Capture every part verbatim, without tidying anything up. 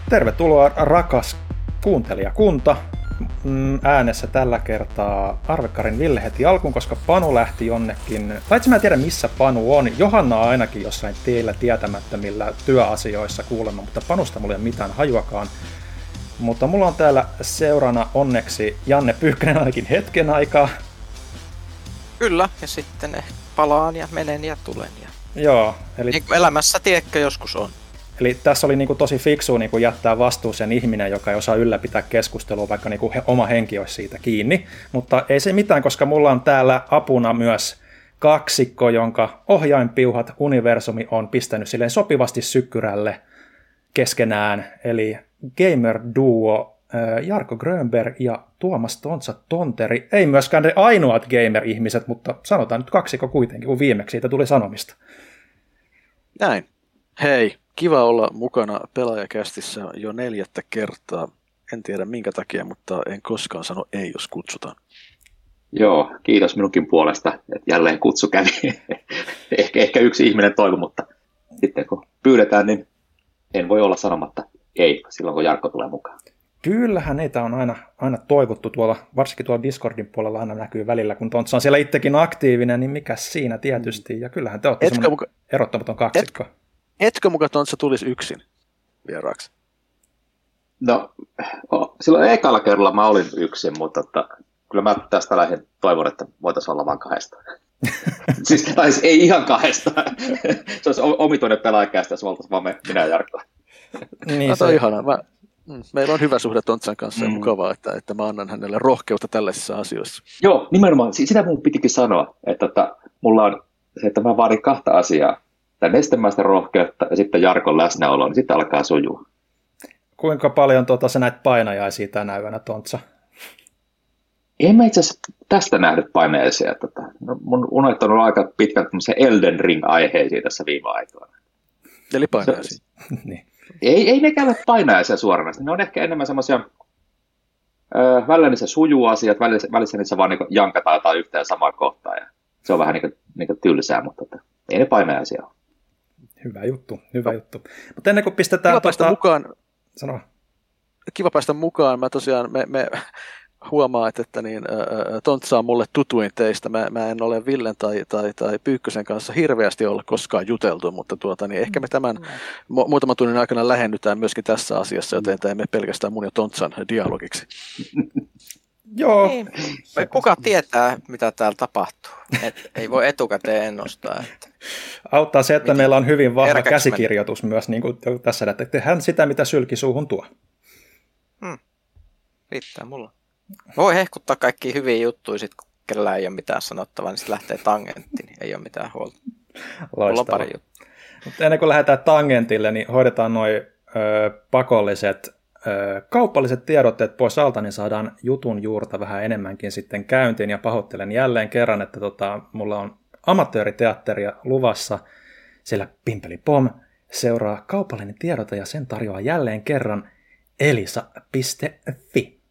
Tervetuloa rakas kuuntelijakunta. Äänessä tällä kertaa Arvekarin Ville heti alkuun, koska Panu lähti jonnekin. Paitsi mä en tiedä missä Panu on. Johanna on ainakin jossain teillä tietämättömillä työasioissa kuulemma, mutta Panusta mulla ei ole mitään hajuakaan. Mutta mulla on täällä seurana onneksi Janne Pyykkönen ainakin hetken aikaa. Kyllä, ja sitten palaan ja menen ja tulen. Ja... Joo, eli... Niin elämässä tiedätkö joskus on. Eli tässä oli niinku tosi fiksua niinku jättää vastuuseen ihminen, joka ei osaa ylläpitää keskustelua, vaikka niinku he, oma henki olisi siitä kiinni. Mutta ei se mitään, koska mulla on täällä apuna myös kaksikko, jonka ohjainpiuhat universumi on pistänyt silleen sopivasti sykkyrälle keskenään. Eli gamer-duo Jarkko Grönberg ja Tuomas Tontsa Tonteri. Ei myöskään ne ainoat gamer-ihmiset, mutta sanotaan nyt kaksikko kuitenkin, kun viimeksi siitä tuli sanomista. Näin. Hei, kiva olla mukana Pelaajakästissä jo neljättä kertaa. En tiedä minkä takia, mutta en koskaan sano ei, jos kutsutaan. Joo, kiitos minunkin puolesta, että jälleen kutsu kävi. ehkä, ehkä yksi ihminen toivo, mutta sitten kun pyydetään, niin en voi olla sanomatta ei silloin, kun Jarkko tulee mukaan. Kyllähän niitä on aina, aina toivottu tuolla, varsinkin tuolla Discordin puolella aina näkyy välillä, kun Tontsa on siellä itsekin aktiivinen, niin mikä siinä tietysti. Ja kyllähän te olette semmoinen muka... erottamaton kaksikko. Et... Etkö muka Tontsa tulisi yksin vieraaksi? No, silloin ekalla kerralla mä olin yksin, mutta että, kyllä mä tästä lähdin toivon, että voitaisiin olla vain kahdestaan. siis, tai siis ei ihan kahdestaan. Se olisi omituinen pelaajakästä, jos oltaisiin vaan me, minä ja Jarkko. Niin, no, se on ihanaa. Mä, mm, meillä on hyvä suhde Tontsan kanssa mm. ja mukavaa, että, että mä annan hänelle rohkeutta tällaisissa asioissa. Joo, nimenomaan. Sitä mun pitikin sanoa, että, että mulla on se, että mä vaadin kahta asiaa. Tämä nestemäistä rohkeutta ja sitten Jarkon läsnäolo, niin sitten alkaa sujua. Kuinka paljon tuota, sä näet painajaisia tänä yönä, Tontsa? En mä itse asiassa tästä nähnyt painajaisia. Tota. No, mun unet on ollut aika pitkälti Elden Ring-aiheisia tässä viime aikoina. Eli painajaisia. niin. Ei, ei nekään ole painajaisia suoranaisesti. Ne on ehkä enemmän semmoisia, öö, välillä niissä sujuu asiat, välissä, välissä niissä vaan niin jankataan jotain yhteen samaan kohtaan. Ja se on vähän niin kuin, niin kuin tylsää, mutta että, ei ne painajaisia ole. Hyvä juttu, hyvä no. juttu. Mutta ennen kuin pistetään... Kiva päästä tuota... mukaan. Sano. Kiva päästä mukaan. Mä tosiaan, me, me huomaan, että, että niin, ä, Tontsa on mulle tutuin teistä. Mä, mä en ole Villen tai, tai, tai Pyykkösen kanssa hirveästi olla koskaan juteltu, mutta tuota, niin ehkä me tämän mu- muutaman tunnin aikana lähennytään myöskin tässä asiassa, joten tämä ei mene pelkästään mun ja Tontsan dialogiksi. Joo. Niin. Kuka tietää, mitä täällä tapahtuu? Et, ei voi etukäteen ennustaa. Että... Auttaa se, että Miten? meillä on hyvin vahva Herkäks käsikirjoitus meni. Myös niin kuin tässä, että tehdään sitä, mitä sylki suuhun tuo. Hmm. Riittää mulla. Voi hehkuttaa kaikkia hyviä juttuja, sit, kun kellään ei ole mitään sanottavaa, niin sitten lähtee tangenttiin, niin ei ole mitään huolta. Mulla on pari juttua. Mutta ennen kuin lähdetään tangentille, niin hoidetaan nuo pakolliset kaupalliset tiedotteet pois alta, niin saadaan jutun juurta vähän enemmänkin sitten käyntiin, ja pahoittelen jälleen kerran, että tota, mulla on amatööriteatteria luvassa, siellä Pimpeli Pom seuraa kaupallinen tiedote, ja sen tarjoaa jälleen kerran elisa piste fi.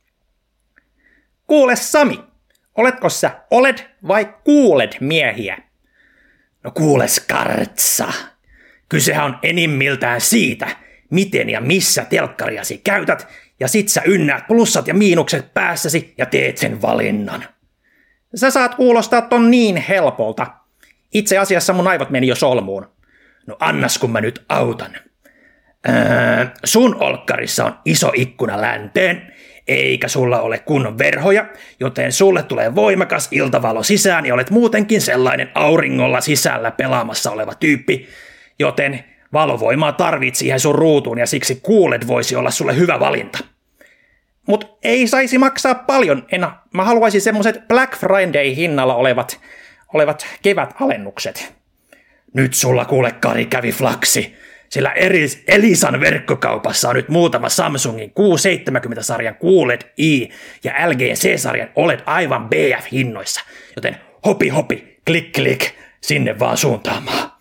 Kuule Sami, oletko sä oled vai kuuled miehiä? No kuule Skartsa, kysehän on enimmiltään siitä, miten ja missä telkkariasi käytät, ja sit sä ynnäät plussat ja miinukset päässäsi ja teet sen valinnan. Sä saat kuulostaa ton niin helpolta. Itse asiassa mun aivot meni jo solmuun. No annas kun mä nyt autan. Öö, sun olkkarissa on iso ikkuna länteen, eikä sulla ole kunnon verhoja, joten sulle tulee voimakas iltavalo sisään ja olet muutenkin sellainen auringolla sisällä pelaamassa oleva tyyppi, joten valovoimaa tarvit siihen sun ruutuun ja siksi kuulet voisi olla sulle hyvä valinta. Mut ei saisi maksaa paljon, enää. Mä haluaisin semmoset Black Friday-hinnalla olevat, olevat kevätalennukset. Nyt sulla kuule Kari kävi flaksi, sillä Elisan verkkokaupassa on nyt muutama Samsungin Q seitsemänkymmentä-sarjan Q L E D I ja L G C-sarjan O L E D aivan B F-hinnoissa, joten hopi hopi, klik klik, sinne vaan suuntaamaan.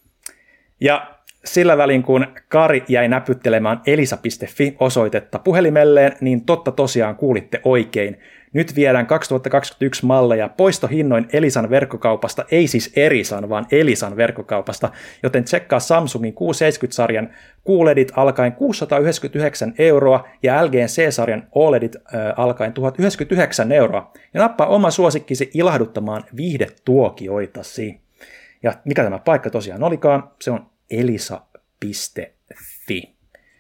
Ja sillä välin, kun Kari jäi näpyttelemään elisa piste fi osoitetta puhelimelleen, niin totta tosiaan kuulitte oikein. Nyt viedään kaksituhattakaksikymmentäyksi malleja poistohinnoin Elisan verkkokaupasta, ei siis Erisan, vaan Elisan verkkokaupasta, joten tsekkaa Samsungin kuusisataaseitsemänkymmentä-sarjan Q L E Dit alkaen kuusisataayhdeksänkymmentäyhdeksän euroa ja L G:n C-sarjan O L E Dit äh, alkaen tuhatyhdeksänkymmentäyhdeksän euroa. Ja nappaa oma suosikkisi ilahduttamaan viihdetuokioitasi. Ja mikä tämä paikka tosiaan olikaan, se on elisa piste fi.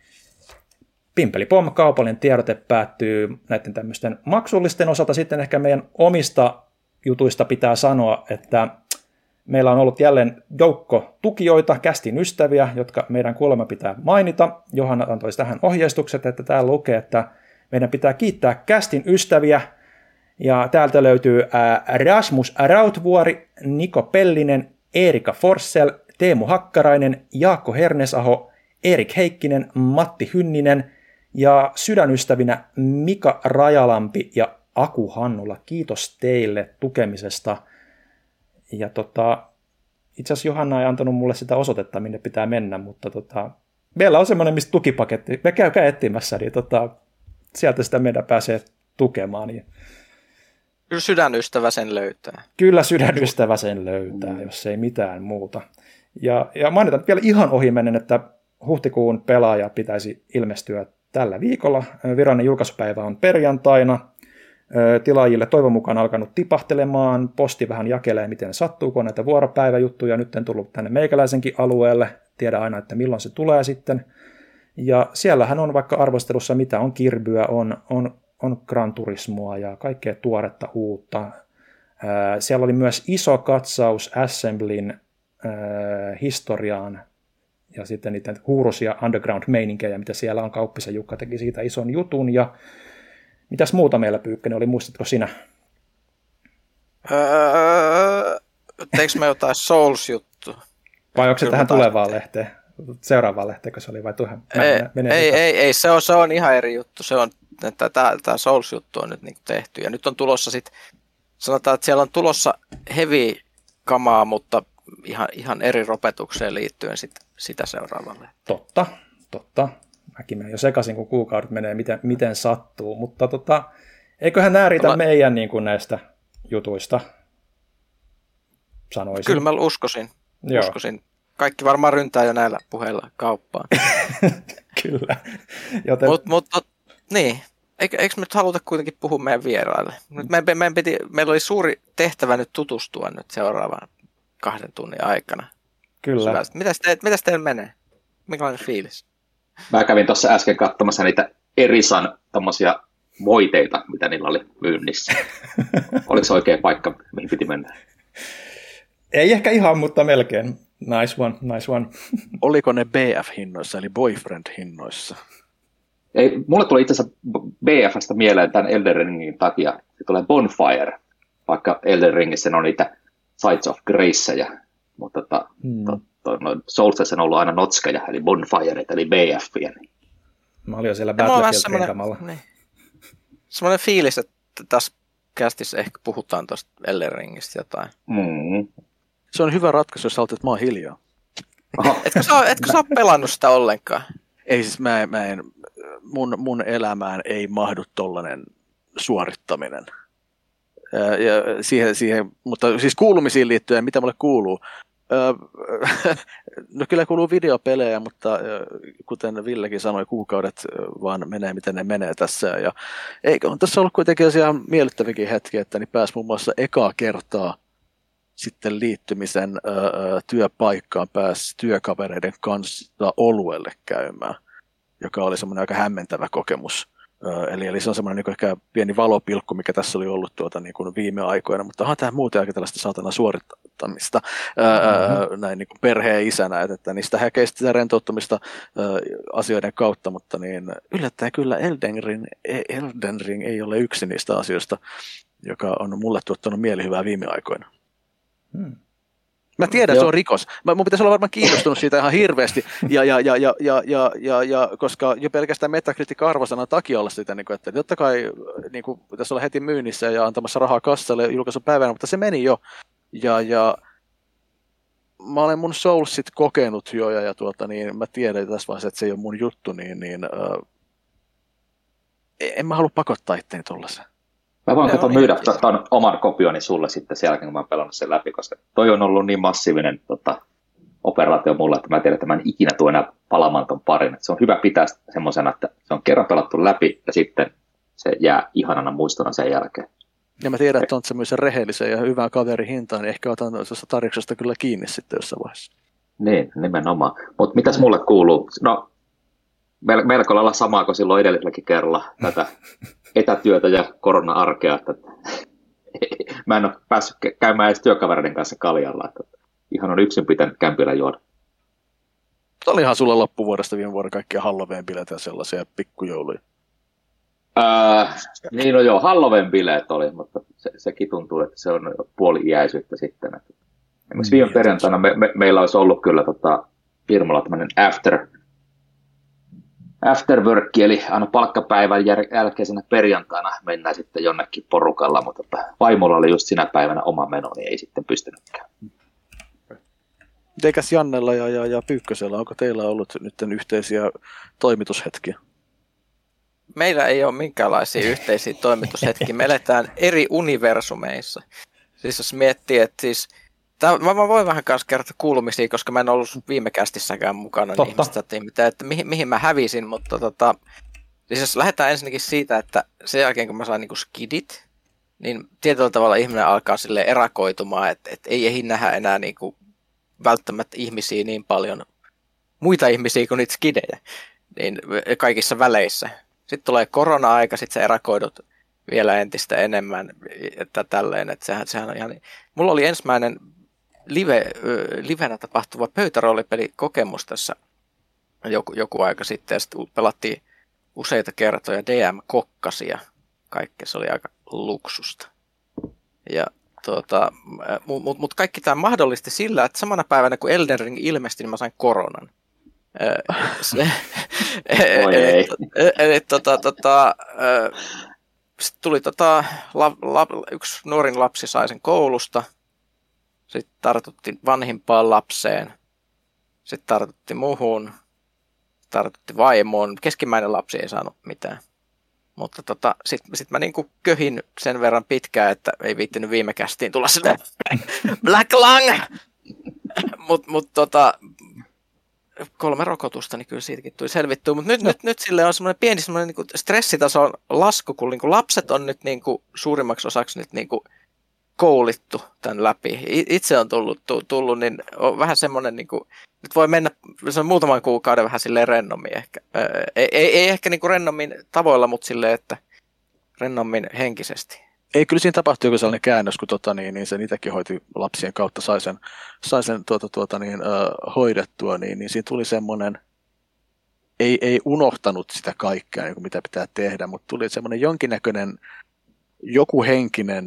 Pimpeli Pom, kaupallinen tiedote päättyy näiden tämmöisten maksullisten osalta. Sitten ehkä meidän omista jutuista pitää sanoa, että meillä on ollut jälleen joukko tukijoita, kästin ystäviä, jotka meidän kuulemma pitää mainita. Johanna antoi tähän ohjeistukset, että täällä lukee, että meidän pitää kiittää kästin ystäviä. Ja täältä löytyy Rasmus Rautvuori, Niko Pellinen, Erika Forssell, Teemu Hakkarainen, Jaakko Hernesaho, Erik Heikkinen, Matti Hynninen ja sydänystävinä Mika Rajalampi ja Aku Hannula. Kiitos teille tukemisesta. Ja tota, itse asiassa Johanna ei antanut mulle sitä osoitetta, minne pitää mennä, mutta tota, meillä on semmoinen, mistä tukipaketti, me käykää etsimässä, niin tota, sieltä sitä meidän pääsee tukemaan. Niin. Kyllä sydänystävä sen löytää. Kyllä sydänystävä sen löytää, mm. jos ei mitään muuta. Ja, ja mainitaan vielä ihan ohimennen, että huhtikuun pelaaja pitäisi ilmestyä tällä viikolla. Virallinen julkaisupäivä on perjantaina. Tilaajille toivon mukaan alkanut tipahtelemaan. Posti vähän jakelee, miten sattuu, kun on näitä vuoropäiväjuttuja. Nyt on tullut tänne meikäläisenkin alueelle. Tiedä aina, että milloin se tulee sitten. Ja siellähän on vaikka arvostelussa, mitä on Kirbyä, on, on, on Gran Turismoa ja kaikkea tuoretta uutta. Siellä oli myös iso katsaus Assemblin historiaan ja sitten niiden huurusia underground-meininkejä, mitä siellä on. Kauppisen Jukka teki siitä ison jutun. Ja mitäs muuta meillä, Pyykkönen, oli? Muistatko sinä? Öö, teekö me jotain Souls-juttua? Vai onko se tähän tulevaan lehteen? Seuraavaan lehteen, kun se oli vai tuohon? Ei, ei, ei, ei se, on, se on ihan eri juttu. Se on, että tämä Souls-juttu on nyt niin tehty. Ja nyt on tulossa sitten, sanotaan, että siellä on tulossa heavy kamaa, mutta ihan, ihan eri ropetukseen liittyen sit, sitä seuraavalle. Totta, totta. Mäkin menen jo sekaisin, kun kuukaudet menee, miten, miten sattuu. Mutta tota, eiköhän nämä riitä Olla... meidän niin kuin näistä jutuista, sanoisin. Kyllä mä uskoisin. uskoisin. Kaikki varmaan ryntää jo näillä puheilla kauppaan. Kyllä. Joten... Mutta mut, niin, eikö, eikö me nyt haluta kuitenkin puhua meidän vieraille? Nyt me, me, me piti, meillä oli suuri tehtävä nyt tutustua nyt seuraavan kahden tunnin aikana. Kyllä. Mitäs, te, mitäs teillä menee? Minkälainen fiilis? Mä kävin tuossa äsken katsomassa niitä Erisan tommosia voiteita, mitä niillä oli myynnissä. Oliko se oikea paikka, mihin piti mennä? Ei ehkä ihan, mutta melkein. Nice one, nice one. Oliko ne B F-hinnoissa, eli boyfriend-hinnoissa? Ei, mulle tuli itse asiassa B F:stä mieleen tämän Elden Ringin takia. Se tulee Bonfire, vaikka Elden Ringissä on niitä Sides of Graceja, mutta tota, hmm. to, to, no, Soulsissa on ollut aina notskeja, eli Bonfire, eli B F. Niin. Mä olin jo siellä Battlefield-rintamalla. Niin. Semmoinen fiilis, että tässä kästissä ehkä puhutaan tuosta Elden Ringistä jotain. Mm. Se on hyvä ratkaisu, jos haluat, että mä oon hiljaa. Etkö sä, etkö sä ole pelannut sitä ollenkaan? Ei siis, mä, mä en, mun, mun elämään ei mahdu tollainen suorittaminen. Ja siihen, siihen, mutta siis kuulumisiin liittyen, mitä mulle kuuluu? No kyllä kuuluu videopelejä, mutta kuten Villekin sanoi, kuukaudet vaan menee, miten ne menee tässä. Ja eikö on tässä ollut kuitenkin ihan miellyttävikin hetki, että niin pääsi muun muassa ekaa kertaa sitten liittymisen ö, työpaikkaan, pääsi työkavereiden kanssa oluelle käymään, joka oli semmoinen aika hämmentävä kokemus. Eli, eli se on semmoinen niin ehkä pieni valopilkku, mikä tässä oli ollut tuota, niin kuin viime aikoina, mutta onhan tämä muuten aika tällaista saatana suorittamista mm-hmm. näin niin kuin perheen isänä, että, että niistä häkee sitä rentouttamista ää, asioiden kautta, mutta niin yllättäen kyllä Elden Ring, Elden Ring ei ole yksi niistä asioista, joka on mulle tuottanut mielihyvää viime aikoina. Hmm. Mä tiedän, Joo. se on rikos. Mä, mun pitäisi olla varmaan kiinnostunut siitä ihan hirveästi, ja, ja, ja, ja, ja, ja, ja, ja, koska jo pelkästään Metacritic-arvosanan takia olla sitä, niin kuin, että totta kai niin kuin, pitäisi olla heti myynnissä ja antamassa rahaa kassalle julkaisupäivänä, mutta se meni jo. Ja, ja mä olen mun Soulsit kokenut jo, ja, ja tuota, niin, mä tiedän tässä vaiheessa, että se ei ole mun juttu, niin, niin äh, en mä halua pakottaa itteeni tollaisen. Mä voin kato myydä tuon oman kopioni sulle sitten sen jälkeen, kun mä oon pelannut sen läpi, koska toi on ollut niin massiivinen tota, operaatio mulla, että mä tiedän, että mä en ikinä tule enää palaamaan ton parin. Et se on hyvä pitää semmoisena, että se on kerran pelattu läpi ja sitten se jää ihanana muistona sen jälkeen. Ja mä tiedän, että on semmoisen rehellisen ja hyvän kaverin hintaan, niin ehkä otan tuosta tarjouksesta kyllä kiinni sitten jossain vaiheessa. Niin, nimenomaan. Mutta mitäs mulle kuuluu? No, melko lailla samaa kuin silloin edelliselläkin kerralla tätä etätyötä ja korona-arkea. Että mä en ole päässyt käymään edes työkavereiden kanssa kaljalla. Että ihan on yksin pitänyt kämpillä juoda. Olihan sulla loppuvuodesta viime vuonna kaikkia Halloween-bileitä ja sellaisia pikkujouluja. Öö, niin no joo, Halloween-bileet oli, mutta se, sekin tuntuu, että se on puoli-iäisyyttä sitten. Että esimerkiksi viime perjantaina me, me, meillä olisi ollut kyllä tota, firmalla tämmöinen after, after work, eli aina palkkapäivän jälkeisenä perjantaina mennään sitten jonnekin porukalla, mutta tota, vaimolla oli just sinä päivänä oma meno, niin ei sitten pystynytkään. Mitenkäs Jannella ja, ja, ja Pyykkösellä, onko teillä ollut nyt yhteisiä toimitushetkiä? Meillä ei ole minkäänlaisia yhteisiä toimitushetkiä. Me eletään eri universumeissa. Siis jos miettii, että siis... Tää, mä voin vähän kanssa kertoa kuulumisia, koska mä en ollut viime kästissäkään mukana. Niin ihmiset, että, että mihin, mihin mä hävisin, mutta tota... Siis jos lähdetään ensinnäkin siitä, että sen jälkeen kun mä sain niinku skidit, niin tietyllä tavalla ihminen alkaa silleen erakoitumaan, että, että ei ehdi nähdä enää niinku välttämättä ihmisiä niin paljon, muita ihmisiä kuin niitä skidejä, niin kaikissa väleissä. Sitten tulee korona-aika, sitten sä erakoidut vielä entistä enemmän, että tälleen, että sehän, sehän on ihan... Mulla oli ensimmäinen live, livenä tapahtuva pöytäroolipelikokemus tässä joku, joku aika sitten, ja sitten pelattiin useita kertoja D M-kokkasia, kaikkea, se oli aika luksusta. Ja tuota, mutta mut kaikki tämä mahdollisti sillä, että samana päivänä kun Elden Ring ilmestyi, niin mä sain koronan. Eli tota, tota, sitten tuli tota, la, la, yksi nuorin lapsi sai sen koulusta, sitten tartuttiin vanhimpaan lapseen, sitten tartuttiin muhun, tartuttiin vaimoon, keskimmäinen lapsi ei saanut mitään. Mutta tota, sitten sit mä niinku köhin sen verran pitkään, että ei viittinyt viime kästiin tulla sille Black Lung! Mutta mut, tota, kolme rokotusta, niin kyllä siitäkin tuli selvittyä. Mutta nyt, no. nyt, nyt sille on semmoinen pieni semmoinen niinku stressitason lasku, kun niinku lapset on nyt niinku suurimmaksi osaksi nyt niinku koulittu tämän läpi. Itse on tullut, tullut niin on vähän semmoinen, niinku, nyt voi mennä se on muutaman kuukauden vähän silleen rennommin ehkä. Ei, ei, ei ehkä niinku rennommin tavoilla, mutta silleen, että rennommin henkisesti. Ei, kyllä siinä tapahtui joku sellainen käännös, kun tota, niin, niin sen itsekin hoiti lapsien kautta, sai sen, sai sen tuota, tuota, niin, äh, hoidettua, niin, niin siinä tuli semmoinen, ei, ei unohtanut sitä kaikkea, niin kuin mitä pitää tehdä, mutta tuli semmoinen jonkinnäköinen, joku henkinen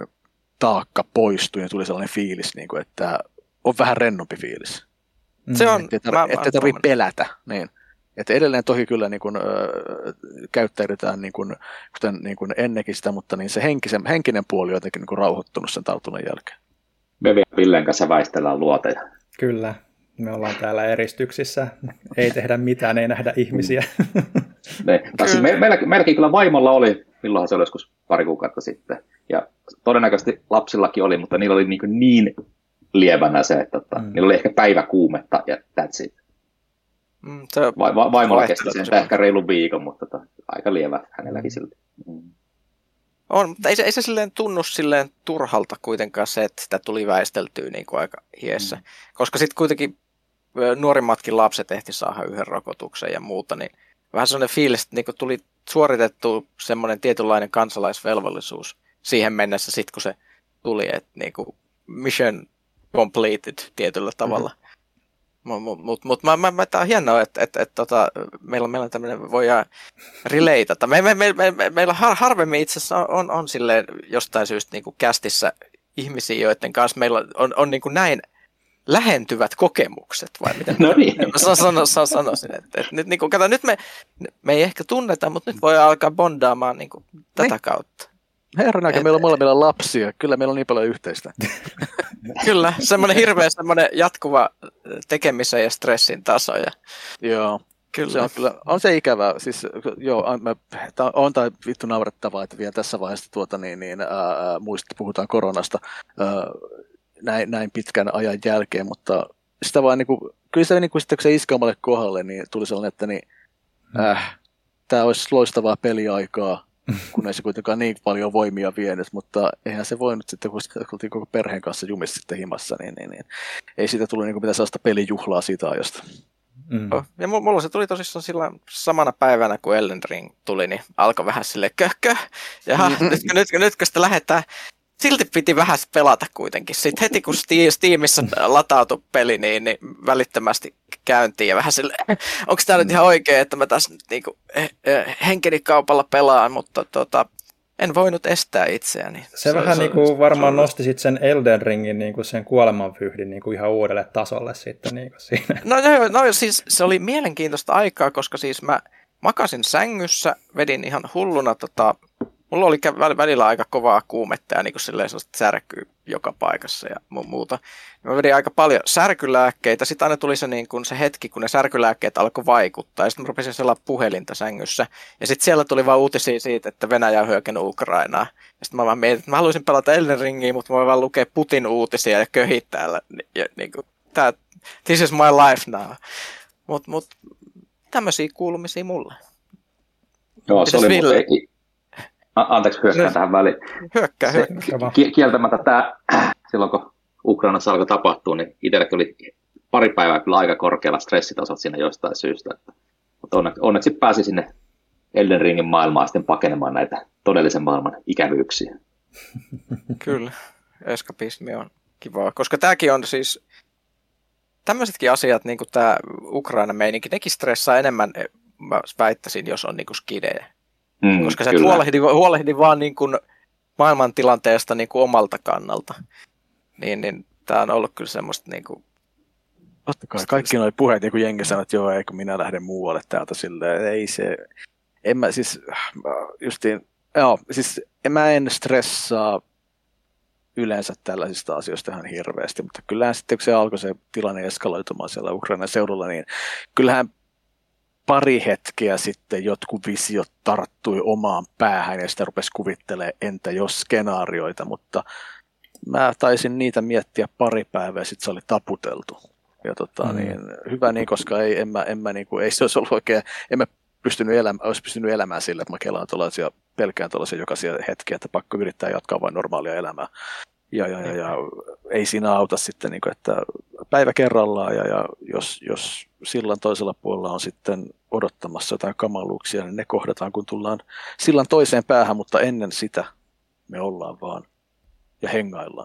taakka poistui ja tuli sellainen fiilis, niin kuin, että on vähän rennompi fiilis. Se on, ettei tarvitse tar- tarvi pelätä, niin. Että edelleen toki kyllä niin kuin, ö, käyttäydytään niin kuin, kuten niin kuin ennenkin sitä, mutta niin se henkisen, henkinen puoli on jotenkin niin kuin rauhoittunut sen tartunnan jälkeen. Me vielä Villen kanssa väistellään luoteja. Kyllä, me ollaan täällä eristyksissä. Ei tehdä mitään, ei nähdä ihmisiä. Siis me, meillä, meilläkin kyllä vaimolla oli, milloinhan se oli joskus pari kuukautta sitten. Ja todennäköisesti lapsillakin oli, mutta niillä oli niin, niin lievänä se, että mm. niillä oli ehkä päiväkuumetta ja that's it. Mm, se Va- va- vaimolla kesti sen ehkä reilun viikon, mutta tota, aika lievä hänelläkin silti. Mm. On, mutta ei se, ei se silleen tunnu silleen turhalta kuitenkaan se, että sitä tuli väisteltyä niin kuin aika hiessä. Mm. Koska sitten kuitenkin nuorimmatkin lapset ehti saada yhden rokotuksen ja muuta, niin vähän sellainen fiilis, että niin kuin tuli suoritettu semmoinen tietynlainen kansalaisvelvollisuus siihen mennessä sitten, kun se tuli, että niin kuin mission completed tietyllä tavalla. Mm-hmm. Mutta mut, mut, mä, mä, mä, tää on hienoa, että et, et, tota, meillä, meillä on tämmöinen, voidaan relatata. Me, me, me, me, me, meillä har, harvemmin itse asiassa on, on, on silleen jostain syystä niin kuin kästissä ihmisiä, joiden kanssa meillä on, on niin kuin näin lähentyvät kokemukset, vai miten no niin. mä sano, sano, sanoisin. Että, että nyt, niin kuin, kato, nyt me, me ei ehkä tunneta, mutta nyt voi alkaa bondaamaan niin kuin, tätä niin. kautta. Herran aika, meillä on molemmilla lapsia. Kyllä meillä on niin paljon yhteistä. Kyllä, semmoinen hirveä semmoinen jatkuva tekemisen ja stressin taso. Ja... Joo. Kyllä. Se on kyllä, on se ikävää. Siis, joo, mä, tää on tai vittu naurettavaa, että vielä tässä vaiheessa tuota, niin, niin, ää, muista, puhutaan koronasta ää, näin, näin pitkän ajan jälkeen, mutta sitä vaan, niin kuin, kyllä se, niin kuin, sitten, kun se iski omalle kohdalle, niin tuli sellainen, että niin, äh, tämä olisi loistavaa peliaikaa, kun ei se kuitenkaan niin paljon voimia vienyt, mutta eihän se voinut sitten, kun oltiin koko perheen kanssa jumissa sitten himassa, niin, niin, niin ei siitä tullut niin mitään sellaista pelijuhlaa siitä ajasta. Mm. Ja mulla se tuli tosissaan sillä samana päivänä, kun Elden Ring tuli, niin alkoi vähän silleen köhkö. Ja mm-hmm. nyt, nyt, nyt kun sitä lähdetään, silti piti vähän pelata kuitenkin. Sitten heti kun Steamissa latautui peli, niin, niin välittömästi käyntiin ja vähän silleen, onko tämä nyt ihan oikein, että mä tässä niinku, eh, eh, henkeni kaupalla pelaan, mutta tota, en voinut estää itseäni. Se, se vähän se, niin kuin varmaan se, nosti sit sen Elden Ringin niin kuin sen kuolemanvyyhdin niin kuin ihan uudelle tasolle sitten niin kuin siinä. No, no, no siis se oli mielenkiintoista aikaa, koska siis mä makasin sängyssä, vedin ihan hulluna, tota, mulla oli välillä aika kovaa kuumetta ja niin kuin silleen sellaista särkyä joka paikassa ja muuta. Mä vedin aika paljon särkylääkkeitä, sitten aina tuli se, niin kuin se hetki, kun ne särkylääkkeet alkoi vaikuttaa, ja sitten mä rupesin sellainen puhelinta sängyssä, ja sitten siellä tuli vaan uutisia siitä, että Venäjä on hyökännyt Ukrainaa, ja sitten mä vaan mietin, että mä haluaisin pelata Elden Ringiä, mutta mä voin vaan lukea Putin uutisia ja köhit täällä, ja niin kuin, tää, this is my life now, mutta mut, tämmöisiä kuulumisia mulle. Joo, se oli mulle. Anteeksi, hyökkään no, tähän väliin. Hyökkää, hyökkää. Kieltämättä tämä, silloin kun Ukrainassa alkoi tapahtua, niin itsellekin oli pari päivää kyllä aika korkealla stressitasot siinä jostain syystä. Mutta onneksi, onneksi pääsi sinne Elden Ringin maailmaan sitten pakenemaan näitä todellisen maailman ikävyyksiä. Kyllä, eskapismi on kivaa, koska tämäkin on siis, tämmöisetkin asiat, niin kuin tämä Ukraina-meininki, nekin stressaa enemmän, mä väittäisin, jos on niin kuin skidejä. Mm, koska sä huolehdin, huolehdin vaan niin kuin maailmantilanteesta niin kuin omalta kannalta. Niin, niin tämä on ollut kyllä semmoista niin kuin... Totta kai, kaikki nuo puheet, niin kuin jengi sanoo, että joo, eikö minä lähden muualle täältä silleen, ei se... En mä siis, justiin, joo, siis mä en stressaa yleensä tällaisista asioista ihan hirveästi, mutta kyllähän sitten, kun se alkoi se tilanne eskaloitumaan siellä Ukrainan seudulla, niin kyllähän pari hetkeä sitten jotkut visiot tarttui omaan päähän ja sitä rupesi kuvittelemaan entä jos skenaarioita, mutta mä taisin niitä miettiä pari päivää, sitten se oli taputeltu. Ja tota, mm. niin, hyvä niin, koska ei, en mä, en mä, niin kuin, ei se olisi ollut oikein, en mä pystynyt elämään, olisi pystynyt elämään sillä, että mä kelaan tuollaisia, pelkään tuollaisia jokaisia hetkiä, että pakko yrittää jatkaa vain normaalia elämää. Ja, ja, ja, ja ei siinä auta sitten, niin kuin, että päivä kerrallaan ja, ja jos, jos sillan toisella puolella on sitten odottamassa jotain kamaluuksia, niin ne kohdataan, kun tullaan sillan toiseen päähän, mutta ennen sitä me ollaan vaan ja hengaillaan.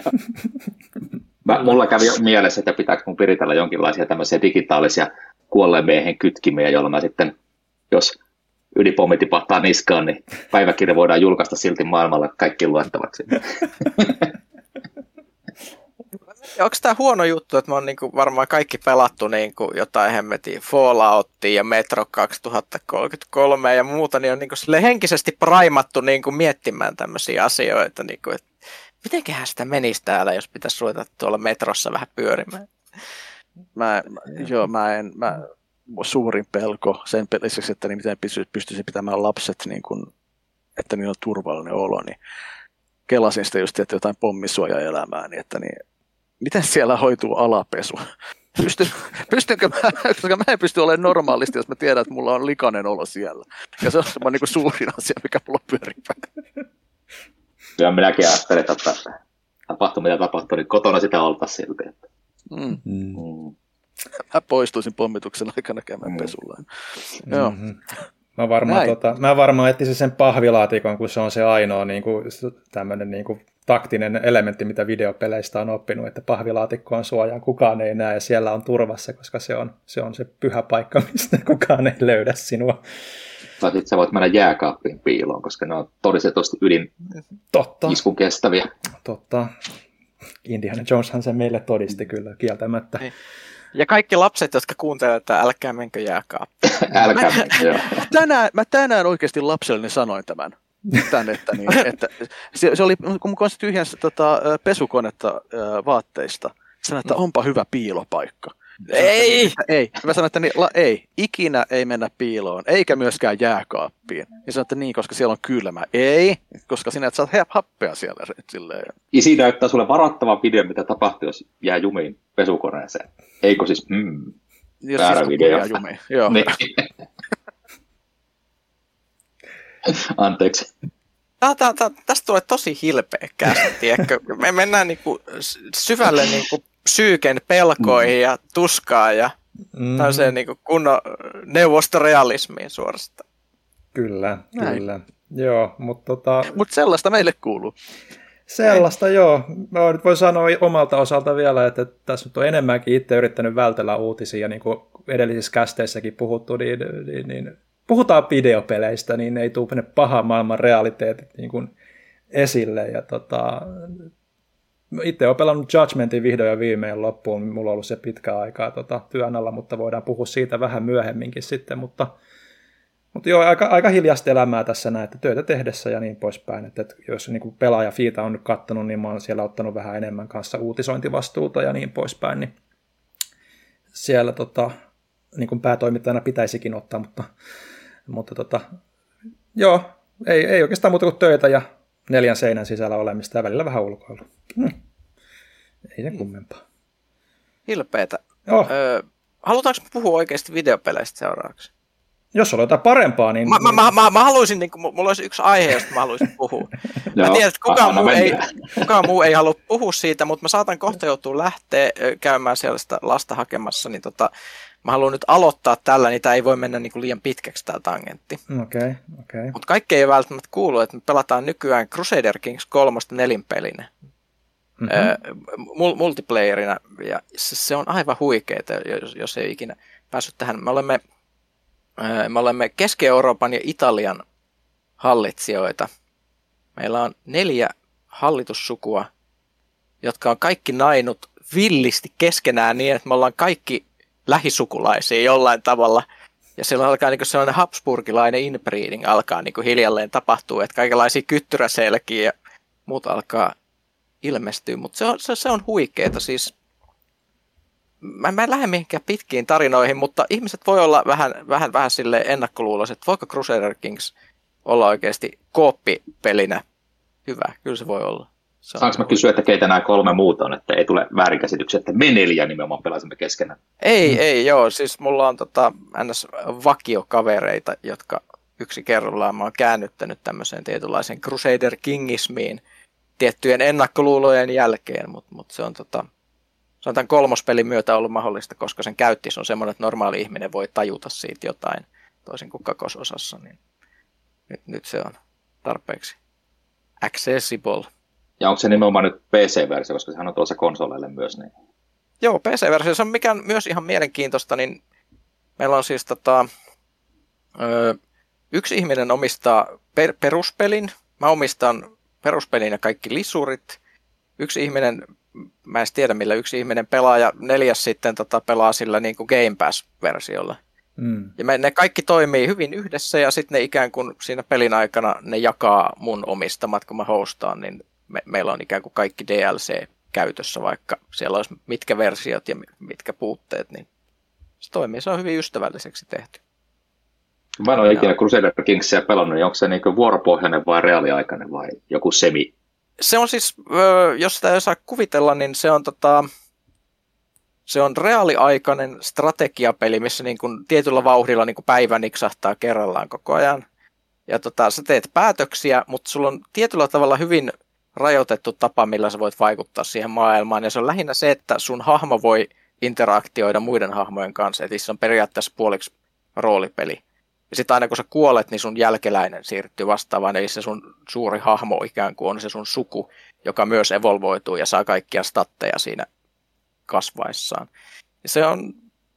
Mä, mulla kävi mielessä, että pitääkö mun piritellä jonkinlaisia tämmöisiä digitaalisia kuolleen miehen kytkimiä, joilla mä sitten, jos ydinpommi tipahtaa niskaan, niin päiväkirja voidaan julkaista silti maailmalla kaikkiin luettavaksi. Onko tämä huono juttu, että me on niinku varmaan kaikki pelattu niinku jotain hemmetin Falloutia ja Metro kaksituhattakolmekymmentäkolme ja muuta, niin on niinku henkisesti primattu niinku miettimään tämmöisiä asioita, niinku, että mitenköhän sitä menisi täällä, jos pitäisi ruveta tuolla metrossa vähän pyörimään. Mä, mä, joo, mä en, mä, suurin pelko sen lisäksi, että niin miten pystyisin pitämään lapset, niin kun, että niillä on turvallinen olo, niin kelasin sitä just, että jotain pommisuojaelämää, niin että niin, miten siellä hoituu alapesu? Pystyn, pystynkö mä, koska mä en pysty olemaan normaalisti, jos mä tiedän, että mulla on likainen olo siellä. Ja se on semmoinen niin kuin suurin asia, mikä mulla pyörii päin. Kyllä minäkin ajattelin, että tapahtui mitä tapahtui, niin kotona sitä oltaisiin silti. Mm. Mm. Mä poistuisin pommituksen aikana käymään mm. pesulla. Mm-hmm. Joo. Mä varmaan, tota, mä varmaan etsisin sen pahvilaatikon, kun se on se ainoa niin kuin, tämmöinen niin kuin taktinen elementti, mitä videopeleistä on oppinut, että pahvilaatikko on suojaan, kukaan ei näe ja siellä on turvassa, koska se on se, on se pyhä paikka, mistä kukaan ei löydä sinua. Tai sitten sä voit mennä jääkaappiin piiloon, koska ne on todistetusti ydin Totta. iskun kestäviä. Totta. Indiana Joneshan se meille todisti kyllä kieltämättä. Niin. Ja kaikki lapset, jotka kuuntelevat, että älkää menkö jääkaappiin. Älkää menkö, joo. Tänään, mä tänään oikeasti lapselleni sanoin tämän. Tän, että, niin, että se, se oli, kun mä tyhjensin tota, pesukonetta ää, vaatteista, sanoin, että onpa hyvä piilopaikka. Ei! Ei. Mä sanoin, että niin, la, ei. Ikinä ei mennä piiloon, eikä myöskään jääkaappiin. Ja sanoin, että niin, koska siellä on kylmä. Ei, koska sinä et saa happea siellä. Silleen. Isi näyttää sulle varoittavan video, mitä tapahtuu, jos jää jumiin pesukoneeseen. Eikö siis, mm, Jos väärä siis video. jää jumiin. Joo. Niin. Anteeksi. Tää, tää, tää, tästä tulee tosi hilpeä kästi, me mennään niinku syvälle niinku psyyken pelkoihin ja tuskaan ja Mm. tämmöiseen niinku kunnon neuvostorealismiin suorastaan. Kyllä, Näin. kyllä. Joo, mutta tota, Mutta sellaista meille kuuluu. sellaista joo. Mä nyt voin sanoa omalta osalta vielä, että tässä nyt on enemmänkin itse yrittänyt vältellä uutisia, niin kuin edellisissä kästeissäkin puhuttu, niin, niin, niin puhutaan videopeleistä, niin ei tule ne paha maailman realiteetit niin kuin esille. Ja tota, itse olen pelannut Judgmentin vihdoin ja viimein loppuun, mulla on ollut se pitkä aikaa tota, työn alla, mutta voidaan puhua siitä vähän myöhemminkin sitten, mutta Mutta joo, aika, aika hiljaista elämää tässä näin, että töitä tehdessä ja niin poispäin. Että, että jos niin kuin pelaaja Fiita on nyt katsonut, niin mä oon siellä ottanut vähän enemmän kanssa uutisointivastuuta ja niin poispäin. Niin siellä tota, niin kuin päätoimittajana pitäisikin ottaa, mutta, mutta tota, joo, ei, ei oikeastaan muuta kuin töitä ja neljän seinän sisällä olemista ja välillä vähän ulkoilua. Hmm. Ei sen kummempaa. Hilpeetä. Joo. Öö, halutaanko puhua oikeasti videopeleistä seuraavaksi? Jos on jotain parempaa, niin... Mä, mä, mä, mä, mä haluaisin, niin kuin, mulla olisi yksi aihe, josta mä haluaisin puhua. Mä Joo, tiedän, että kukaan anna muu, ei, mennä. kukaan muu ei halua puhua siitä, mutta mä saatan kohta joutua lähteä ö, käymään sellaista lasta hakemassa, niin tota, mä haluan nyt aloittaa tällä, niin tää ei voi mennä niin kuin liian pitkäksi tää tangentti. Okei, okay, okei. Okay. Mutta kaikki ei välttämättä kuulu, että me pelataan nykyään Crusader Kings kolme nelinpelinä. Mm-hmm. Ö, mul- multiplayerina, ja se, se on aivan huikeeta, jos, jos ei ikinä päässyt tähän. Me olemme... Me olemme Keski-Euroopan ja Italian hallitsijoita. Meillä on neljä hallitussukua, jotka on kaikki nainut villisti keskenään niin, että me ollaan kaikki lähisukulaisia jollain tavalla. Ja silloin alkaa niin sellainen habsburgilainen inbreeding alkaa niin hiljalleen tapahtua, että kaikenlaisia kyttyräselkiä ja muut alkaa ilmestyä. Mutta se on, se, se on huikeeta siis. Mä, mä en lähde mihinkään pitkiin tarinoihin, mutta ihmiset voi olla vähän, vähän, vähän silleen ennakkoluuloiset, että voiko Crusader Kings olla oikeasti kooppipelinä hyvä? Kyllä se voi olla. Se Saanko mä kysyä, että keitä nämä kolme muuta on, että ei tule väärinkäsityksiä, että me neljä nimenomaan pelasimme keskenään? Ei, mm. ei, joo. Siis mulla on tota, ns. Vakiokavereita, jotka yksi kerrallaan mä oon käännyttänyt tämmöiseen tietynlaiseen Crusader Kingismiin tiettyjen ennakkoluulojen jälkeen, mutta mut se on tota... Se on tämän kolmospelin myötä ollut mahdollista, koska sen käyttis on semmoinen, että normaali ihminen voi tajuta siitä jotain, toisin kuin kakososassa, niin nyt, nyt se on tarpeeksi accessible. Ja onko se nimenomaan nyt P C-versio, koska sehän on tuossa konsoleille myös? Niin... Joo, P C-versio, se on mikä on myös ihan mielenkiintoista, niin meillä on siis tota, ö, yksi ihminen omistaa per, peruspelin, mä omistan peruspelin ja kaikki lisurit, yksi ihminen mä en tiedä, millä yksi ihminen pelaa, ja neljäs sitten tota, pelaa sillä niin kuin Game Pass-versiolla. Mm. Ja me, ne kaikki toimii hyvin yhdessä, ja sitten ne ikään kuin siinä pelin aikana ne jakaa mun omistamat, kun mä hostaan, niin me, meillä on ikään kuin kaikki D L C käytössä, vaikka siellä olisi mitkä versiot ja mitkä puutteet, niin se toimii. Se on hyvin ystävälliseksi tehty. Mä en ole ikinä Crusader Kingsia pelannut, niin onko se niin kuin vuoropohjainen vai reaaliaikainen vai joku semi? Se on siis, jos sitä ei saa kuvitella, niin se on, tota, se on reaaliaikainen strategiapeli, missä niin kuin tietyllä vauhdilla niin kuin päivä niksahtaa kerrallaan koko ajan. Ja tota, sä teet päätöksiä, mutta sulla on tietyllä tavalla hyvin rajoitettu tapa, millä sä voit vaikuttaa siihen maailmaan. Ja se on lähinnä se, että sun hahmo voi interaktioida muiden hahmojen kanssa. Eli se on periaatteessa puoliksi roolipeli. Ja sitten aina kun sä kuolet, niin sun jälkeläinen siirtyy vastaavaan, eli se sun suuri hahmo ikään kuin on se sun suku, joka myös evolvoituu ja saa kaikkia statteja siinä kasvaessaan. Ja se on,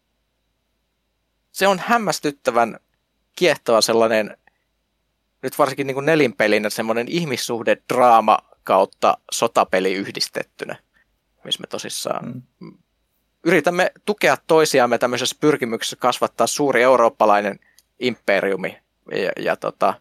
se on hämmästyttävän kiehtova sellainen, nyt varsinkin niin kuin nelinpelinä, semmoinen ihmissuhdedraama kautta sotapeli yhdistettynä, missä me tosissaan mm. yritämme tukea toisiamme tämmöisessä pyrkimyksessä kasvattaa suuri eurooppalainen imperiumi, ja, ja tota,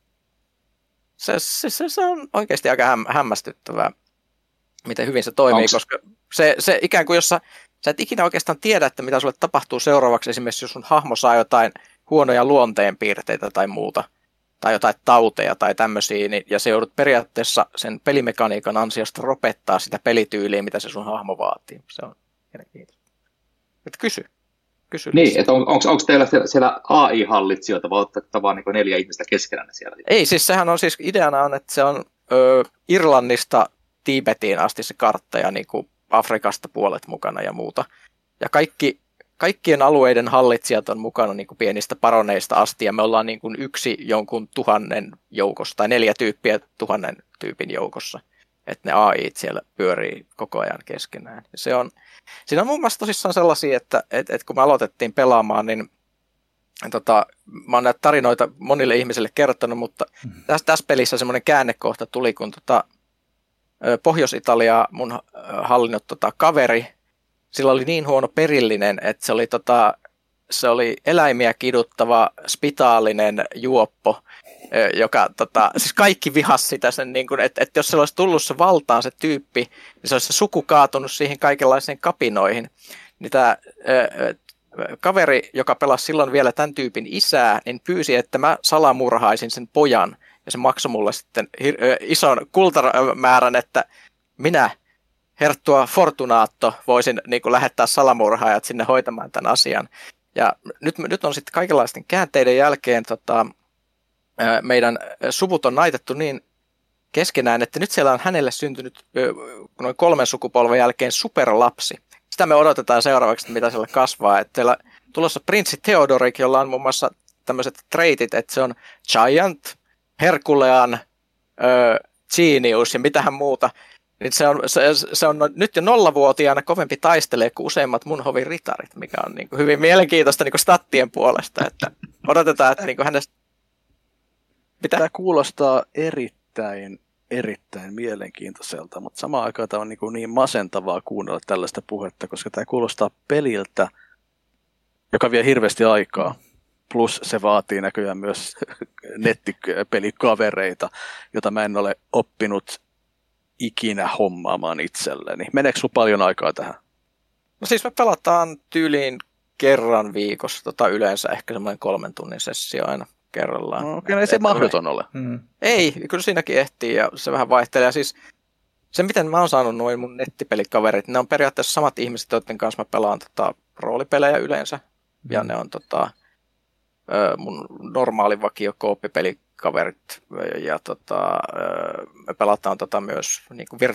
se, se, se on oikeasti aika häm, hämmästyttävää, miten hyvin se toimii, Onks? koska se, se ikään kuin, jos sä sä et ikinä oikeastaan tiedä, että mitä sulle tapahtuu seuraavaksi, esimerkiksi jos sun hahmo saa jotain huonoja luonteenpiirteitä tai muuta, tai jotain tauteja tai tämmöisiä, niin, ja se joudut periaatteessa sen pelimekaniikan ansiosta ropettaa sitä pelityyliä, mitä se sun hahmo vaatii. Se on mielenkiintoista. Että kysy. kysy niin, että on, onko teillä siellä, siellä A I-hallitsijoita, vai oletteko vaan niin neljä ihmistä keskenään siellä? Ei, siis sehän on siis, ideana on, että se on ö, Irlannista Tiibetiin asti se kartta, ja niin kuin Afrikasta puolet mukana ja muuta. Ja kaikki Kaikkien alueiden hallitsijat on mukana niin kuin pienistä paroneista asti, ja me ollaan niin kuin yksi jonkun tuhannen joukossa, tai neljä tyyppiä tuhannen tyypin joukossa. Että ne A I:t siellä pyörii koko ajan keskenään. Se on, siinä on muun muassa tosissaan sellaisia, että et, et kun me aloitettiin pelaamaan, niin tota, mä oon näitä tarinoita monille ihmisille kertonut, mutta tässä, tässä pelissä semmoinen käännekohta tuli, kun tota, Pohjois-Italia mun hallinnut tota, kaveri, sillä oli niin huono perillinen, että se oli, tota, se oli eläimiä kiduttava spitaalinen juoppo, joka, tota, siis kaikki vihas sitä, sen, niin kuin, että, että jos se olisi tullut se valtaan se tyyppi, niin se olisi se suku kaatunut siihen kaikenlaisiin kapinoihin. Niin tämä kaveri, joka pelasi silloin vielä tämän tyypin isää, niin pyysi, että mä salamurhaisin sen pojan, ja se maksoi mulle sitten hir- ison kultamäärän, että minä Herttua Fortunaatto voisin niin kuin lähettää salamurhaajat sinne hoitamaan tämän asian. Ja nyt, nyt on sitten kaikenlaisten käänteiden jälkeen tota, meidän suvut on naitettu niin keskenään, että nyt siellä on hänelle syntynyt noin kolmen sukupolven jälkeen superlapsi. Sitä me odotetaan seuraavaksi, että mitä siellä kasvaa. Että siellä tulossa prinssi Theodorik, jolla on muun muassa tämmöiset treitit, että se on giant, herkulean, genius ja mitähän muuta. Niin se on, se, se on nyt jo nollavuotiaana kovempi taistelee kuin useimmat mun hovin ritarit, mikä on niin kuin hyvin mielenkiintoista niin kuin stattien puolesta, että odotetaan, että niin kuin hänestä... Mitä? Tämä kuulostaa erittäin, erittäin mielenkiintoiselta, mutta samaan aikaan tämä on niin, niin masentavaa kuunnella tällaista puhetta, koska tämä kuulostaa peliltä, joka vie hirveästi aikaa. Plus se vaatii näköjään myös nettipelikavereita, jota mä en ole oppinut ikinä hommaamaan itselleni. Meneekö sinulla paljon aikaa tähän? No siis me pelataan tyyliin kerran viikossa, tota yleensä ehkä semmoinen kolmen tunnin sessio aina kerrallaan. No, okei, ei se mahdoton ole. Mm. Ei, kyllä siinäkin ehtii ja se vähän vaihtelee. Siis se, miten mä oon saanut noin mun nettipelikaverit, ne on periaatteessa samat ihmiset, joiden kanssa mä pelaan tota, roolipelejä yleensä. Mm. Ja ne on tota, mun normaali vakio kooppipelikaverit. Ja tota, me pelataan tota myös niin kuin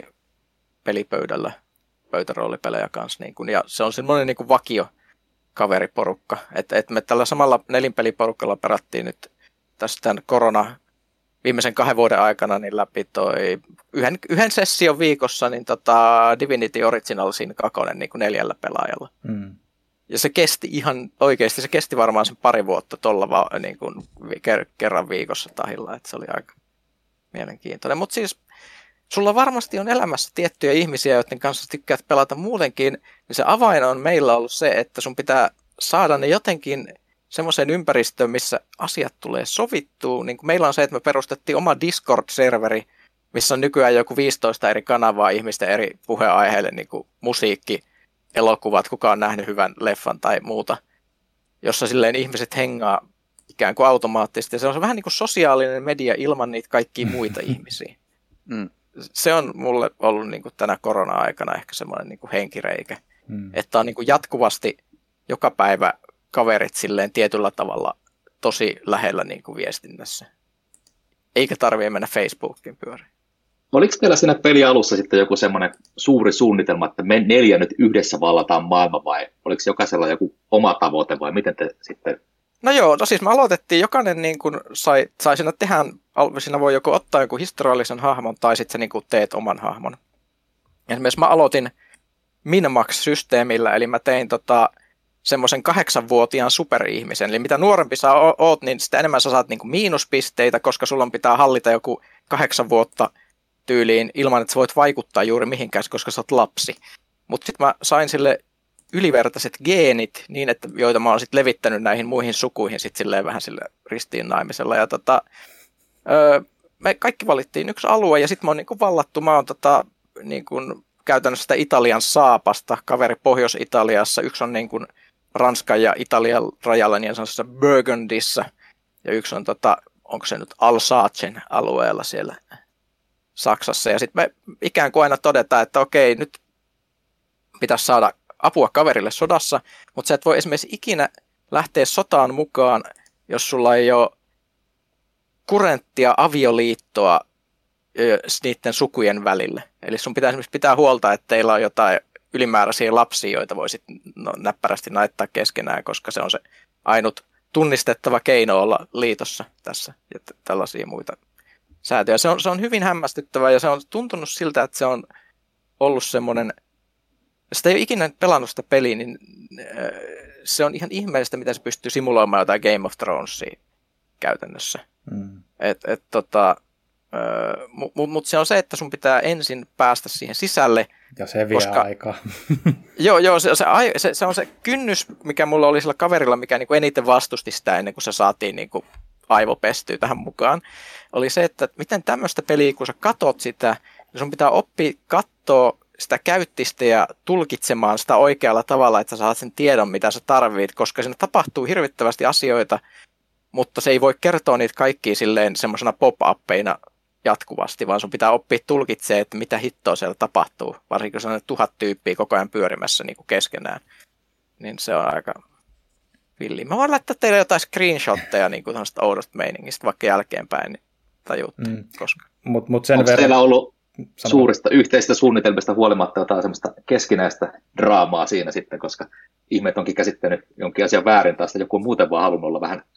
virtuaalipelipöydällä pöytäroolipelejä kanssa. Niin kuin, ja se on semmoinen niin kuin vakio kaveriporukka. Että et me tällä samalla nelinpeliporukalla perattiin nyt tässä tämän korona viimeisen kahden vuoden aikana niin läpi toi yhden, yhden session viikossa niin tota Divinity Original Sin kaksi niin kuin neljällä pelaajalla. Mm. Ja se kesti ihan oikeasti, se kesti varmaan sen pari vuotta tuolla va, niin kuin kerran viikossa tahilla, että se oli aika mielenkiintoinen. Mutta siis sulla varmasti on elämässä tiettyjä ihmisiä, joiden kanssa tykkäät pelata muutenkin, niin se avain on meillä ollut se, että sun pitää saada ne jotenkin semmoiseen ympäristöön, missä asiat tulee sovittua. Niin kuin meillä on se, että me perustettiin oma Discord-serveri, missä on nykyään joku viisitoista eri kanavaa ihmisten eri puheenaiheille, niin kuin musiikki, elokuvat, kuka on nähnyt hyvän leffan tai muuta, jossa silleen ihmiset hengaa ikään kuin automaattisesti. Ja se on vähän niin kuin sosiaalinen media ilman niitä kaikkia muita ihmisiä. Mm. Se on mulle ollut niin kuin tänä korona-aikana ehkä semmoinen niin kuin henkireikä, mm. että on niin kuin jatkuvasti joka päivä kaverit silleen tietyllä tavalla tosi lähellä niin kuin viestinnässä. Eikä tarvitse mennä Facebookin pyöriin. Oliko teillä siinä pelialussa sitten joku semmoinen suuri suunnitelma, että me neljä nyt yhdessä vallataan maailma, vai oliko jokaisella joku oma tavoite, vai miten te sitten? No joo, no siis me aloitettiin, jokainen niin kuin sai, sai siinä tehdä, siinä voi joko ottaa joku historiallisen hahmon, tai sitten sä niin kuin teet oman hahmon. Esimerkiksi mä aloitin Minmax-systeemillä, eli mä tein tota, semmoisen kahdeksanvuotiaan superihmisen. Eli mitä nuorempi sä oot, niin sitä enemmän sä saat niin kuin miinuspisteitä, koska sulla pitää hallita joku kahdeksan vuotta tyyliin ilman, että sä voit vaikuttaa juuri mihinkään, koska sä oot lapsi. Mutta sitten mä sain sille ylivertaiset geenit, niin että, joita mä oon sitten levittänyt näihin muihin sukuihin sit silleen vähän sille ristiinnaimisella. Ja tota, öö, me kaikki valittiin yksi alue ja sitten mä oon niinku vallattu, mä oon tota, niinku käytännössä sitä Italian saapasta, kaveri Pohjois-Italiassa, yksi on niin kuin Ranskan ja Italian rajalla niin sanotussa Burgundyssa, ja yksi on, tota, onko se nyt Alsacen alueella siellä Saksassa, ja sitten me ikään kuin aina todetaan, että okei, nyt pitäisi saada apua kaverille sodassa, mutta sä et voi esimerkiksi ikinä lähteä sotaan mukaan, jos sulla ei ole kurenttia avioliittoa niiden sukujen välille. Eli sun pitää esimerkiksi pitää huolta, että teillä on jotain ylimääräisiä lapsia, joita voisit no, näppärästi naittaa keskenään, koska se on se ainut tunnistettava keino olla liitossa tässä ja t- tällaisia muita säätöjä. Se on, se on hyvin hämmästyttävää ja se on tuntunut siltä, että se on ollut semmoinen, sitä ei ole ikinä pelannut sitä peliä, niin se on ihan ihmeellistä, miten se pystyy simuloimaan jotain Game of Thronesia käytännössä. Mm. Et, et, tota, Mutta mut se on se, että sun pitää ensin päästä siihen sisälle. Ja se vie koska, aikaa. joo, joo se, se, se, se on se kynnys, mikä mulla oli sillä kaverilla, mikä niinku eniten vastusti sitä ennen kuin se saatiin niinku aivopestyä tähän mukaan. Oli se, että miten tämmöistä peliä, kun sä katot sitä, niin sun pitää oppia katsoa sitä käyttistä ja tulkitsemaan sitä oikealla tavalla, että sä saat sen tiedon, mitä sä tarvit, koska siinä tapahtuu hirvittävästi asioita, mutta se ei voi kertoa niitä kaikkia silleen semmoisena pop-uppeina jatkuvasti, vaan sun pitää oppia tulkitsemaan, että mitä hittoa siellä tapahtuu, varsinkin kun se on tuhat tyyppiä koko ajan pyörimässä niin kuin keskenään, niin se on aika villi. Mä voin laittaa teille jotain screenshotteja niin kuin tämmöistä oudosta meiningistä vaikka jälkeenpäin, niin tajuutte. Mm. Koska... Mut, mut sen Onko verran... teillä ollut Sano. suurista yhteisistä suunnitelmista huolimatta jotain semmoista keskinäistä draamaa siinä sitten, koska ihmeet onkin käsittänyt jonkin asian väärin, tai joku on muuten vaan halunnut olla vähän,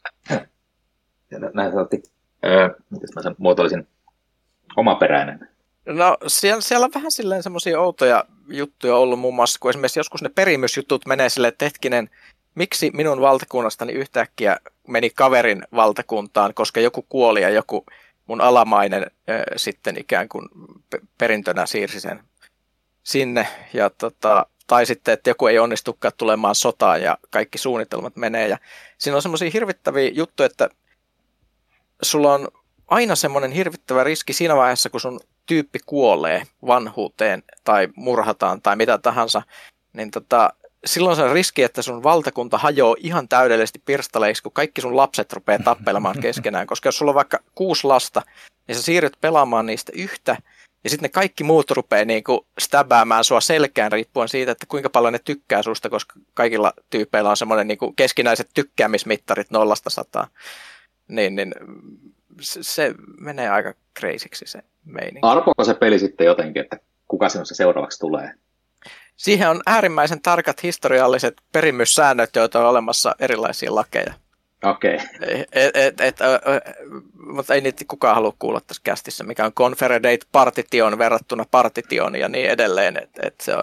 näin sanottiin, öö, miten mä sen muotoilisin, omaperäinen. No siellä, siellä on vähän silleen semmoisia outoja juttuja ollut muun muassa, kun esimerkiksi joskus ne perimysjutut menee silleen, että hetkinen, miksi minun valtakunnastani yhtäkkiä meni kaverin valtakuntaan, koska joku kuoli ja joku mun alamainen äh, sitten ikään kuin perintönä siirsi sen sinne. Ja tota, tai sitten, että joku ei onnistukaan tulemaan sotaan ja kaikki suunnitelmat menee. Ja siinä on semmoisia hirvittäviä juttuja, että sulla on aina semmoinen hirvittävä riski siinä vaiheessa, kun sun tyyppi kuolee vanhuuteen tai murhataan tai mitä tahansa, niin tota, silloin se on riski, että sun valtakunta hajoaa ihan täydellisesti pirstaleiksi, kun kaikki sun lapset rupeaa tappelemaan keskenään. Koska jos sulla on vaikka kuusi lasta, niin sä siirryt pelaamaan niistä yhtä, ja sitten ne kaikki muut rupeaa niinku stäbäämään sua selkään riippuen siitä, että kuinka paljon ne tykkää susta, koska kaikilla tyypeillä on semmoinen niinku keskinäiset tykkäämismittarit nollasta sataan. Niin, niin se menee aika crazyksi se meininki. Arpoako se peli sitten jotenkin, että kuka sinusta seuraavaksi tulee? Siihen on äärimmäisen tarkat historialliset perimyssäännöt, joita on olemassa erilaisia lakeja. Okei. Okay. Et, et, et, mutta ei niitä kukaan halua kuulla tässä kästissä, mikä on Confederate Partition verrattuna Partition ja niin edelleen. Et, et se, on,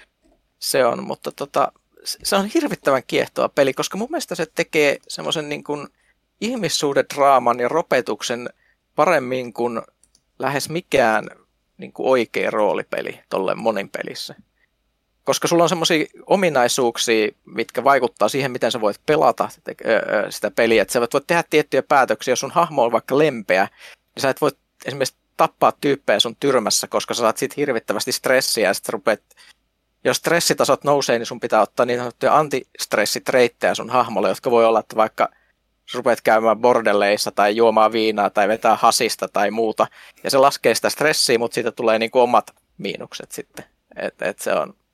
se on, mutta tota, se on hirvittävän kiehtova peli, koska mun mielestä se tekee semmoisen niin kuin ihmissuhdedraaman ja ropetuksen paremmin kuin lähes mikään niin kuin oikea roolipeli tolleen monin pelissä. Koska sulla on semmoisia ominaisuuksia, mitkä vaikuttaa siihen, miten sä voit pelata sitä peliä. Että sä voit tehdä tiettyjä päätöksiä, jos sun hahmo on vaikka lempeä, niin sä et voi esimerkiksi tappaa tyyppejä sun tyrmässä, koska sä saat siitä hirvittävästi stressiä. Ja sit rupeat, jos stressitasot nousee, niin sun pitää ottaa niin sanottuja antistressitreittejä sun hahmolle, jotka voi olla, että vaikka sä rupeat käymään bordelleissa tai juomaan viinaa tai vetää hasista tai muuta. Ja se laskee sitä stressiä, mutta siitä tulee niin kuin omat miinukset sitten. Että et se on...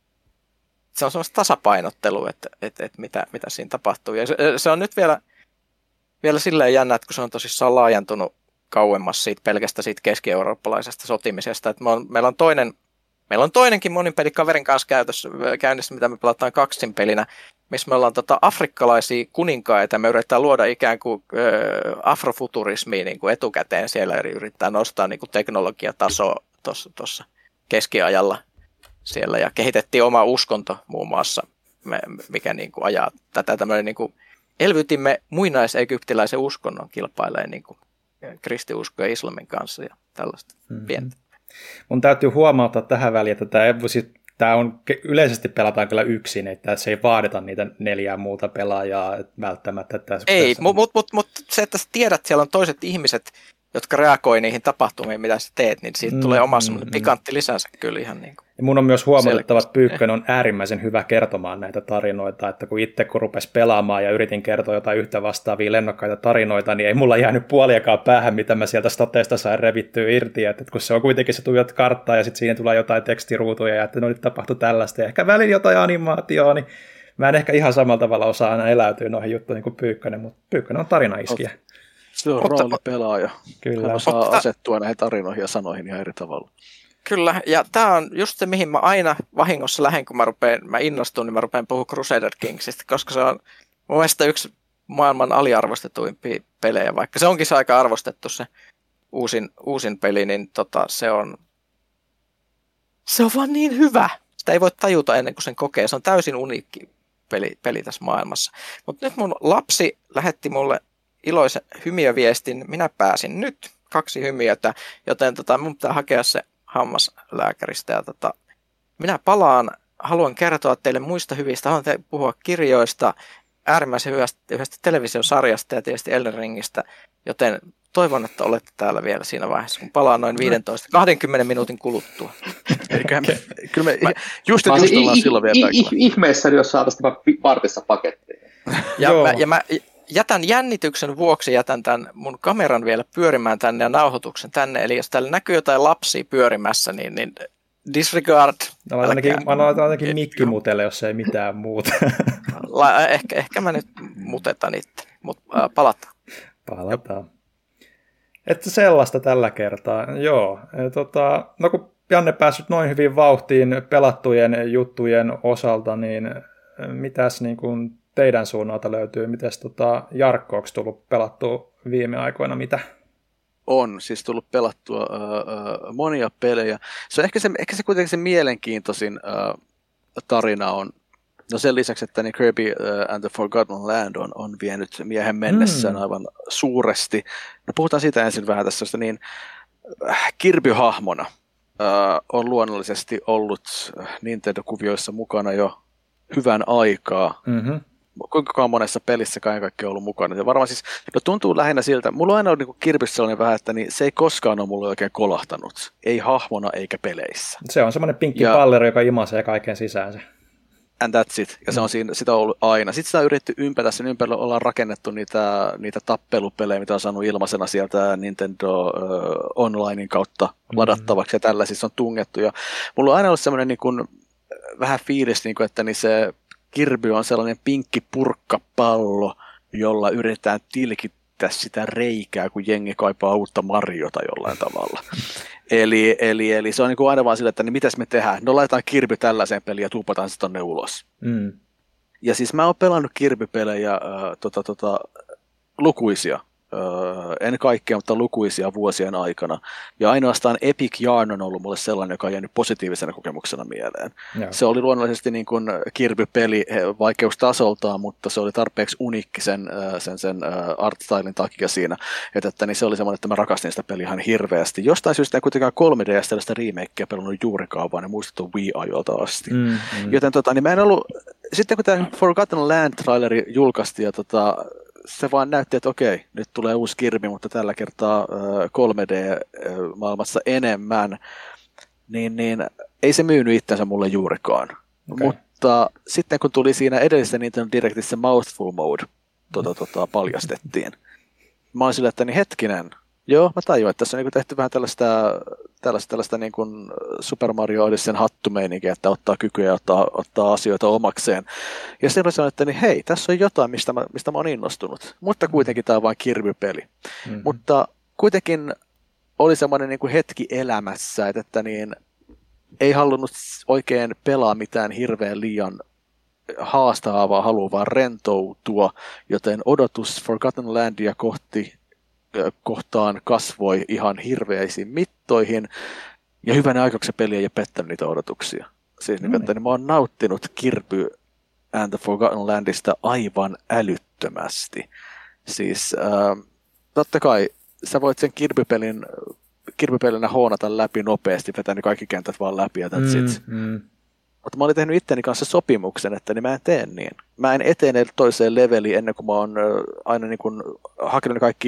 Se on semmoista tasapainottelua, että, että, että mitä, mitä siinä tapahtuu. Ja se, se on nyt vielä, vielä silleen jännä, että kun se on tosissaan laajentunut kauemmas siitä pelkästä siitä keski-eurooppalaisesta sotimisesta. Että me on, meillä, on toinen, meillä on toinenkin monin peli kaverin kanssa käytössä, käynnissä, mitä me pelataan kaksin pelinä, missä me ollaan tota afrikkalaisia kuninkaita ja me yritetään luoda ikään kuin ö, afrofuturismia niin kuin etukäteen siellä ja yrittää nostaa niin kuin teknologiatasoa tuossa keskiajalla. Siellä ja kehitettiin oma uskonto muun muassa, mikä niin kuin ajaa tätä tämmöinen, niin kuin elvytimme muinais-egyptiläisen uskonnon kilpailee niin kuin kristiusko ja islamin kanssa ja tällaista mm-hmm. pientä. Mun täytyy huomauttaa tähän väliin, että tämä, tämä on, yleisesti pelataan kyllä yksin, että se ei vaadita niitä neljää muuta pelaajaa välttämättä. Tässä, ei, tässä... mutta mut, mut, mut se, että sä tiedät, että siellä on toiset ihmiset, jotka reagoi niihin tapahtumiin, mitä sä teet, niin siitä mm, tulee oma semmoinen mm, pikantti lisänsä kyllä ihan niin kuin. Ja mun on myös huomattava, että Pyykkönen on äärimmäisen hyvä kertomaan näitä tarinoita, että kun itse kun rupesi pelaamaan ja yritin kertoa jotain yhtä vastaavia lennokkaita tarinoita, niin ei mulla jäänyt puoliakaan päähän, mitä mä sieltä stateista sain revittyä irti, että kun se on kuitenkin se tuijot karttaa ja sitten siinä tulee jotain tekstiruutuja ja että no nyt tapahtui tällaista ja ehkä välillä jotain animaatioa, niin mä en ehkä ihan samalla tavalla osaa aina eläytyä noihin juttuihin kuin Pyykkönen, mutta Pyykkönen on tarinaiskiä. Se on roolipelaaja. Kyllä. Hän osaa asettua näihin tarinoihin ja sanoihin ihan eri tavalla. Kyllä, ja tämä on just se, mihin mä aina vahingossa lähden, kun mä, rupean, mä innostun, niin mä rupean puhumaan Crusader Kingsista, koska se on mun mielestä yksi maailman aliarvostetuimpia pelejä, vaikka se onkin se aika arvostettu se uusin, uusin peli, niin tota, se on se on vaan niin hyvä. Sitä ei voi tajuta ennen kuin sen kokee, se on täysin uniikki peli, peli tässä maailmassa. Mutta nyt mun lapsi lähetti mulle iloisen hymiöviestin, minä pääsin nyt, kaksi hymiötä, joten tota, mun pitää hakea se hammaslääkäristä. Ja tota, minä palaan, haluan kertoa teille muista hyvistä, haluan te- puhua kirjoista, äärimmäisen hyvästä, hyvästä televisiosarjasta ja tietysti Elden Ringistä, joten toivon, että olette täällä vielä siinä vaiheessa, kun palaan noin viisitoista kaksikymmentä minuutin kuluttua. Eiköhän me, kyllä me, just että just ollaan silloin vielä paikalla. Ihmeessä, jos saataisiin tämä partissa pakettiin. Ja mä, ja mä jätän jännityksen vuoksi, jätän tämän mun kameran vielä pyörimään tänne ja nauhoituksen tänne, eli jos täällä näkyy jotain lapsia pyörimässä, niin, niin disregard. Mä ainakin, ainakin mikki mutelle, jos ei mitään muuta. La, ehkä, ehkä mä nyt mutetan itse, mutta äh, palataan. Palataan. Että sellaista tällä kertaa, joo. Ja tota, no kun Janne päässyt noin hyvin vauhtiin pelattujen juttujen osalta, niin mitäs niin kuin teidän suunnalta löytyy? Mites tota, Jarkko, onko tullut pelattua viime aikoina mitä? On, siis tullut pelattua uh, uh, monia pelejä. Se on ehkä se, ehkä se kuitenkin se mielenkiintoisin uh, tarina on, no sen lisäksi, että niin Kirby uh, and the Forgotten Land on, on vienyt miehen mennessään mm. aivan suuresti. No puhutaan siitä ensin vähän tässä, niin Kirby-hahmona uh, on luonnollisesti ollut Nintendo-kuvioissa mukana jo hyvän aikaa. Mm-hmm. Kuinka monessa pelissä kaiken kaikkiaan ollut mukana. Ja varmaan siis, no tuntuu lähinnä siltä, mulla on aina ollut niin Kirbyssä sellainen vähän, että niin se ei koskaan ole mulle oikein kolahtanut. Ei hahmona eikä peleissä. Se on semmoinen pinkki ja palleri, joka imasee kaiken sisäänsä. And that's it. Ja se on siinä, sitä on ollut aina. Sitten sitä on yritetty ympätä, sen ympärillä ollaan rakennettu niitä, niitä tappelupelejä, mitä on saanut ilmaisena sieltä Nintendo uh, Onlinein kautta ladattavaksi ja tällä siis on tungettu. Ja mulla on aina ollut semmoinen niin kuin, vähän fiilis, niin kuin, että niin se Kirby on sellainen pinkki purkkapallo, jolla yritetään tilkittää sitä reikää, kun jengi kaipaa uutta Mariota jollain tavalla. Eli, eli, eli se on niin kuin aina vaan sillä, että niin mitäs me tehdään? No laitetaan Kirby tällaiseen peliin ja tuupataan se tonne ulos. Mm. Ja siis mä oon pelannut Kirby-pelejä äh, tota, tota, lukuisia. Öö, en kaikkea, mutta lukuisia vuosien aikana. Ja ainoastaan Epic Yarn on ollut mulle sellainen, joka on jäänyt positiivisena kokemuksena mieleen. Joo. Se oli luonnollisesti niin kuin Kirby-peli vaikeustasoltaan, mutta se oli tarpeeksi uniikki sen, sen, sen art-stylin takia siinä. Että, että niin se oli semmoinen, että mä rakastin sitä peliä ihan hirveästi. Jostain syystä en kuitenkaan kolme D S tällaista remakea pelannut juurikaan, vaan ne muistettu Wii-ajoilta asti. Mm, mm. Joten tota, niin mä en ollut, sitten kun tämä Forgotten Land-traileri julkaistiin ja tota, se vaan näytti, että okei, nyt tulee uusi Kirby, mutta tällä kertaa kolme D-maailmassa enemmän, niin, niin ei se myynyt itsensä mulle juurikaan. Okay. Mutta sitten kun tuli siinä edellisessä Nintendo Directissä Mouthful Mode tota, tota, paljastettiin, mä olin sillä, että niin hetkinen, joo, mä tajuin, että tässä on niin tehty vähän tällaista, tällaista, tällaista niin kuin Super Mario Odyssey hattumeininkiä, että ottaa kykyjä ja ottaa, ottaa asioita omakseen. Ja sitten sanoin, että niin, hei, tässä on jotain, mistä mä, mistä mä oon innostunut. Mutta kuitenkin tämä on vain Kirby-peli. Mm-hmm. Mutta kuitenkin oli semmoinen niin kuin hetki elämässä, että, että niin, ei halunnut oikein pelaa mitään hirveän liian haastavaa, haluaa vaan rentoutua, joten odotus Forgotten Landia kohti kohtaan kasvoi ihan hirveisiin mittoihin, ja hyvänä aikaksi peli ei ole pettänyt niitä odotuksia. Siis mm. että niin mä oon nauttinut Kirby and the Forgotten Landista aivan älyttömästi. Siis äh, totta kai sä voit sen Kirby-pelin Kirby-pelinä hoonata läpi nopeasti, vetänyt kaikki kentät vaan läpi ja that's it. Mm, mm. Mutta mä olin tehnyt itteni kanssa sopimuksen, että niin mä en tee niin. Mä en etene toiseen leveliin ennen kuin mä oon aina niin kuin hakenut kaikki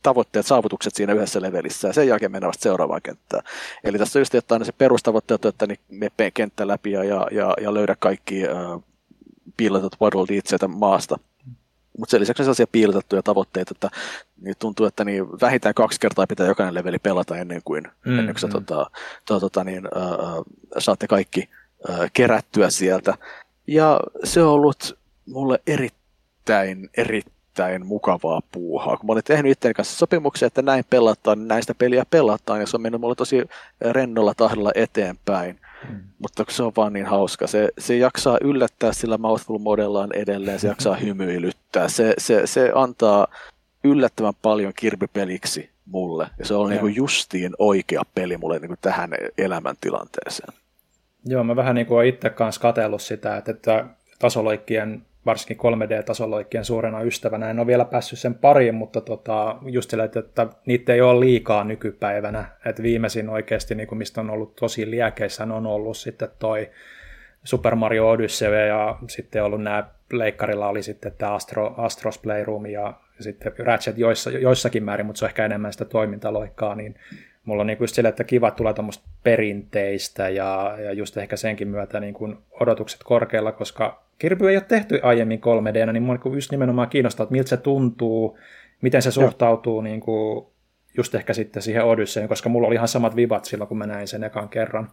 tavoitteet, saavutukset siinä yhdessä levelissä ja sen jälkeen mennään vasta seuraavaan kenttään. Eli tässä just jotain ne se perustavoitteet, että niin me kenttä läpi ja, ja, ja, ja löydä kaikki uh, piilotetut Waddle Deeds sieltä maasta. Mutta sen lisäksi on sellaisia piilotettuja tavoitteita, että niin tuntuu, että niin vähintään kaksi kertaa pitää jokainen leveli pelata ennen kuin, mm, ennen kuin mm. tota, to, tota, niin, uh, saatte kaikki uh, kerättyä sieltä. Ja se on ollut mulle erittäin, erittäin mukavaa puuhaa. Kun mä olin tehnyt itseäni kanssa sopimuksia, että näin pelataan, niin näistä peliä pelataan, ja se on mennyt mulle tosi rennolla tahdilla eteenpäin. Hmm. Mutta se on vaan niin hauska. Se, se jaksaa yllättää sillä mouthful-modellaan edelleen, se jaksaa hymyilyttää. Se, se, se antaa yllättävän paljon Kirby-peliksi mulle, ja se on niin kuin justiin oikea peli mulle niin kuin tähän elämäntilanteeseen. Joo, mä vähän niin kuin olen itse kanssa katsellut sitä, että, että tasoloikkien, varsinkin kolme D-tasoloikkien suurena ystävänä, en ole vielä päässyt sen pariin, mutta tota, just sillä, että, että niitä ei ole liikaa nykypäivänä. Että viimeisin oikeasti, niin kuin mistä on ollut tosi liekeissä, on ollut sitten toi Super Mario Odyssey ja sitten ollut nämä, leikkarilla oli sitten tämä Astro, Astros Playroom ja sitten Ratchet joissa, joissakin määrin, mutta se on ehkä enemmän sitä toimintaloikkaa, niin mulla on niin just sille, että kiva tulla tuommoista perinteistä ja, ja just ehkä senkin myötä niin kuin odotukset korkealla, koska Kirby ei ole tehty aiemmin kolme D:nä, niin mua niin just nimenomaan kiinnostaa, että miltä se tuntuu, miten se suhtautuu niin kuin just ehkä sitten siihen Odysseen, koska mulla oli ihan samat vibat silloin, kun mä näin sen ekan kerran.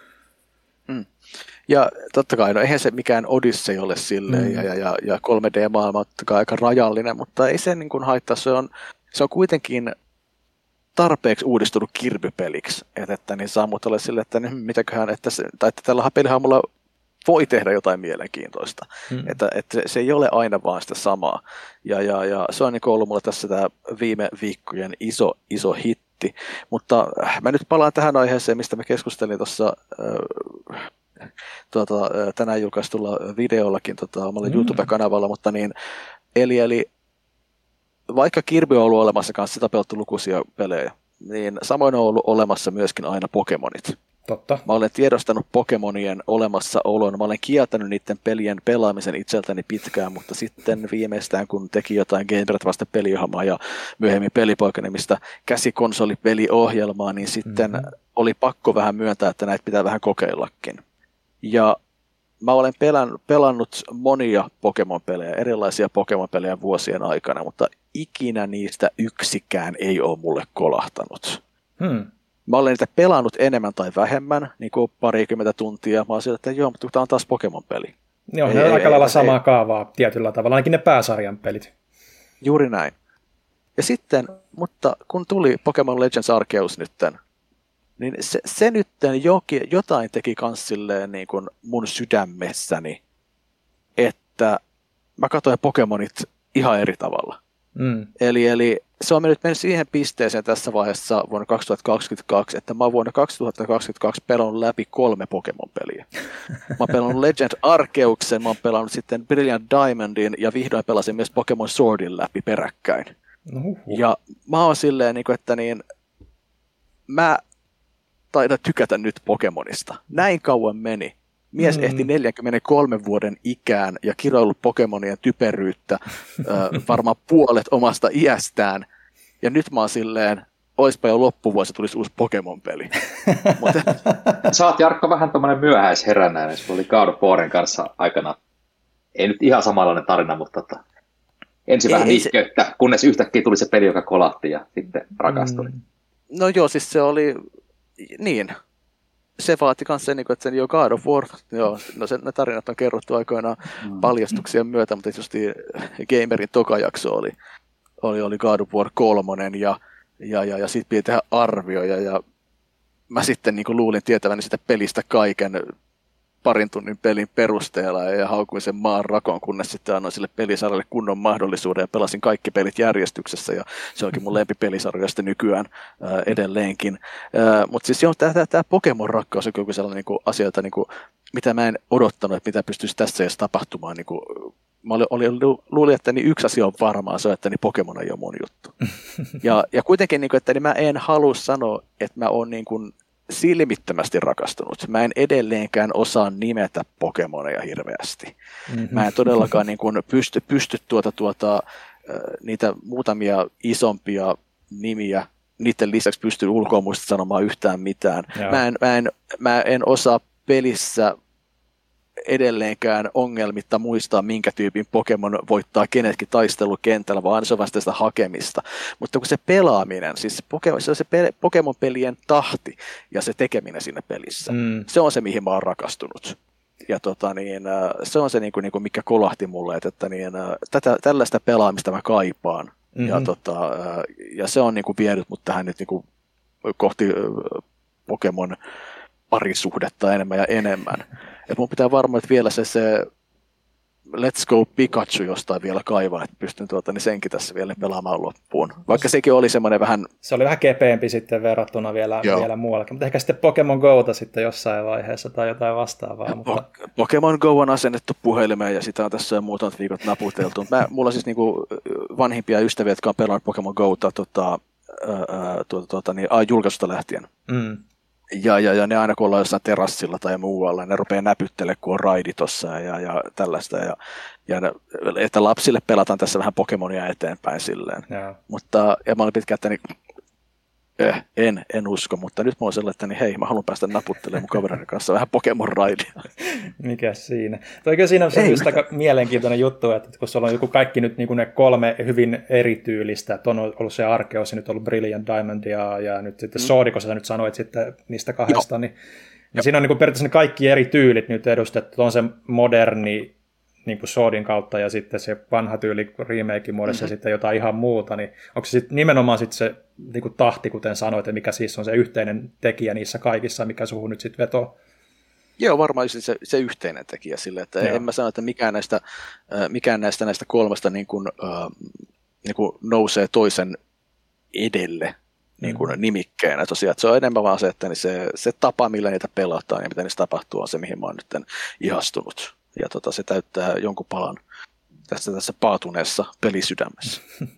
Mm. Ja totta kai, no eihän se mikään Odyssey ole silleen, mm. ja, ja, ja kolme D-maailma on totta kai aika rajallinen, mutta ei se niin kuin haittaa, se on, se on kuitenkin tarpeeksi uudistunut Kirby-peliksi, että, että niin saa mut olla silleen, että niin, mitäköhän, että, se, tai että tällä pelihahmolla voi tehdä jotain mielenkiintoista, mm. että, että se ei ole aina vaan sitä samaa, ja, ja, ja se on niin ollut mulla tässä tämä viime viikkojen iso, iso hitti, mutta mä nyt palaan tähän aiheeseen, mistä me keskustelin tuossa äh, tuota, tänään julkaistulla videollakin tota, omalla mm. YouTube-kanavalla, mutta niin, eli, eli vaikka Kirby on ollut olemassa kanssa, sitä pelattu lukuisia pelejä, niin samoin on ollut olemassa myöskin aina Pokemonit. Totta. Mä olen tiedostanut Pokemonien olemassaolon, mä olen kieltänyt niiden pelien pelaamisen itseltäni pitkään, mutta sitten viimeistään kun teki jotain Game Breath vasta peliohjelmaa ja myöhemmin Pelipoika-nimistä käsikonsolipeliohjelmaa, niin sitten mm-hmm. oli pakko vähän myöntää, että näitä pitää vähän kokeillakin. Ja mä olen pelän, pelannut monia Pokemon-pelejä, erilaisia Pokemon-pelejä vuosien aikana, mutta ikinä niistä yksikään ei ole mulle kolahtanut. Hmm. Mä olen niitä pelannut enemmän tai vähemmän, niin kuin parikymmentä tuntia. Mä oon sillä, että joo, mutta tämä on taas Pokemon-peli. Joo, ne on aika lailla samaa ei, kaavaa tietyllä tavalla, ainakin ne pääsarjan pelit. Juuri näin. Ja sitten, mutta kun tuli Pokemon Legends Arceus nytten, niin se, se nytten jokin, jotain teki kans silleen niin kuin mun sydämessäni, että mä katsoin Pokemonit ihan eri tavalla. Mm. Eli, eli se on mennyt, mennyt siihen pisteeseen tässä vaiheessa vuonna kaksituhattakaksikymmentäkaksi, että mä oon vuonna kaksituhattakaksikymmentäkaksi pelannut läpi kolme Pokemon-peliä. Mä oon pelannut Legend Arceuksen, mä oon pelannut sitten Brilliant Diamondin ja vihdoin pelasin myös Pokemon Swordin läpi peräkkäin. Uhuhu. Ja mä oon silleen, että niin, mä taidan tykätä nyt Pokemonista. Näin kauan meni. Mies mm. ehti neljänkymmenenkolmen vuoden ikään ja kiroillut Pokemonien typeryyttä äh, varmaan puolet omasta iästään. Ja nyt mä oon silleen, oispa jo loppuvuosi tulisi uusi Pokemon-peli. Mutta sä oot, Jarkko, vähän tommonen myöhäisherännäinen. Sulla oli God of Warin kanssa aikana, ei nyt ihan samanlainen tarina, mutta tota, ensin ei, vähän niikköyttä, se kunnes yhtäkkiä tuli se peli, joka kolahti ja sitten rakastui. Mm. No joo, siis se oli, niin, se vaati myös sen, että sen jo God of War, joo, no sen, ne tarinat on kerrottu aikoinaan mm. paljastuksien myötä, mutta tietysti Gamerin tokajakso oli, oli, oli God of War kolmonen ja, ja, ja, ja sitten piti tehdä arvioja ja mä sitten niin kuin luulin tietäväni sitä pelistä kaiken parin tunnin pelin perusteella ja haukuin sen maan rakon, kunnes sitten annoin sille pelisarjalle kunnon mahdollisuuden ja pelasin kaikki pelit järjestyksessä ja se onkin mun lempipelisarjoista nykyään ää, edelleenkin. Mutta siis joo, tämä Pokemon-rakkaus on joku sellainen niinku asia, jota, niinku, mitä mä en odottanut, että mitä pystyisi tässä edes tapahtumaan. Niinku, mä olin, olin, luulin, että niin yksi asia on varmaa, se on, että niin Pokemon ei ole mun juttu. Ja, ja kuitenkin, niinku, että niin mä en halua sanoa, että mä oon niin kuin silmittömästi rakastunut. Mä en edelleenkään osaa nimetä Pokemoneja hirveästi. Mm-hmm. Mä en todellakaan niin kuin pysty, pysty tuota, tuota, niitä muutamia isompia nimiä. Niiden lisäksi pystyn ulkoa muista sanomaan yhtään mitään. Mä en, mä, en, mä en osaa pelissä edelleenkään ongelmitta muistaa, minkä tyypin Pokemon voittaa kenetkin taistelukentällä, vaan se on vasta sitä hakemista. Mutta kun se pelaaminen, siis se, Pokemon, se, se Pokemon-pelien tahti ja se tekeminen siinä pelissä, mm. se on se, mihin mä oon rakastunut. Ja tota, niin, se on se, niin kuin, niin kuin mikä kolahti mulle, että, että niin, tätä, tällaista pelaamista mä kaipaan. Mm-hmm. Ja, tota, ja se on niin kuin vienyt mut tähän nyt niin kuin kohti Pokemon parisuhdetta enemmän ja enemmän. Et mun pitää varmaan, että vielä se, se Let's Go Pikachu jostain vielä kaivaa, että pystyn tuota, niin senkin tässä vielä pelaamaan loppuun. Vaikka sekin oli semmoinen vähän... Se oli vähän kepeämpi sitten verrattuna vielä, vielä muuallakin, mutta ehkä sitten Pokemon Gota sitten jossain vaiheessa tai jotain vastaavaa. Mutta... Pokemon Go on asennettu puhelimeen ja sitä on tässä jo muutamat viikot naputeltu. Mä, mulla on siis niinku vanhimpia ystäviä, jotka on pelannut Pokemon Gota tota, tuota, tuota, niin, a, julkaisusta lähtien. Mm. Ja, ja, ja ne aina kun ollaan jossain terassilla tai muualla, ne rupeaa näpyttelemään, kun on raidi tossa ja, ja tällaista. Ja, ja ne, että lapsille pelataan tässä vähän Pokemonia eteenpäin silleen. Ja. Mutta, ja mä olin pitkään, että niin, eh, en, en usko, mutta nyt mä oon sellainen, että niin, hei, mä haluan päästä naputtelemaan mun kavereiden kanssa vähän Pokemon-raidia. Mikäs siinä? Toikin siinä on just aika mielenkiintoinen juttu, että kun sulla on joku kaikki nyt niin kuin ne kolme hyvin erityylistä, että on ollut se Arceus ja nyt on ollut Brilliant Diamond ja, ja nyt sitten mm. Sword, kun sä nyt sanoit sitten niistä kahdesta, niin, niin siinä on niin kuin periaatteessa ne kaikki eri tyylit nyt edustettu. On se moderni niin kuin Swordin kautta ja sitten se vanha tyyli remake muodossa mm-hmm. ja sitten jotain ihan muuta, niin onko se sitten nimenomaan sitten se niin kuin tahti, kuten sanoit, että mikä siis on se yhteinen tekijä niissä kaikissa, mikä suhun nyt sitten vetoo? Joo, varmaan se, se yhteinen tekijä sille, että Joo. en mä sano, että mikään näistä, mikään näistä, näistä kolmesta niin kuin, äh, niin kuin nousee toisen edelle niin kuin mm. nimikkeenä. Tosiaan, että se on enemmän vaan se, että niin se, se tapa, millä niitä pelataan ja mitä niistä tapahtuu, on se, mihin mä oon nyt ihastunut. Ja tota, se täyttää jonkun palan tässä, tässä paatuneessa pelisydämessä.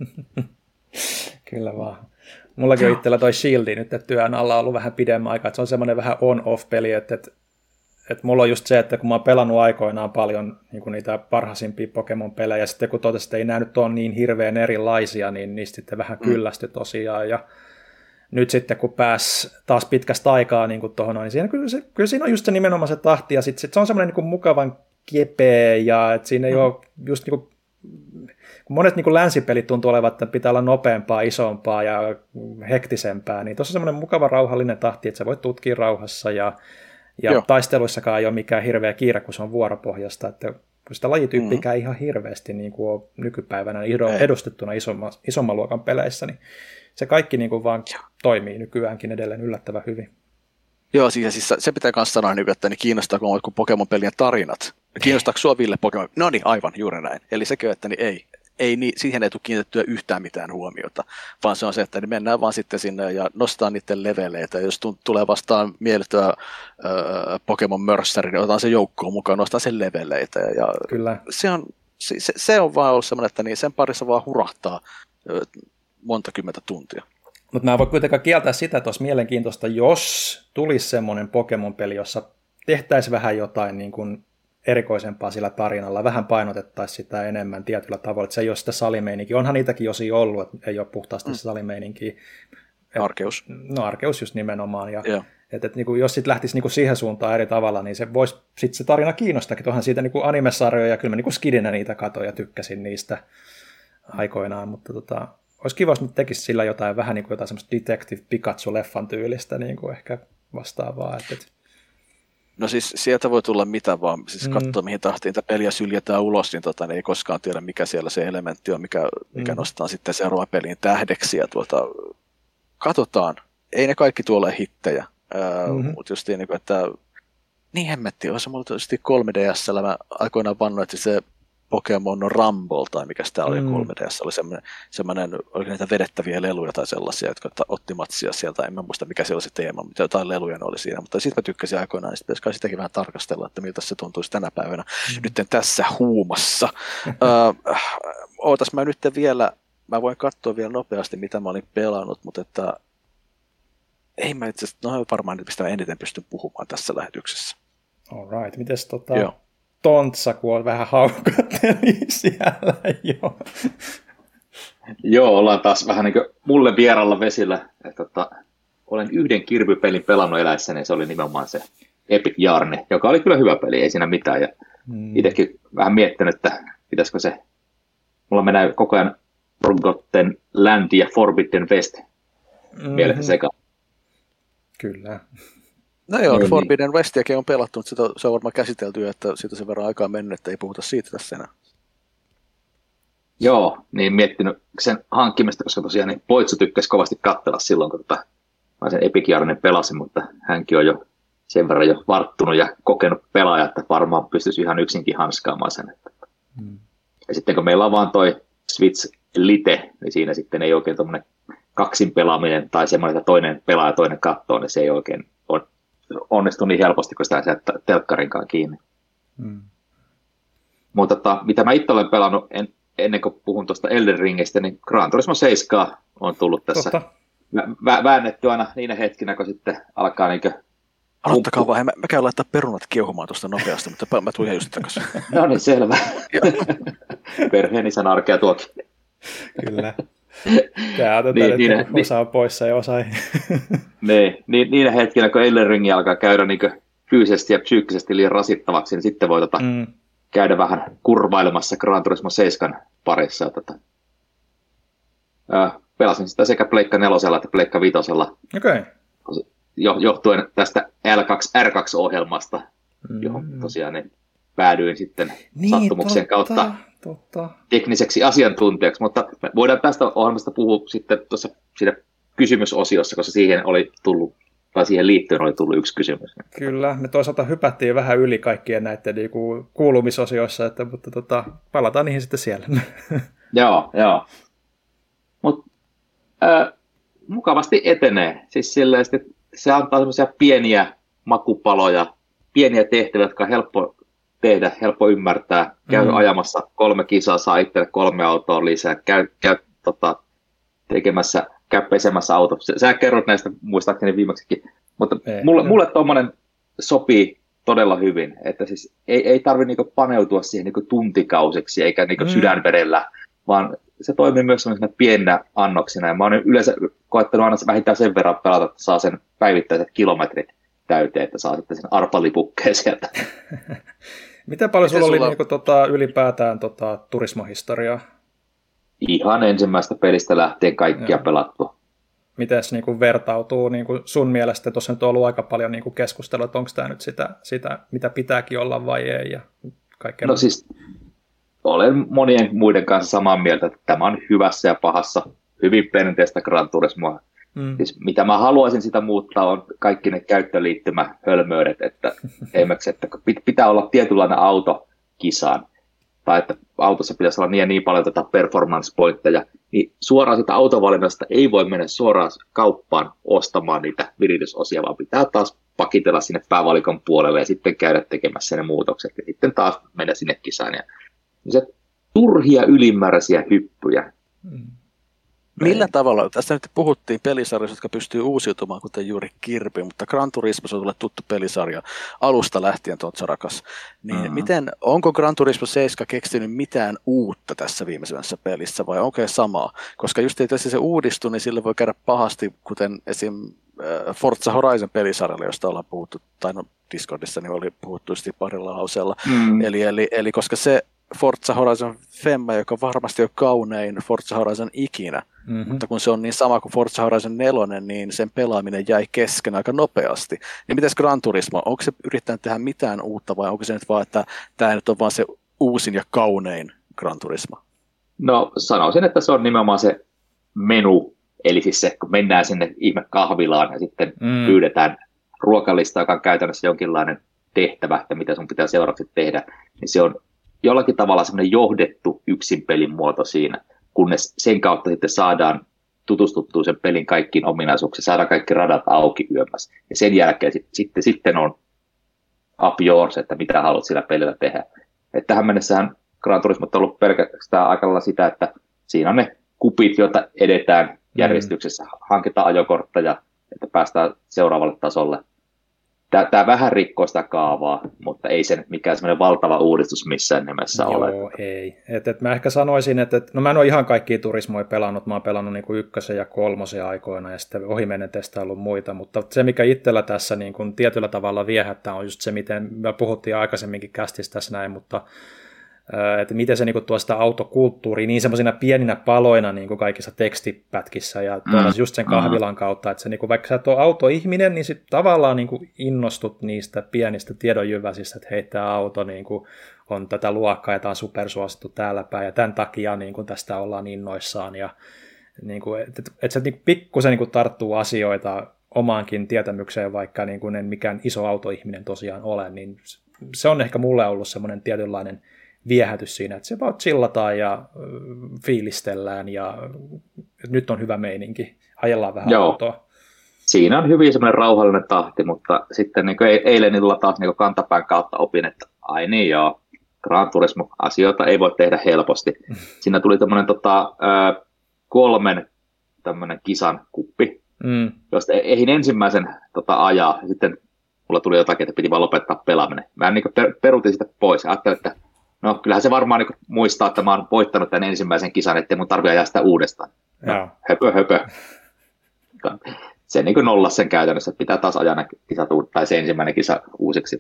Kyllä vaan. Mullakin on itsellä toi Shieldi nyt, että työn alla on ollut vähän pidemmän aikaa, että se on semmoinen vähän on-off-peli, että, että, että mulla on just se, että kun mä oon pelannut aikoinaan paljon niin kuin niitä parhaisimpia Pokemon-pelejä, ja sitten kun totesin, että ei nämä nyt ole niin hirveän erilaisia, niin niistä sitten vähän kyllästy tosiaan, ja nyt sitten kun pääsi taas pitkästä aikaa niin tuohon, niin siinä, kyllä, se, kyllä siinä on just se nimenomaan se tahti, ja sitten sit se on semmoinen niin kuin mukavan kepeä, ja että siinä ei mm. ole just niin kuin, kun monet niin kuin länsipelit tuntuu olevan, että pitää olla nopeampaa, isompaa ja hektisempää, niin tuossa on semmoinen mukava rauhallinen tahti, että sä voit tutkia rauhassa, ja, ja taisteluissakaan ei ole mikään hirveä kiire, kun se on vuoropohjasta, että kun sitä lajityyppiä mm. ihan hirveästi niin kuin on nykypäivänä edustettuna isomman, isomman luokan peleissä, niin se kaikki niin kuin vaan toimii nykyäänkin edelleen yllättävän hyvin. Joo, siis, siis se pitää myös sanoa, että niin kiinnostaako Pokemon-pelien tarinat. Kiinnostaako sua Ville Pokemon? No niin, aivan, juuri näin. Eli sekin, että niin ei, ei niin, siihen ei tule kiinnitettyä yhtään mitään huomiota, vaan se on se, että niin mennään vaan sitten sinne ja nostaa niiden leveleitä. Jos tulee vastaan miellyttävä äh, Pokemon Mercery, niin otetaan se joukkoon mukaan, nostaa sen leveleitä. Ja Kyllä. Se, on, se, se on vaan ollut semmoinen, että niin sen parissa vaan hurahtaa äh, monta kymmentä tuntia. Mutta mä en voi kuitenkaan kieltää sitä, että olisi mielenkiintoista, jos tulisi semmoinen Pokemon-peli, jossa tehtäisiin vähän jotain niin kuin erikoisempaa sillä tarinalla, vähän painotettaisiin sitä enemmän tietyllä tavalla, että se ei ole sitä salimeininkiä. Onhan niitäkin osia ollut, että ei ole puhtaasti mm. salimeininkiä. Arceus. No Arceus just nimenomaan. Ja, yeah. et, et, niin kuin, jos sitten lähtisi niin kuin siihen suuntaan eri tavalla, niin se voisi sitten se tarina kiinnostakin. Onhan siitä niin kuin anime-sarjoja, ja kyllä mä niin kuin skidinä niitä katoin ja tykkäsin niistä aikoinaan, mutta tota, olisi kiva, jos nyt tekisi sillä jotain vähän niin kuin jotain semmoista Detective Pikachu-leffan tyylistä niin kuin ehkä vastaavaa. Että, et... No siis sieltä voi tulla mitä vaan, siis katsoa mm. mihin tahtiin tätä peliä syljetään ulos, niin, tota, niin ei koskaan tiedä mikä siellä se elementti on, mikä, mikä mm. nostaa sitten seuraavan pelin tähdeksi. Ja tuota, katsotaan, ei ne kaikki tuolla hittejä, mm-hmm. mutta just niin, että niin hemmetti, olisi mulla tietysti kolme D S:llä, mä aikoinaan vannoin, että se Pokemon Rumble, tai mikä sitä oli mm. kolme D S, oli semmoinen, semmoinen, oliko niitä vedettäviä leluja tai sellaisia, jotka otti matsia sieltä, en mä muista mikä se oli se teema, mutta jotain leluja oli siinä, mutta sitten mä tykkäsin aikoinaan, niin sitten pitäisi sitäkin vähän tarkastella, että miltä se tuntuisi tänä päivänä, mm. nyt tässä huumassa. uh, ootas mä nyt vielä, mä voin katsoa vielä nopeasti, mitä mä olin pelannut, mutta että ei mä itse asiassa, no varmaan nyt mistä mä eniten pystyn puhumaan tässä lähetyksessä. All right, mites tota... Joo. Tontsa, kun on vähän haukatteli siellä jo. Joo, ollaan taas vähän niin kuin mulle vieralla vesillä. Että, että, olen yhden kirpypelin pelannut eläessäni, ja se oli nimenomaan se Epic Yarn, joka oli kyllä hyvä peli, ei siinä mitään. Ja mm. itsekin vähän miettinyt, että pitäisikö se, mulla menee koko ajan Forgotten Land ja Forbidden West mm-hmm. mielessä sekaan. Kyllä. No joo, niin, Forbidden niin. Westiäkin on pelattu, mutta sitä, se on varmaan käsitelty, että siitä sen verran aikaa mennyt, että ei puhuta siitä tässä enää. Joo, niin miettinyt sen hankkimista, koska tosiaan niin Poitsu tykkäsi kovasti katsella silloin, kun tota, mä sen Epic Yarnin pelasin, mutta hänkin on jo sen verran jo varttunut ja kokenut pelaaja, että varmaan pystyisi ihan yksinkin hanskaamaan sen. Mm. Ja sitten kun meillä on vaan toi Switch Lite, niin siinä sitten ei oikein tuommoinen kaksin pelaaminen tai semmoinen, että toinen pelaa ja toinen katsoo, niin se ei oikein on, onnistu niin helposti, kun sitä ei sieltä telkkarinkaan kiinni. Mm. Mutta tota, mitä mä itse olen pelannut, en, ennen kuin puhun tuosta Elden Ringistä, niin Gran Turismo seitsemän on tullut tässä vä- väännetty aina niinä hetkinä, kun sitten alkaa niinkö... Aloittakaa vaan, mä, mä käyn laittaa perunat kiehumaan tuosta nopeasti, mutta mä tulen ihan just takaisin. No niin, selvä. Perheen isän arkea tuokin. Kyllä. Tämä on niin, niin, osa on poissa ja osa ei. niin, niin, niinä hetkinä, kun Elden Ring alkaa käydä niin fyysisesti ja psyykkisesti liian rasittavaksi, niin sitten voi tota, mm. käydä vähän kurvailemassa Gran Turismo seitsemän parissa. Tota. Pelasin sitä sekä Pleikka nelosella että Pleikka vitosella. Okei. Okay. Johtuen tästä L kaksi R kaksi-ohjelmasta, mm. johon tosiaan niin päädyin sitten niin, sattumuksen totta, kautta totta. tekniseksi asiantuntijaksi, mutta me voidaan tästä ohjelmasta puhua sitten tuossa siinä kysymysosiossa, koska siihen oli tullut, tai siihen liittyen oli tullut yksi kysymys. Kyllä, me toisaalta hypättiin vähän yli kaikkien näiden niinku kuulumisosioissa, että, mutta tota, palataan niihin sitten siellä. joo, joo. Mutta äh, mukavasti etenee, siis silleen, että se antaa semmoisia pieniä makupaloja, pieniä tehtäviä, jotka on helppo tehdä, helppo ymmärtää. Käy mm. ajamassa kolme kisaa, saa itselle kolme autoa lisää. Käy, käy tota, tekemässä, käy pesemässä auto. Sä kerrot näistä muistaakseni viimeksikin, mutta ei, mulle, mulle tuommoinen sopii todella hyvin, että siis ei, ei tarvitse niinku paneutua siihen niinku tuntikausiksi eikä niinku mm. sydänverellä, vaan se toimii myös sellaisena pienenä annoksina, ja mä oon yleensä koettanut aina vähintään sen verran pelata, että saa sen päivittäiset kilometrit täyteen, että saa sitten sen arpalipukkeen sieltä. Miten paljon sulla oli sulla... Niin kuin, tota, ylipäätään tota, turismohistoriaa? Ihan ensimmäistä pelistä lähtien kaikkia Joo. pelattu. Mites niin kuin, vertautuu niin kuin sun mielestä? Tuossa nyt on ollut aika paljon niin kuin keskustelua, että onko tämä nyt sitä, sitä, mitä pitääkin olla vai ei, ja kaikkea. No siis... Olen monien muiden kanssa samaa mieltä, että tämä on hyvässä ja pahassa hyvin perinteistä Gran Turismoa. Mm. Siis, mitä mä haluaisin sitä muuttaa on kaikki ne käyttöliittymähölmöydet, että, että pitää olla tietynlainen auto kisaan, tai että autossa pitäisi olla niin ja niin paljon tätä performance-pointteja, niin suoraan sitä autovalinnasta ei voi mennä suoraan kauppaan ostamaan niitä viritysosia, vaan pitää taas pakitella sinne päävalikon puolelle ja sitten käydä tekemässä ne muutokset ja sitten taas mennä sinne kisaan. Ja se turhia ylimääräisiä hyppyjä. Hmm. Millä tavalla, tästä nyt puhuttiin pelisarjoista, jotka pystyy uusiutumaan, kuten juuri Kirby, mutta Gran Turismo on tullut tuttu pelisarja alusta lähtien, Tontsa rakas. Niin mm-hmm. miten, onko Gran Turismo seitsemän keksinyt mitään uutta tässä viimeisimmässä pelissä vai onko samaa? Koska just ei tässä se uudistu, niin sille voi käydä pahasti, kuten esim. Forza Horizon pelisarjalla, josta ollaan puhuttu, tai no Discordissa niin oli puhuttu parilla lauseella. Mm-hmm. Eli, eli, eli koska se Forza Horizon Femma, joka varmasti on kaunein Forza Horizon ikinä, mm-hmm. mutta kun se on niin sama kuin Forza Horizon neljä, niin sen pelaaminen jäi kesken aika nopeasti. Niin mites Gran Turismo, onko se yrittänyt tehdä mitään uutta vai onko se nyt vaan, että tämä nyt on vaan se uusin ja kaunein Gran Turismo? No sanoisin, että se on nimenomaan se menu, eli siis se, kun mennään sinne ihme kahvilaan ja sitten mm. pyydetään ruokalista, joka on käytännössä jonkinlainen tehtävä, että mitä sun pitää seuraavaksi tehdä, niin se on jollakin tavalla semmoinen johdettu yksin pelin muoto siinä, kunnes sen kautta sitten saadaan tutustuttua sen pelin kaikkiin ominaisuuksiin, saadaan kaikki radat auki yömässä. Ja sen jälkeen sitten, sitten on up yours, että mitä haluat sillä pelillä tehdä. Et tähän mennessähän Gran Turismo on ollut pelkästään aika lailla sitä, että siinä on ne kupit, joita edetään järjestyksessä, mm. hankitaan ajokortteja, että päästään seuraavalle tasolle. tämä vähän rikkoo sitä kaavaa, mutta ei se mikään semmoinen valtava uudistus missään nimessä Joo, ole. Joo, ei. Et, et mä ehkä sanoisin, että et, no mä en ole ihan kaikkia turismoja pelannut, mä oon pelannut niinku ykkösen ja kolmosen aikoina ja sitten ohimennen testaillut muita, mutta se mikä itsellä tässä niin kun tietyllä tavalla viehättää on just se, miten me puhuttiin aikaisemminkin kästissä tässä näin, mutta että miten se niinku tuo sitä autokulttuuria niin semmoisina pieninä paloina niin kuin kaikissa tekstipätkissä ja mm. just sen kahvilan kautta, että se, niinku, vaikka sä et ole autoihminen, niin sitten tavallaan niinku innostut niistä pienistä tiedonjyväsistä, että hei, tämä auto niinku on tätä luokkaa ja tämä on supersuosittu täällä päin ja tämän takia niinku tästä ollaan innoissaan ja niinku, että et, et se niinku pikkusen niinku tarttuu asioita omaankin tietämykseen, vaikka niinku en mikään iso autoihminen tosiaan ole, niin se on ehkä mulle ollut semmoinen tietynlainen viehätys siinä, että se vaan chillataan ja fiilistellään ja nyt on hyvä meininki, ajellaan vähän Joo. autoa. Siinä on hyvin semmoinen rauhallinen tahti, mutta sitten niin kuin eilen illalla taas niin kuin kantapään kautta opin, että ai niin joo, Gran Turismo-asioita ei voi tehdä helposti. Siinä tuli tämmöinen tota, kolmen tämmöinen kisan kuppi, mm. josta eihin ensimmäisen tota, ajaa, ja sitten mulla tuli jotakin, että piti vaan lopettaa pelaaminen. Mä niin kuin per, perutin sitä pois ja ajattelin, että no kyllähän se varmaan niin muistaa, että mä oon voittanut tämän ensimmäisen kisan, ettei mun tarvitse ajaa sitä uudestaan. No, höpö, höpö. Se niin kuin nollasi sen käytännössä, että pitää taas ajaa ne kisat, tai se ensimmäinen kisa uusiksi.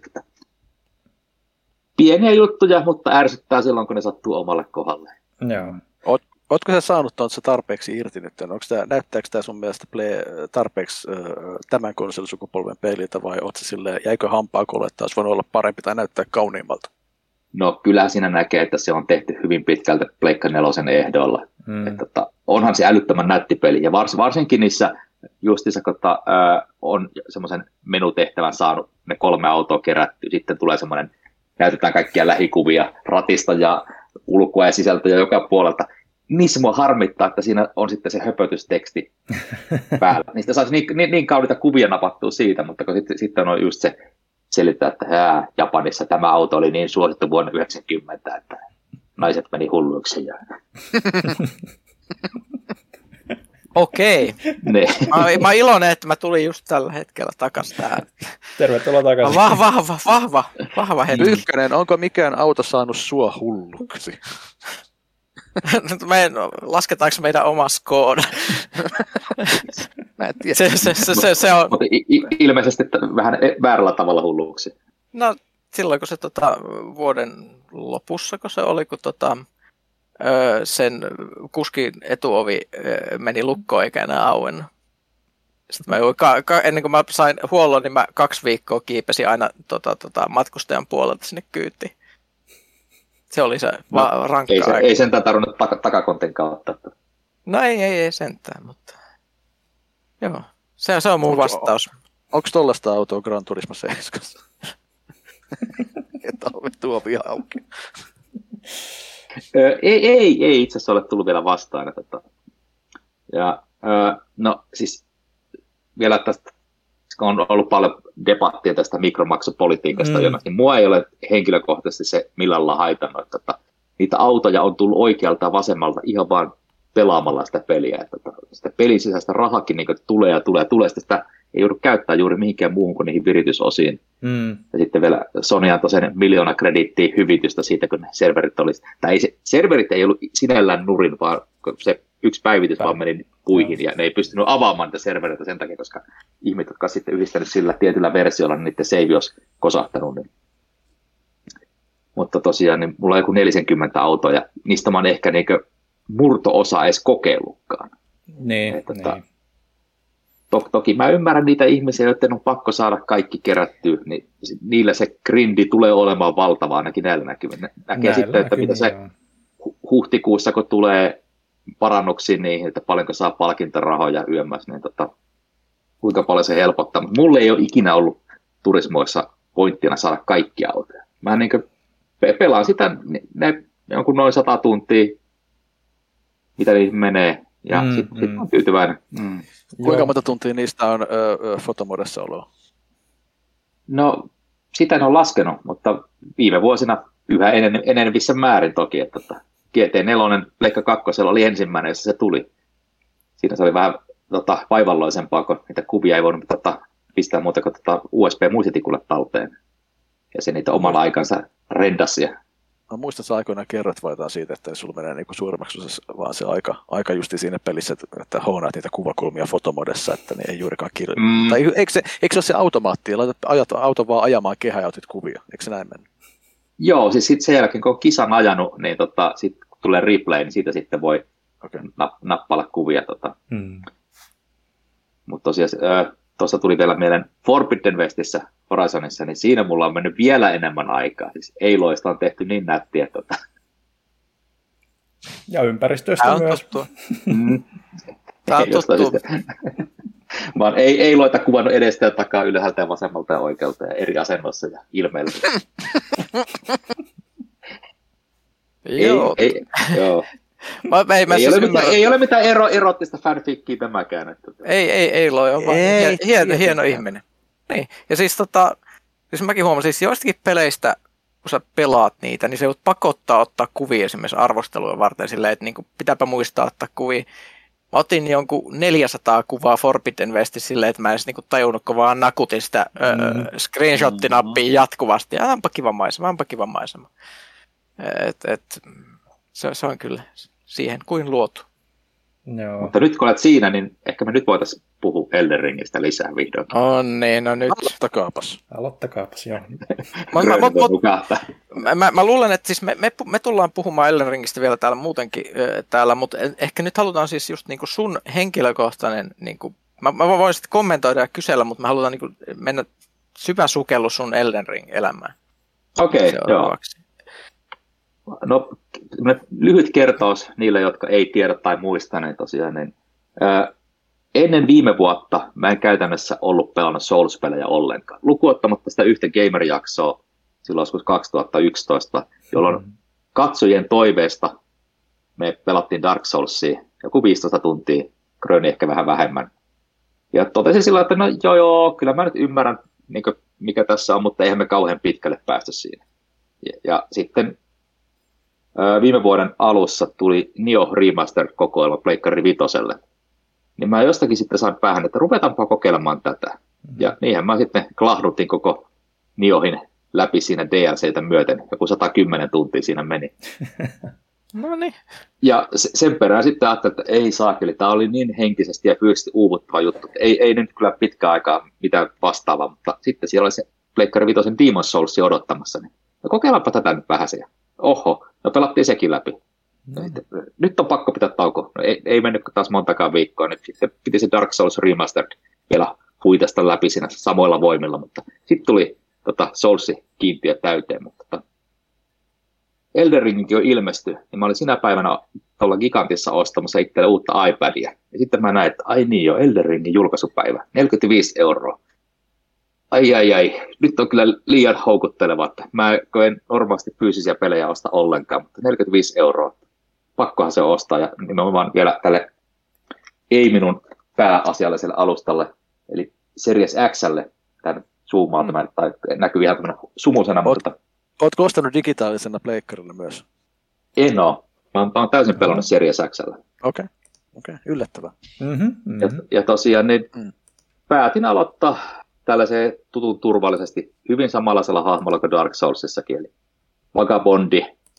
Pieniä juttuja, mutta ärsyttää silloin, kun ne sattuu omalle kohdalle. Joo. Oot, ootko sä saanut tuon tarpeeksi irti nyt? Onko tämä, näyttääkö tämä sun mielestä Play tarpeeksi äh, tämän konsolisukupolven peililtä, vai oot sä silleen, jäikö hampaa kolle, että olisi voinut olla parempi tai näyttää kauniimmalta? No kyllä siinä näkee, että se on tehty hyvin pitkälti Pleikka nelosen ehdoilla. Mm. Että, että, onhan se älyttömän nätti peli, ja vars, varsinkin niissä justiinsa, kun äh, on semmoisen menutehtävän saanut ne kolme autoa kerätty, sitten tulee semmoinen, näytetään kaikkia lähikuvia ratista ja ulkoa ja sisältöä ja joka puolelta. Niissä mua harmittaa, että siinä on sitten se höpötysteksti päällä. Niistä saisi niin, niin, niin kauniita kuvia napattua siitä, mutta kun sitten, sitten on just se selittää, että hää, Japanissa tämä auto oli niin suosittu vuonna yhdeksänkymmentä, että naiset meni hulluiksi. Ja... Okei. Ne. Mä, mä oon iloinen, että mä tulin just tällä hetkellä takaisin tähän. Tervetuloa takaisin. Vahva, vahva, vahva, vahva hetki. Ykkönen, onko mikään auto saanut sua hulluksi? Me, lasketaanko meidän oma skooda? Mä en tiedä. Se, se, se, se, se on... Mutta ilmeisesti vähän väärällä tavalla hulluksi. No silloin kun se tota, vuoden lopussa, kun se oli, kun tota, ö, sen kuskin etuovi ö, meni lukkoon eikä enää auennut. Sitten mä, ka, ka, ennen kuin mä sain huollon, niin mä kaksi viikkoa kiipesin aina tota, tota, matkustajan puolelta sinne kyytiin. Se oli se no, va- rankka ei, se, aika. ei sentään tarvinnut tak- takakontin kautta. No ei, ei, ei sentään, mutta joo, se, se on mun vastaus. Onko tollaista autoa Gran Turismo seitsemässä? Että on tuovi auki. ei, ei, ei itse asiassa ole tullut vielä vastaan. Että, ja, no siis vielä tästä, on ollut paljon debattia tästä mikromaksupolitiikasta, mm. niin mua ei ole henkilökohtaisesti se millään lailla haitannut, että, että niitä autoja on tullut oikealta ja vasemmalta ihan vaan pelaamalla sitä peliä. Että, että sitä pelin sisäistä rahakin niin tulee ja tulee ja tulee, sitä ei joudu käyttää juuri mihinkään muuhun kuin niihin viritysosiin. Mm. Ja sitten vielä Sony antoi sen miljoona krediittiä hyvitystä siitä, kun ne serverit olisi, tai ei se, serverit ei ollut sinällään nurin, vaan se yksi päivitys Päin. vaan meni puihin, ja ne ei pystynyt avaamaan niitä servereitä sen takia, koska ihmiset, jotka sitten yhdistänyt sillä tietyllä versiolla, niin niiden save olisi kosahtanut. Niin. Mutta tosiaan, niin mulla on joku neljäkymmentä autoa, ja niistä mä oon ehkä niin murto-osa edes kokeillutkaan. Niin, Et, niin. Tota, to, toki mä ymmärrän niitä ihmisiä, joiden on pakko saada kaikki kerättyä, niin niillä se grindi tulee olemaan valtava ainakin näillä näkymin. Näkee näillä sitten, että mitä se huhtikuussa, kun tulee parannuksia niihin, että paljonko saa palkintorahoja yömmässä, niin tota, kuinka paljon se helpottaa. Mutta mulle ei ole ikinä ollut turismoissa pointtina saada kaikkia autoja. Mä niin pelaan sitä ne jonkun noin sata tuntia, mitä niihin menee, ja mm, sitten sit mm. on tyytyväinen. Mm. Kuinka monta tuntia niistä on ö, ö, fotomodessa oloa? No, sitä en ole laskenut, mutta viime vuosina yhä enen, enenevissä määrin toki, että tota, G T neljä Pleikka kaksi oli ensimmäinen, jossa se tuli. Siinä se oli vähän tota, vaivalloisempaa, kun niitä kuvia ei voinut tota, pistää muuta kuin tota U S B-muistitikulle talteen. Ja se niitä omalla aikansa rendasi. Ja... No, muistatko aikoinaan kerrot valitaan siitä, että sulla menee niinku suurimmaksi osassa vaan se aika, aika justi siinä pelissä, että hoonaat niitä kuvakulmia fotomodessa, että ne ei juurikaan kirjoita. Mm. Tai eikö se, eikö se ole se automaatti, laitat ajat, auto vaan ajamaan kehää ja otit kuvia, eikö se näin mennyt? Joo, siis sit sen jälkeen kun on kisan ajanut, niin tota, sit, kun tulee replay, niin siitä sitten voi okay. nap- nappailla kuvia. Tota. Mm. Mutta tosiaan äh, tuossa tuli vielä mieleen Forbidden Westissä Horizonissa, niin siinä mulla on mennyt vielä enemmän aikaa. Siis Aloista on tehty niin nättiä. Tota. Ja ympäristöstä Tämä myös. Mm. Tämä on tuttu. Mä oon Aloita kuvannut edestä ja takaa, ylhäältä ja vasemmalta ja oikealta ja eri asennossa ja ilmeillä. Joo. Ei, ei, joo. Mä, ei, mä ei, siis ole mitään, ei ole mitään ero, erottista fanfickia tämäkään. Että... Ei, ei, ei ole, on vaan ei, hieno, hieno ihminen. Niin. Ja siis, tota, siis mäkin huomasin, siis joistakin peleistä, kun sä pelaat niitä, niin se joudut pakottaa ottaa kuvia esimerkiksi arvosteluja varten silleen, että niin kuin, pitääpä muistaa ottaa kuvia. Mä otin jonkun neljäsataa kuvaa Forbidden Westissä silleen, että mä en edes niin kuin tajunnut, kun vaan nakutin sitä mm. ö, screenshot-nappia jatkuvasti. Ja onpa kiva maisema, onpa kiva maisema. Et, et, se, se on kyllä siihen kuin luotu. Joo. Mutta nyt kun olet siinä, niin ehkä me nyt voitaisiin puhua Elden Ringistä lisää vihdoin. On niin, no nyt. Aloittakaapas. Aloittakaapas, joo. mä, mä, mä, mä, mä luulen, että siis me, me, me tullaan puhumaan Elden Ringistä vielä täällä muutenkin äh, täällä, mutta ehkä nyt halutaan siis just niinku sun henkilökohtainen, niinku, mä, mä voin sitten kommentoida ja kysellä, mutta mä halutaan niinku mennä syvä sukellus sun Elden Ring-elämään. Okei, okay, joo. No, lyhyt kertaus niille, jotka ei tiedä tai muista, niin tosiaan, niin, ää, ennen viime vuotta mä en käytännössä ollut pelannut Souls-pelejä ollenkaan. Lukuottamatta sitä yhtä gamer-jaksoa silloin joskus kaksituhattayksitoista, jolloin mm. katsojien toiveesta me pelattiin Dark Soulsia joku viisitoista tuntia, Gröni ehkä vähän vähemmän. Ja totesin silloin, että no joo joo, kyllä mä nyt ymmärrän, niin kuin, mikä tässä on, mutta eihän me kauhean pitkälle päästä siinä. Ja, ja sitten viime vuoden alussa tuli Nioh Remastered-kokoelma Pleikkari Vitoselle. Niin mä jostakin sitten sain päähän, että ruvetaanpa kokeilemaan tätä. Mm-hmm. Ja niinhän mä sitten klahdutin koko Niohin läpi siinä D L C:tä myöten. Joku sata kymmenen tuntia siinä meni. No niin. Ja sen perään sitten ajattelin, että ei saakeli, tämä oli niin henkisesti ja fyysisesti uuvuttava juttu. Ei, ei nyt kyllä pitkään aikaa mitään vastaavaa, mutta sitten siellä oli se Pleikkari Vitosen Demon's Souls odottamassa. Niin no kokeillaanpa tätä nyt vähän siellä. Oho, no pelattiin sekin läpi. No. Nyt on pakko pitää tauko. No ei, ei mennyt taas montakaan viikkoa. Nyt sitten piti se Dark Souls Remastered vielä huitasta läpi siinä samoilla voimilla, mutta sitten tuli tota, Soulsi kiintiö täyteen. Mutta tota, Elden Ringkin jo ilmestyi, niin mä olin sinä päivänä tuolla Gigantissa ostamassa itselle uutta iPadia. Ja sitten mä näin, että ai niin jo, Elden Ringin julkaisupäivä, neljäkymmentäviisi euroa. Ai ai ai, nyt on kyllä liian houkutteleva, että mä en normaalisti fyysisiä pelejä osta ollenkaan, mutta neljäkymmentäviisi euroa, pakkohan se ostaa ja nimenomaan vielä tälle ei minun pääasialliselle alustalle, eli Series X:lle, tämän zoomaa mm. tämän, tai näkyy ihan tämmöinen sumusena, Oot, mutta... Ootko ostanut digitaalisena pleikkarilla myös? En oo, mä oon, mä oon täysin pelannut Series X:llä. Okei, okay. okay. Yllättävää. Mm-hmm, mm-hmm. Ja, ja tosiaan niin mm. päätin aloittaa tällaiseen tutun turvallisesti hyvin samanlaisella hahmolla kuin Dark Soulsissakin, eli vagabondi,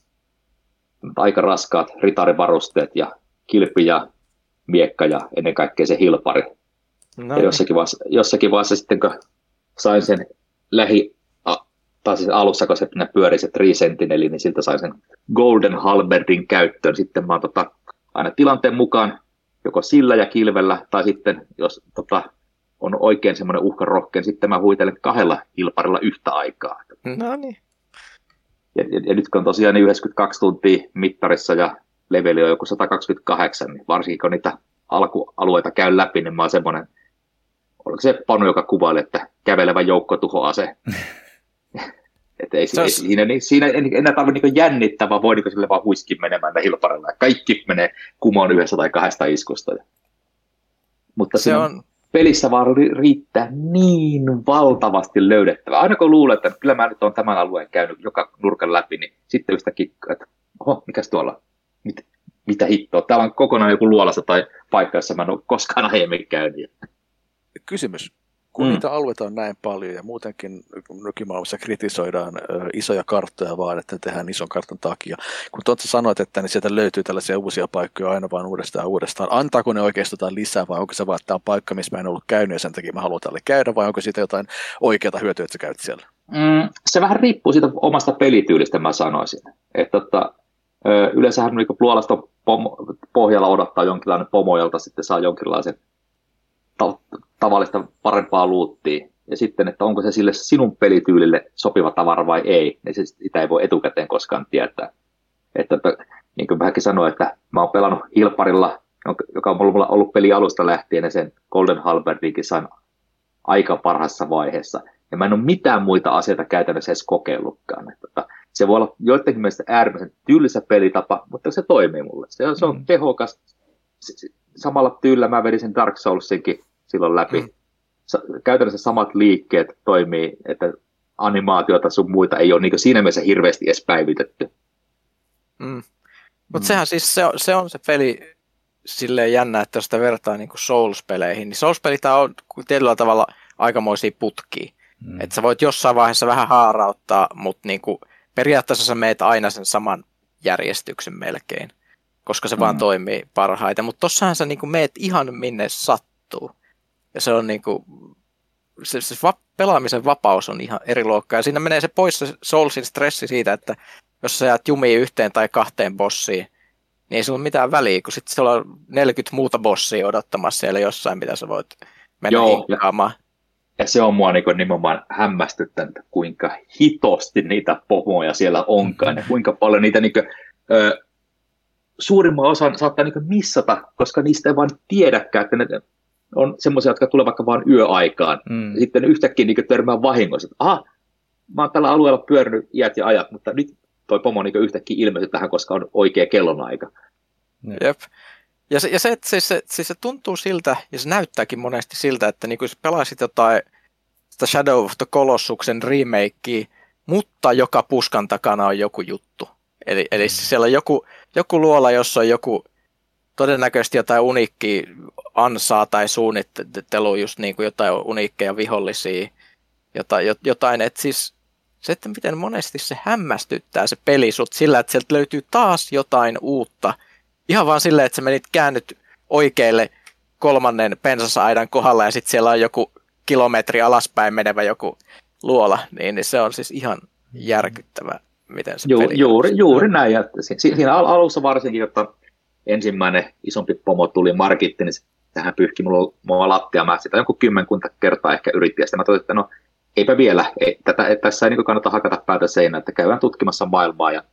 aika raskaat ritarivarusteet ja kilpi ja miekka ja ennen kaikkea se hilpari. No, ja jossakin vaiheessa, jossakin vaiheessa sitten, kun sain sen lähi, tai siis alussa, kun se pyöri se Three Sentineli, niin siltä sain sen Golden Halberdin käyttöön. Sitten mä oon tota, aina tilanteen mukaan joko sillä ja kilvellä, tai sitten jos tota, on oikein semmoinen uhkarohkeen, sitten mä huitelen kahdella hilparilla yhtä aikaa. No niin. Ja, ja, ja nyt kun on tosiaan yhdeksänkymmentäkaksi tuntia mittarissa ja leveli on joku sata kaksikymmentäkahdeksan, niin varsinkin kun niitä alkualueita käy läpi, niin mä oon semmoinen, oliko se Panu, joka kuvaili, että kävelevä joukkotuhoase. Että ei, ei, siinä, niin, siinä ei enää tarvitse niin jännittää, vaan voi niin sille vaan huiskin menemään hilparilla. Ja kaikki menee kumoon yhdessä tai kahdesta iskusta. Mutta se on... pelissä vaan riittää niin valtavasti löydettävää. Aina kun luulen, että kyllä mä nyt olen tämän alueen käynyt joka nurkan läpi, niin sitten yhtäkkiä, että oho, mikäs tuolla? Mit, mitä hittoa? Täällä on kokonaan joku luolassa tai paikka, jossa mä en ole koskaan aiemmin käynyt. Kysymys. kun Mm. niitä alueita on näin paljon ja muutenkin nykymaailmassa kritisoidaan ö, isoja karttoja vaan, että tehdään ison kartan takia. Kun Tontsa sanoit, että niin sieltä löytyy tällaisia uusia paikkoja aina vaan uudestaan ja uudestaan. Antaako ne oikeasti jotain lisää vai onko se vaan, että tämä on paikka, missä mä en ollut käynyt ja sen takia mä haluan täällä käydä vai onko siitä jotain oikeaa hyötyä, että sä käyt siellä? Mm, se vähän riippuu siitä omasta pelityylistä, mä sanoisin. Että tota, ö, yleensähän niin luolaston pom- pohjalla odottaa jonkinlainen pomo, jolta sitten saa jonkinlaisen ta- tavallista parempaa luuttia. Ja sitten, että onko se sille sinun pelityylille sopiva tavara vai ei, niin se, sitä ei voi etukäteen koskaan tietää. Että, että niin kuin mäkin sanoin, että mä oon pelannut Hilparilla, joka on mulla ollut peli alusta lähtien, ja sen Golden Halberdinkin sain aika parhaassa vaiheessa. Ja mä en ole mitään muita asioita käytännössä edes kokeillutkaan. Että se voi olla joidenkin mielestä äärimmäisen tylsä pelitapa, mutta se toimii mulle. Se on, se on mm. tehokas. Samalla tyylillä mä vedin sen Dark Soulsinkin silloin läpi. Mm. Käytännössä samat liikkeet toimii, että animaatiota sun muita ei ole niin siinä mielessä hirveästi edes päivitetty. Mm. Mutta mm. sehän siis se on, se on se peli silleen jännä, että jos sitä vertaa niin kuin Souls-peleihin, niin Souls-pelit on tietyllä tavalla aikamoisia putkia. Mm. Että sä voit jossain vaiheessa vähän haarauttaa, mutta niin kuin periaatteessa sä meet aina sen saman järjestyksen melkein, koska se mm. vaan toimii parhaiten. Mutta tossahan sä niin kuin meet ihan minne sattuu. Ja se on niin kuin, se, se va- pelaamisen vapaus on ihan eri luokkaa. Ja siinä menee se pois se Soulsin stressi siitä, että jos sä jäät jumiin yhteen tai kahteen bossiin, niin ei sulla ole mitään väliä, kun sitten siellä on neljäkymmentä muuta bossia odottamassa siellä jossain, mitä sä voit mennä hinkkaamaan. Ja se on mua niin nimenomaan hämmästyttänyt, kuinka hitosti niitä pomoja siellä onkaan, ja kuinka paljon niitä niin kuin, ö, suurimman osan saattaa niin kuin missata, koska niistä ei vaan tiedäkään, että ne on semmoisia, jotka tulee vaikka vaan yöaikaan. Mm. Ja sitten yhtäkkiä niin kuin törmää vahingossa, että aha, mä oon tällä alueella pyörinyt iät ja ajat, mutta nyt toi pomo niin yhtäkkiä ilmestyi tähän, koska on oikea kellonaika. Jep. Ja se, ja se, että siis se, siis se tuntuu siltä, ja se näyttääkin monesti siltä, että niin jos pelasit jotain sitä Shadow of the Colossuksen remakea, mutta joka puskan takana on joku juttu. Eli, eli siellä on joku, joku luola, jossa on joku todennäköisesti jotain uniikkia ansaa tai suunnittelu, just niin kuin jotain uniikkeja vihollisia, jotain, jotain että siis se, että miten monesti se hämmästyttää se peli sut sillä, että sieltä löytyy taas jotain uutta. Ihan vaan silleen, että sä menit käännyt oikealle kolmannen pensasaidan kohdalla ja sitten siellä on joku kilometri alaspäin menevä joku luola, niin se on siis ihan järkyttävää, miten se Ju, peli juuri, on. Juuri näin. Ja siinä alussa varsinkin, jotta ensimmäinen isompi pomo tuli markitti, niin tähän pyyhki mulla, mulla lattia. Mä sitä jonkun kymmenkunta kertaa ehkä yritti, ja sitten mä totesin, että no eipä vielä. Ei, tätä, että tässä ei niin kannata hakata päätä seinään, että käydään tutkimassa maailmaa. Ja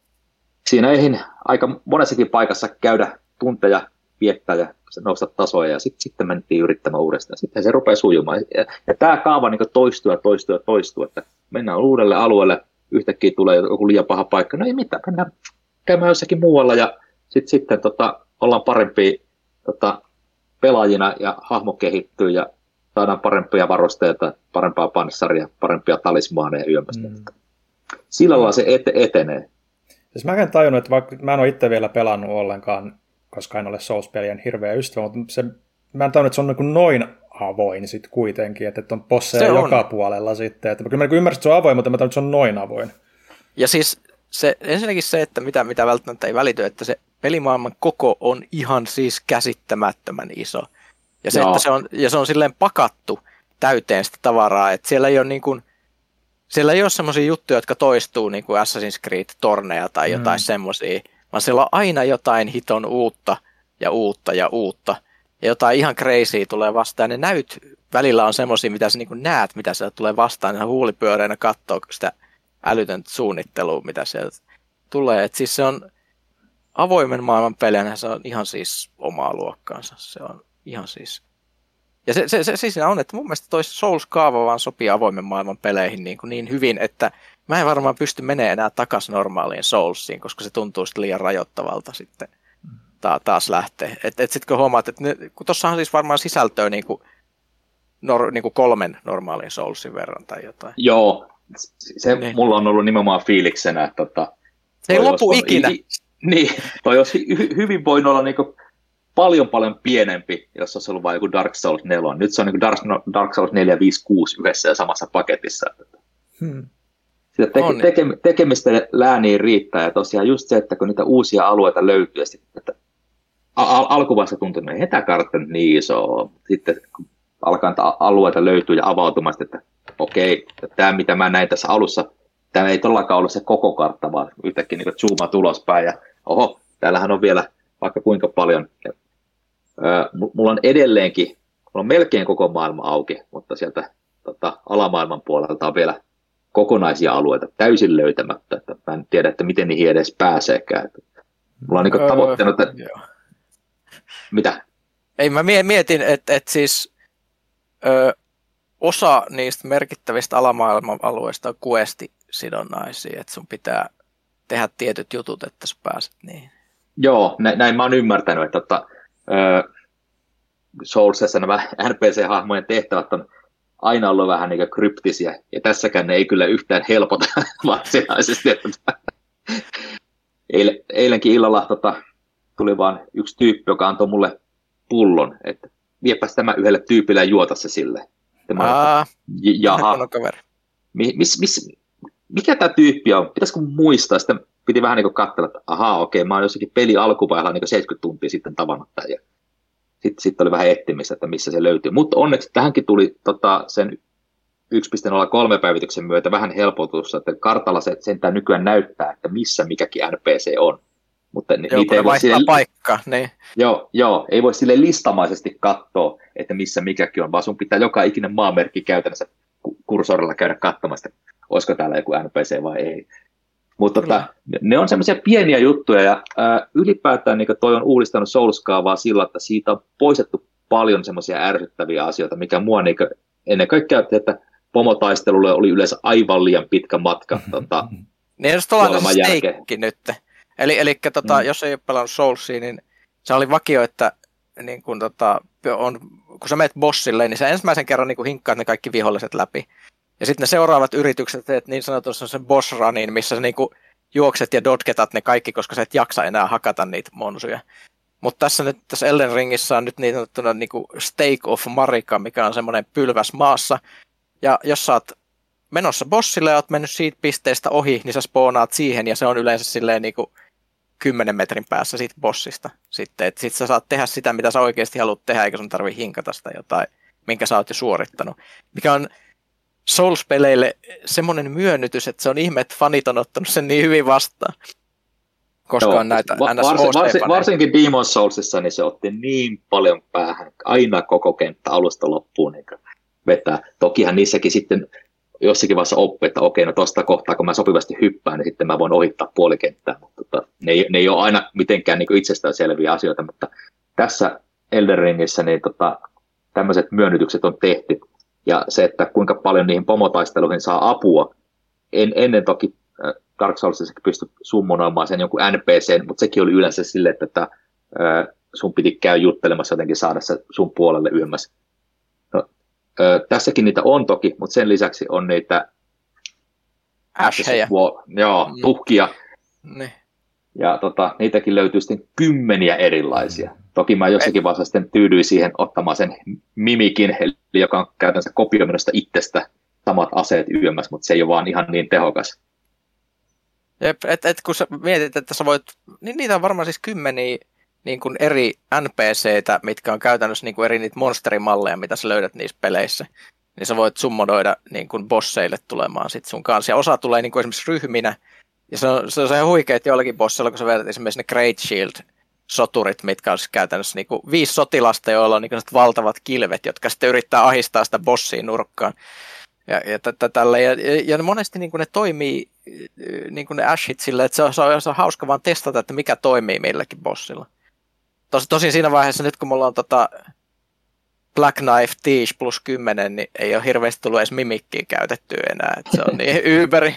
siinä ei aika monessakin paikassa käydä tunteja viettää ja nousta tasoja, ja sitten sit mentiin yrittämään uudestaan. Sitten se rupeaa sujumaan. Ja, ja tämä kaava niin toistuu ja toistuu ja toistuu, että mennään uudelle alueelle, yhtäkkiä tulee joku liian paha paikka. No ei mitään, mennään käymään jossakin muualla, ja sitten, sitten tota, ollaan parempia tota, pelaajina, ja hahmo kehittyy, ja saadaan parempia varusteita, parempaa panssaria, parempia talismaaneja yömästä. Mm. Sillä lailla se ete- etenee. Siis mä en tajunnut, että vaikka mä en ole itse vielä pelannut ollenkaan, koska en ole Souls-pelien hirveä ystävä, mutta se, mä en tajunnut, että se on niin noin avoin sitten kuitenkin, että on bosseja joka puolella sitten. Että kyllä mä ymmärrän, että se on avoin, mutta mä tajunnut, että se on noin avoin. Ja siis se, ensinnäkin se, että mitä, mitä välttämättä ei välity, että se pelimaailman koko on ihan siis käsittämättömän iso. Ja se, että se on, ja se on silleen pakattu täyteen sitä tavaraa, että siellä ei ole niin kuin, siellä ei ole semmoisia juttuja, jotka toistuu niin kuin Assassin's Creed-torneja tai jotain mm. semmoisia, vaan siellä on aina jotain hiton uutta ja uutta ja uutta. Ja jotain ihan crazyä tulee vastaan. Ja ne näyt välillä on semmoisia, mitä sä niin kuin näet, mitä sieltä tulee vastaan. Ja huulipyöreänä katsoo sitä älytöntä suunnittelua, mitä sieltä tulee. Et siis se on avoimen maailman pelinä, se on ihan siis omaa luokkaansa. Se on ihan siis. Ja se, se, se, se siinä on, että mun mielestä toi Souls-kaava vaan sopii avoimen maailman peleihin niin, kuin niin hyvin, että mä en varmaan pysty menemään enää takaisin normaaliin Soulsiin, koska se tuntuu sitten liian rajoittavalta sitten ta- taas lähteä. Että et sitten kun huomaat, että ne, kun tossahan siis varmaan sisältöä niin kuin, nor, niin kuin kolmen normaalin Soulsin verran tai jotain. Joo, se niin. Mulla on ollut nimenomaan fiiliksenä, että tota, se ei lopu ikinä. I, niin, toi olisi hy, hyvin voinut olla niinku paljon paljon pienempi, jos olisi ollut vain joku Dark Souls neljä. Nyt se on niin Dark, Dark Souls neljä, viisi, kuusi yhdessä ja samassa paketissa. Hmm. Sitä teke, teke, tekemistä lääniin riittää, ja tosiaan just se, että kun niitä uusia alueita löytyy, että al- alkuvaiheessa tuntuu, että ei tämä kartta niin iso. Sitten kun alkaa alueita löytyä ja avautumaan, että okei, tämä mitä mä näin tässä alussa, tämä ei todellakaan ollut se koko kartta, vaan yhtäkkiä niin zoomaa ulospäin, ja oho, täällähän on vielä vaikka kuinka paljon. Ja, ö, mulla on edelleenkin, mulla on melkein koko maailma auki, mutta sieltä tota, alamaailman puolelta on vielä kokonaisia alueita täysin löytämättä, että mä en tiedä, että miten niihin edes pääseekään. Mulla on niin öö, tavoitteena, että... Joo. Mitä? Ei, mä mietin, että, että siis ö, osa niistä merkittävistä alamaailman alueista on questi-sidonnaisia, että sun pitää tehdä tietyt jutut, että sä pääset niihin. Joo, näin mä oon ymmärtänyt, että, että ö, Soulsissa nämä N P C-hahmojen tehtävät on aina ollut vähän niin kuin kryptisiä, ja tässäkään ne ei kyllä yhtään helpota varsinaisesti. Eil, eilenkin illalla tota, tuli vaan yksi tyyppi, joka antoi mulle pullon, että viepäs tämä yhdelle tyypille ja juota se sille. Aa, jaha, mis, mis, mikä tämä tyyppi on? Pitäisikö muistaa? Sitten piti vähän niin kuin katsella, että ahaa, okei, mä oon jossakin peli alkuvaiheella niin seitsemänkymmentä tuntia sitten tavannut tämän. Ja sitten sit oli vähän etsimistä, että missä se löytyy. Mutta onneksi tähänkin tuli tota, sen yksi piste nolla kolme päivityksen myötä vähän helpotusta, että kartalla se sentään nykyään näyttää, että missä mikäkin N P C on. Mutta joo, niitä ei voi sille... paikka, niin. Joo, joo, ei voi sille listamaisesti katsoa, että missä mikäkin on, vaan sun pitää joka ikinen maamerkki käytännössä kursorilla käydä katsomassa, että olisiko täällä joku N P C vai ei. Mutta tota, ne on semmoisia pieniä juttuja, ja ää, ylipäätään niin toi on uudistanut Souls-kaavaa sillä, että siitä on poistettu paljon semmoisia ärsyttäviä asioita, mikä mua niin kuin, ennen kaikkea, että pomotaistelulle oli yleensä aivan liian pitkä matka. Tota, niin jos ollaan steikki nyt. Eli, eli tota, mm. jos ei ole pelannut Soulsia, niin se oli vakio, että niin kun, tota, on, kun sä menet bossille, niin sä ensimmäisen kerran niin hinkkaat ne kaikki viholliset läpi. Ja sitten ne seuraavat yritykset teet niin sanotusti sen boss runin, missä sä niinku juokset ja dodgetat ne kaikki, koska sä et jaksa enää hakata niitä monsuja. Mutta tässä nyt tässä Elden Ringissä on nyt niin sanottuna niinku Stake of Marika, mikä on semmoinen pylväs maassa. Ja jos sä oot menossa bossille ja oot mennyt siitä pisteestä ohi, niin sä spoonaat siihen ja se on yleensä silleen niinku kymmenen metrin päässä siitä bossista. Sitten, että sit sä saat tehdä sitä, mitä sä oikeasti haluat tehdä, eikä sun tarvii hinkata sitä jotain, minkä sä oot jo suorittanut. Mikä on Souls-peleille semmoinen myönnytys, että se on ihme, että fanit on ottanut sen niin hyvin vastaan. Koska joo, on näitä va- N S varsin, varsin, varsinkin Demon's Soulsissa, niin se otti niin paljon päähän, aina koko kenttä alusta loppuun niin vetää. Tokihan niissäkin sitten jossakin vaiheessa oppi, että okei, no tuosta kohtaa, kun mä sopivasti hyppään, niin sitten mä voin ohittaa puolikenttää. Mutta tota, ne, ei, ne ei ole aina mitenkään niin itsestäänselviä asioita, mutta tässä Elden Ringissä niin tota, tämmöiset myönnytykset on tehty. Ja se, että kuinka paljon niihin pomotaisteluihin saa apua. En, ennen toki äh, Dark Soulsissa pystyi summonoimaan sen jonkun N P C:n, mutta sekin oli yleensä silleen, että, että äh, sun piti käydä juttelemassa jotenkin saada se sun puolelle yömmässä. No, äh, tässäkin niitä on toki, mutta sen lisäksi on niitä Ashheja. Joo, mm. tuhkia. Ne. Ja tota, niitäkin löytyy sitten kymmeniä erilaisia. Toki mä jossakin vaiheessa sitten tyydyin siihen ottamaan sen mimikin, eli joka on käytännössä kopioimista itsestä samat aseet yömmässä, mutta se ei ole vaan ihan niin tehokas. Jep, et, et kun sä mietit, että sä voit, niin niitä on varmaan siis kymmeniä niin kuin eri N P C:tä, mitkä on käytännössä niin kuin eri niitä monsterimalleja, mitä sä löydät niissä peleissä. Niin sä voit summonoida niin kuin bosseille tulemaan sit sun kanssa. Ja osa tulee niin kuin esimerkiksi ryhminä. Ja se on, se on ihan huikea, että jollakin bossilla, kun sä vedät esimerkiksi ne Great Shield-soturit, mitkä on siis käytännössä niin kuin viisi sotilasta, joilla on niin kuin valtavat kilvet, jotka sitten yrittää ahistaa sitä bossia nurkkaan. Ja, ja, t- tälle. ja, ja monesti niin kuin ne toimii, niin kuin ne ashit sillä, että se on, se, on, se on hauska vaan testata, että mikä toimii milläkin bossilla. Tos, tosin siinä vaiheessa nyt, kun mulla on tota Black Knife Tiege plus kymmenen, niin ei ole hirveästi tullut edes mimikkiä käytettyä enää. Että se on niin yberi.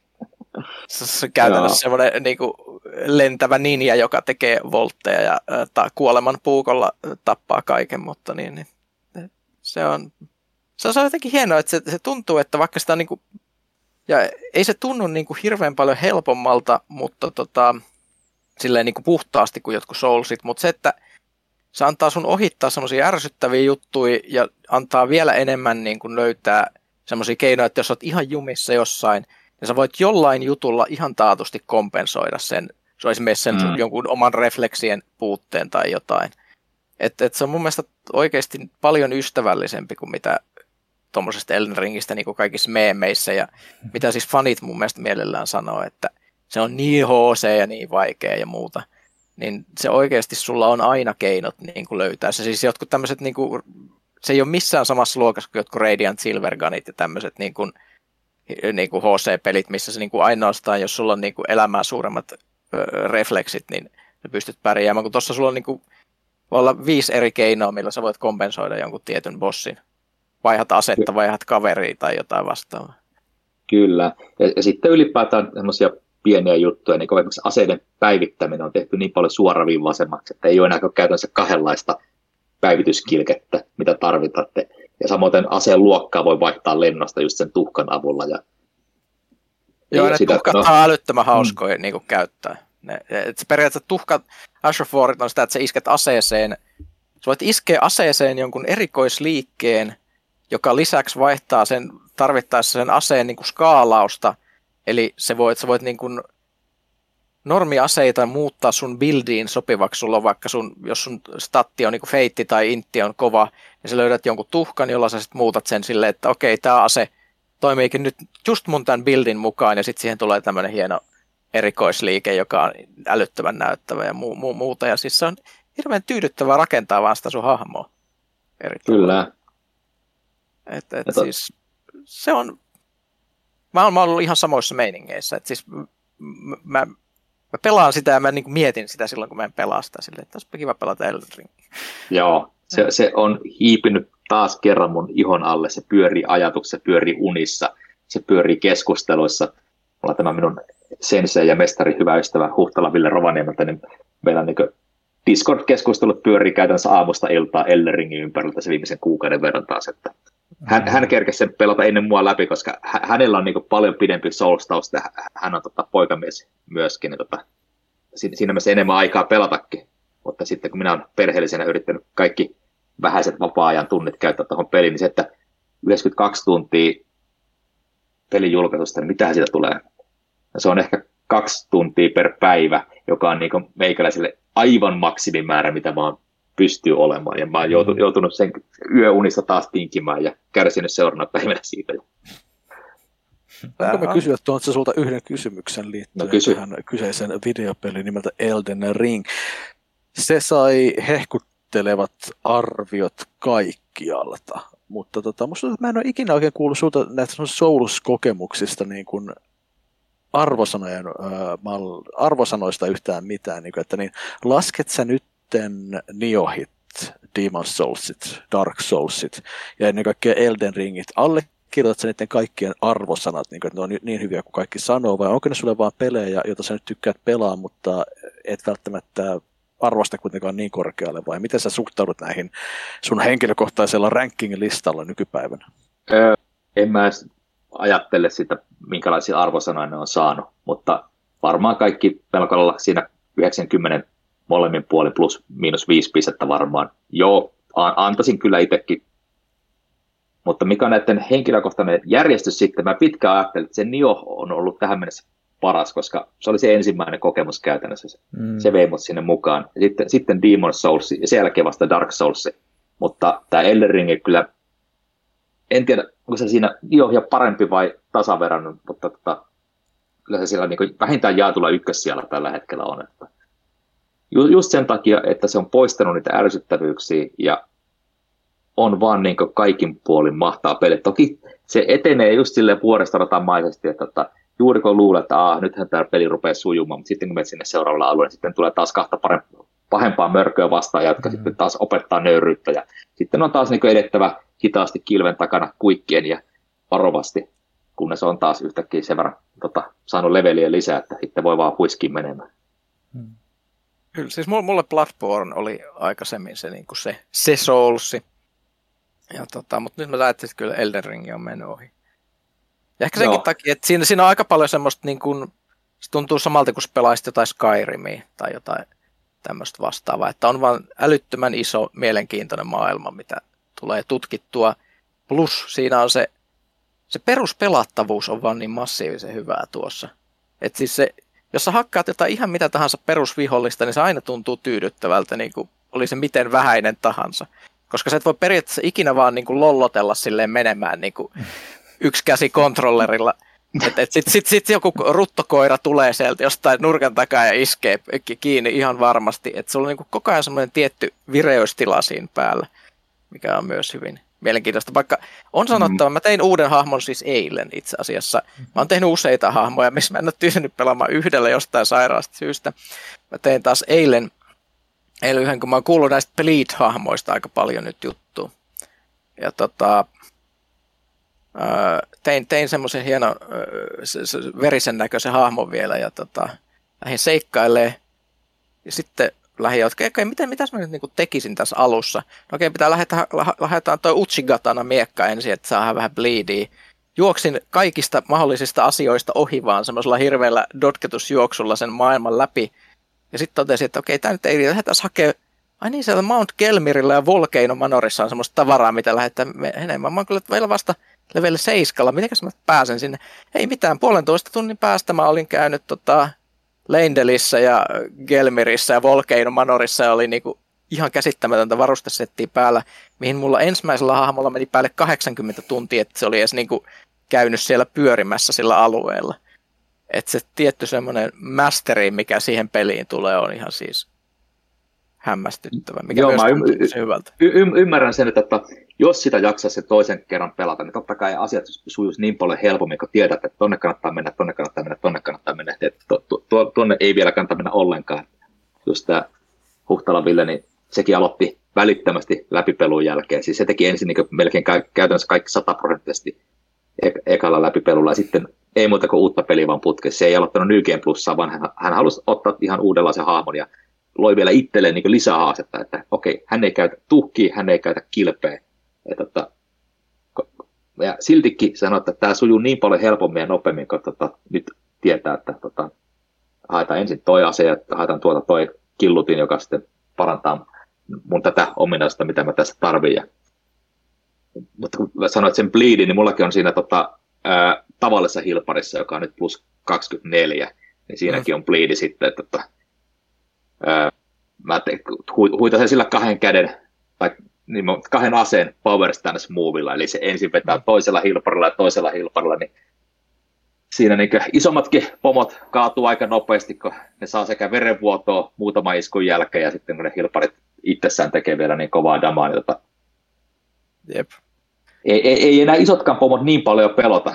Se on käytännössä semmoinen niin kuin lentävä ninja, joka tekee voltteja ja ta, kuoleman puukolla tappaa kaiken, mutta niin, niin se on se on jotenkin hienoa, että se, se tuntuu, että vaikka sitä on niin kuin, ja ei se tunnu niin kuin hirveän paljon helpommalta, mutta tota, silleen niin kuin puhtaasti kuin jotkut Soulsit, mutta se, että se antaa sun ohittaa semmoisia ärsyttäviä juttuja ja antaa vielä enemmän niin kuin löytää semmoisia keinoja, että jos olet ihan jumissa jossain, niin sä voit jollain jutulla ihan taatusti kompensoida sen, se on esimerkiksi sen mm. jonkun oman refleksien puutteen tai jotain. Että et se on mun mielestä oikeasti paljon ystävällisempi kuin mitä tuommoisesta Elden Ringistä niin kuin kaikissa meemeissä ja mitä siis fanit mun mielestä mielellään sanoo, että se on niin H C ja niin vaikea ja muuta. Niin se oikeasti sulla on aina keinot niin kuin löytää se. Siis jotkut tämmöiset, niin kuin, se ei ole missään samassa luokassa kuin jotkut Radiant Silvergunit ja tämmöiset niin kuin, niin kuin H C-pelit, missä se niin kuin ainoastaan, jos sulla on niin kuin elämää suuremmat ö, refleksit, niin sä pystyt pärjäämään. Kun tuossa sulla on niin kuin, voi olla viisi eri keinoa, millä sä voit kompensoida jonkun tietyn bossin. Vaihdat asetta, vaihdat kaveria tai jotain vastaavaa. Kyllä. Ja, ja sitten ylipäätään semmoisia pieniä juttuja, niin kuin esimerkiksi aseiden päivittäminen on tehty niin paljon suoraviivaisemmaksi, että ei ole enää käytännössä kahdenlaista päivityskilkettä, mitä tarvitatte. Ja samoin aseen luokkaa voi vaihtaa lennosta just sen tuhkan avulla. Ja Joo, ne sitä, tuhkat no, on älyttömän hauskoja mm. niin kuin käyttää. Ne, et se periaatteessa tuhkat, Ash of Warit on sitä, että sä isket aseeseen. Sä voit iskeä aseeseen jonkun erikoisliikkeen, joka lisäksi vaihtaa sen tarvittaessa sen aseen niin kuin skaalausta. Eli se voit, sä voit niin kuin normiaseita muuttaa sun buildiin sopivaksi. Sulla on vaikka sun, jos sun statti on niin kuin feitti tai intti on kova, niin sä löydät jonkun tuhkan, jolla sä sit muutat sen silleen, että okei, tää ase toimiikin nyt just mun tämän buildin mukaan, ja sitten siihen tulee tämmöinen hieno erikoisliike, joka on älyttömän näyttävä ja mu- mu- muuta. Ja siis se on hirveän tyydyttävää rakentaa vaan sitä sun hahmoa. Kyllä. Et, et siis, se on, mä oon, mä oon ollut ihan samoissa meiningeissä. Et siis, m- mä, mä pelaan sitä ja mä niin kuin mietin sitä silloin, kun mä en pelaa sitä. Silleen, että olisipa kiva pelata Elden Ring. Joo, se, se on hiipinyt taas kerran mun ihon alle. Se pyörii ajatuksessa, se pyörii unissa, se pyörii keskusteluissa. Mulla tämä minun sensei ja mestari, hyvä ystävä Huhtala Ville Rovaniemeltä, niin meillä on niin Discord-keskustelut pyörii käytännössä aamusta iltaa Elden Ringin ympäriltä se viimeisen kuukauden verran taas. Että hän, hän kerkesi sen pelata ennen mua läpi, koska hä, hänellä on niin paljon pidempi Souls-tausta, hän on tota, poikamies myöskin, niin tota, siinä mielessä enemmän aikaa pelatakin. Mutta sitten kun minä olen perheellisenä yrittänyt kaikki vähäiset vapaa-ajan tunnit käyttää tuohon peliin, niin se, että yhdeksänkymmentäkaksi tuntia pelin julkaisusta, niin mitähän siitä tulee? Se on ehkä kaksi tuntia per päivä, joka on niin meikäläiselle aivan maksimimäärä, mitä vaan pystyy olemaan. Ja mä oon joutunut, joutunut sen yöunista taas tinkimään ja kärsinyt seuraavana päivänä siitä. Voinko mä kysyä tuolta sulta yhden kysymyksen liittyen no, kysy. tähän kyseisen videopeliin nimeltä Elden Ring? Se sai hehkuttelevat arviot kaikkialta, mutta tota, musta mä en ole ikinä oikein kuullut sulta näistä Souls-kokemuksista niin kuin arvosanojen, äh, arvosanoista yhtään mitään, niin kuin, että niin, lasket sä nytten Niohit, Demon Soulsit, Dark Soulsit ja ennen kaikkea Elden Ringit, allekirjoitat sä niiden kaikkien arvosanat, niin kuin, että ne on niin hyviä kuin kaikki sanoo, vai onko ne sulle vaan pelejä, joita sä nyt tykkäät pelaa, mutta et välttämättä arvosta kuitenkaan niin korkealle, vai miten sä suhtaudut näihin sun henkilökohtaisella ranking-listalla nykypäivänä? Öö, en mä ajattele sitä, minkälaisia arvosanoja ne on saanut, mutta varmaan kaikki melko olla siinä yhdeksänkymmentä molemmin puolin plus miinus viisi pistettä varmaan. Joo, antaisin kyllä itsekin, mutta mikä on näiden henkilökohtainen järjestys sitten, mä pitkään ajattelin, että se Nioh on ollut tähän mennessä paras, koska se oli se ensimmäinen kokemus käytännössä, mm. se vei mut sinne mukaan. Ja sitten, sitten Demon Souls ja sen jälkeen vasta Dark Souls, mutta tämä Elden Ring kyllä, en tiedä, onko se siinä jo parempi vai tasaverran, mutta tota, kyllä se siellä niin kuin vähintään jaetulla ykkössijalla tällä hetkellä on. Että just sen takia, että se on poistanut niitä ärsyttävyyksiä ja on vaan niin kuin kaikin puolin mahtaa peli. Toki se etenee just silleen vuoristoratamaisesti, että tota, juuri kun luulee, että aah, nythän tämä peli rupeaa sujumaan, mutta sitten kun menet sinne seuraavalle alueelle, niin sitten tulee taas kahta parempaa, pahempaa mörköä vastaan, jotka mm. sitten taas opettaa nöyryyttä. Ja sitten on taas niin kuin edettävä hitaasti kilven takana kuikkien ja varovasti, kunnes on taas yhtäkkiä sen verran tota, saanut leveliä lisää, että sitten voi vaan huiskiin menemään. Hmm. Kyllä, siis mulle Bloodborne oli aikaisemmin se, niin kuin se, se Soulsi, ja tota, mutta nyt mä ajattelin, että kyllä Elden Ring on mennyt ohi. Ja ehkä senkin Joo. takia, että siinä, siinä on aika paljon semmoista, niin kuin, se tuntuu samalta kuin pelaisit jotain Skyrimia tai jotain tämmöistä vastaavaa. Että on vaan älyttömän iso, mielenkiintoinen maailma, mitä tulee tutkittua. Plus siinä on se, se peruspelattavuus on vaan niin massiivisen hyvää tuossa. Että siis se, jos sä hakkaat jotain ihan mitä tahansa perusvihollista, niin se aina tuntuu tyydyttävältä, niin kuin oli se miten vähäinen tahansa. Koska sä et voi periaatteessa ikinä vaan niin kuin lollotella silleen menemään niin kuin yksi käsi kontrollerilla. Että et sitten sit, sit joku ruttokoira tulee sieltä jostain nurkan takaa ja iskee kiinni ihan varmasti. Että sulla on niin kuin koko ajan semmoinen tietty vireystila siinä päällä, mikä on myös hyvin mielenkiintoista. Vaikka on sanottava, mä tein uuden hahmon siis eilen itse asiassa. Mä oon tehnyt useita hahmoja, missä mä en ole tyysynyt pelaamaan yhdellä jostain sairaasta syystä. Mä tein taas eilen, eilen yhden, kun mä oon kuullut näistä Bleed-hahmoista aika paljon nyt juttua. Ja tota, tein, tein semmoisen hienon verisen näköisen hahmon vielä ja tota, lähdin seikkailemaan. Ja sitten lähdin, että okei, miten, mitäs mä nyt niin kuin tekisin tässä alussa? No okei, pitää lähetä, lähetetään toi Uchigatana miekka ensin, että saadaan vähän bleedia. Juoksin kaikista mahdollisista asioista ohi vaan semmoisella hirveällä dotketusjuoksulla sen maailman läpi. Ja sitten totesin, että okei, tämä nyt ei lähdetään hakemaan. Ai niin, siellä Mount Gelmirillä ja Volcano Manorissa on semmoista tavaraa, mitä lähdetään enemmän. Mä oon kyllä vielä vasta level seiskalla. Mitenkäs mä pääsen sinne? Ei mitään, puolentoista tunnin päästä mä olin käynyt tota Leindelissä ja Gelmirissä ja Volcano Manorissa ja oli niinku ihan käsittämätöntä varustesettiä päällä, mihin mulla ensimmäisellä hahmolla meni päälle kahdeksankymmentä tuntia, että se oli edes niinku käynyt siellä pyörimässä sillä alueella. Että se tietty semmoinen masteri, mikä siihen peliin tulee, on ihan siis hämmästyttävä, mikä Joo, myös mä tuntuu y- y- hyvältä. Y- y- ymmärrän sen, että jos sitä jaksaa se toisen kerran pelata, niin totta kai asiat sujuisi niin paljon helpommin, kun tiedät, että tonne kannattaa mennä, tonne kannattaa mennä, tonne kannattaa mennä, että to, to, to, tuonne ei vielä kannata mennä ollenkaan. Just tämä Huhtala Ville, niin sekin aloitti välittömästi läpipelun jälkeen. Siis se teki ensin niin melkein käytännössä kaikki sataprosenttisesti e- ekalla läpipelulla, ja sitten ei muuta kuin uutta peliä vaan putkessa. Se ei aloittanut New Game Plussaa, vaan hän, hän halusi ottaa ihan uudenlaisen hahmon, ja loi vielä itselleen niin lisää haastetta, että okei, hän ei käytä tuhkia, hän ei käytä kilpeä. Ja, tota, ja siltikin sanoi, että tämä sujuu niin paljon helpommin ja nopeammin, kun tota, nyt tietää, että tota, haetaan ensin toi ase ja haetaan tuota toi killutin, joka sitten parantaa mun tätä ominaista, mitä mä tässä tarvitsen. Mutta kun sanoit sen bleedin, niin mullakin on siinä tota, ää, tavallisessa hilparissa, joka on nyt plus kaksikymmentäneljä, niin siinäkin on bleedi sitten, että tota, ää, mä te, hu, huitasen sillä kahden käden tai niin kahden aseen power stance movella, eli se ensin vetää toisella hilparilla ja toisella hilparilla, niin siinä niin isommatkin pomot kaatuu aika nopeasti, kun ne saa sekä verenvuotoa muutaman iskun jälkeen, ja sitten kun ne hilparit itsessään tekee vielä niin kovaa damaa, niin tota, Jep. Ei, ei, ei enää isotkaan pomot niin paljon pelota.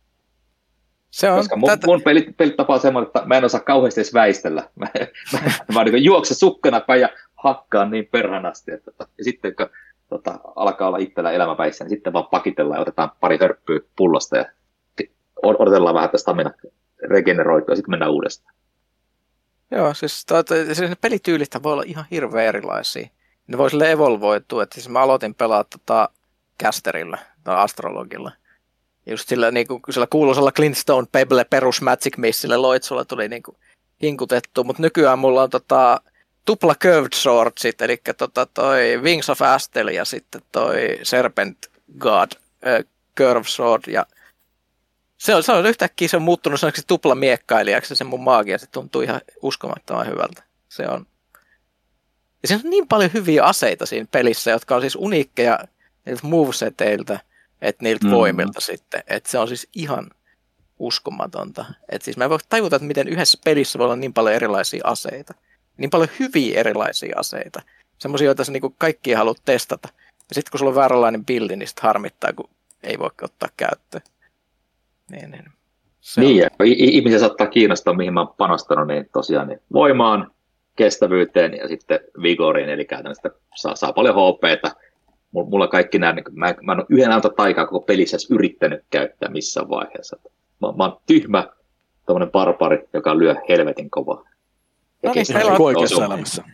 Se on, koska mun, tätä... mun pelit, pelitapa on semmoinen, että mä en osaa kauheasti edes väistellä. Mä, mä, mä niin juokse sukkana päin ja hakkaan niin perhanasti. Että, ja sitten kun tota, alkaa olla itsellä elämäpäissä, niin sitten vaan pakitellaan ja otetaan pari hörppyä pullosta ja odotellaan vähän tästä stamina regeneroitua ja sitten mennään uudestaan. Joo, siis, tuota, siis ne pelityylit voi olla ihan hirveän erilaisia. Ne voi sille evolvoitua, että siis mä aloitin pelaa tota casterilla tai astrologilla. Just sillä, niin kuin, sillä kuuluisella Glintstone Pebble perus Magic Missille loitsulla tuli niin kuin hinkutettu, mutta nykyään mulla on tota, tupla Curved Swordsit, eli tota toi Wings of Astel ja sitten toi Serpent God äh, Curved Sword, ja se on, se on yhtäkkiä se on muuttunut sellaiseksi tupla miekkailijaksi, se mun maagia, se tuntuu ihan uskomattoman hyvältä. Se on. Ja siinä on niin paljon hyviä aseita siinä pelissä, jotka on siis uniikkeja niiltä moveseteiltä, että niiltä mm-hmm. voimilta sitten. Että se on siis ihan uskomatonta. Että siis mä en voi tajuta, että miten yhdessä pelissä voi olla niin paljon erilaisia aseita. Niin paljon hyviä erilaisia aseita. Semmoisia, joita sä niinku kaikkia haluat testata. Ja sitten kun sulla on vääränlainen bildi, niin sitten harmittaa, kun ei voi ottaa käyttöön. Niin, niin. niin ja ihmisiä saattaa kiinnostaa, mihin mä oon panostanut, niin tosiaan niin voimaan, kestävyyteen ja sitten vigoriin, eli käytännössä saa, saa paljon H P:tä. Mulla kaikki nämä, niin mä, mä en ole yhden ainoa taikaa koko pelissä edes yrittänyt käyttää missään vaiheessa. Mä, mä oon tyhmä tommonen barbari, joka lyö helvetin kovaa. No niin, meillä on oikeassa elämässä.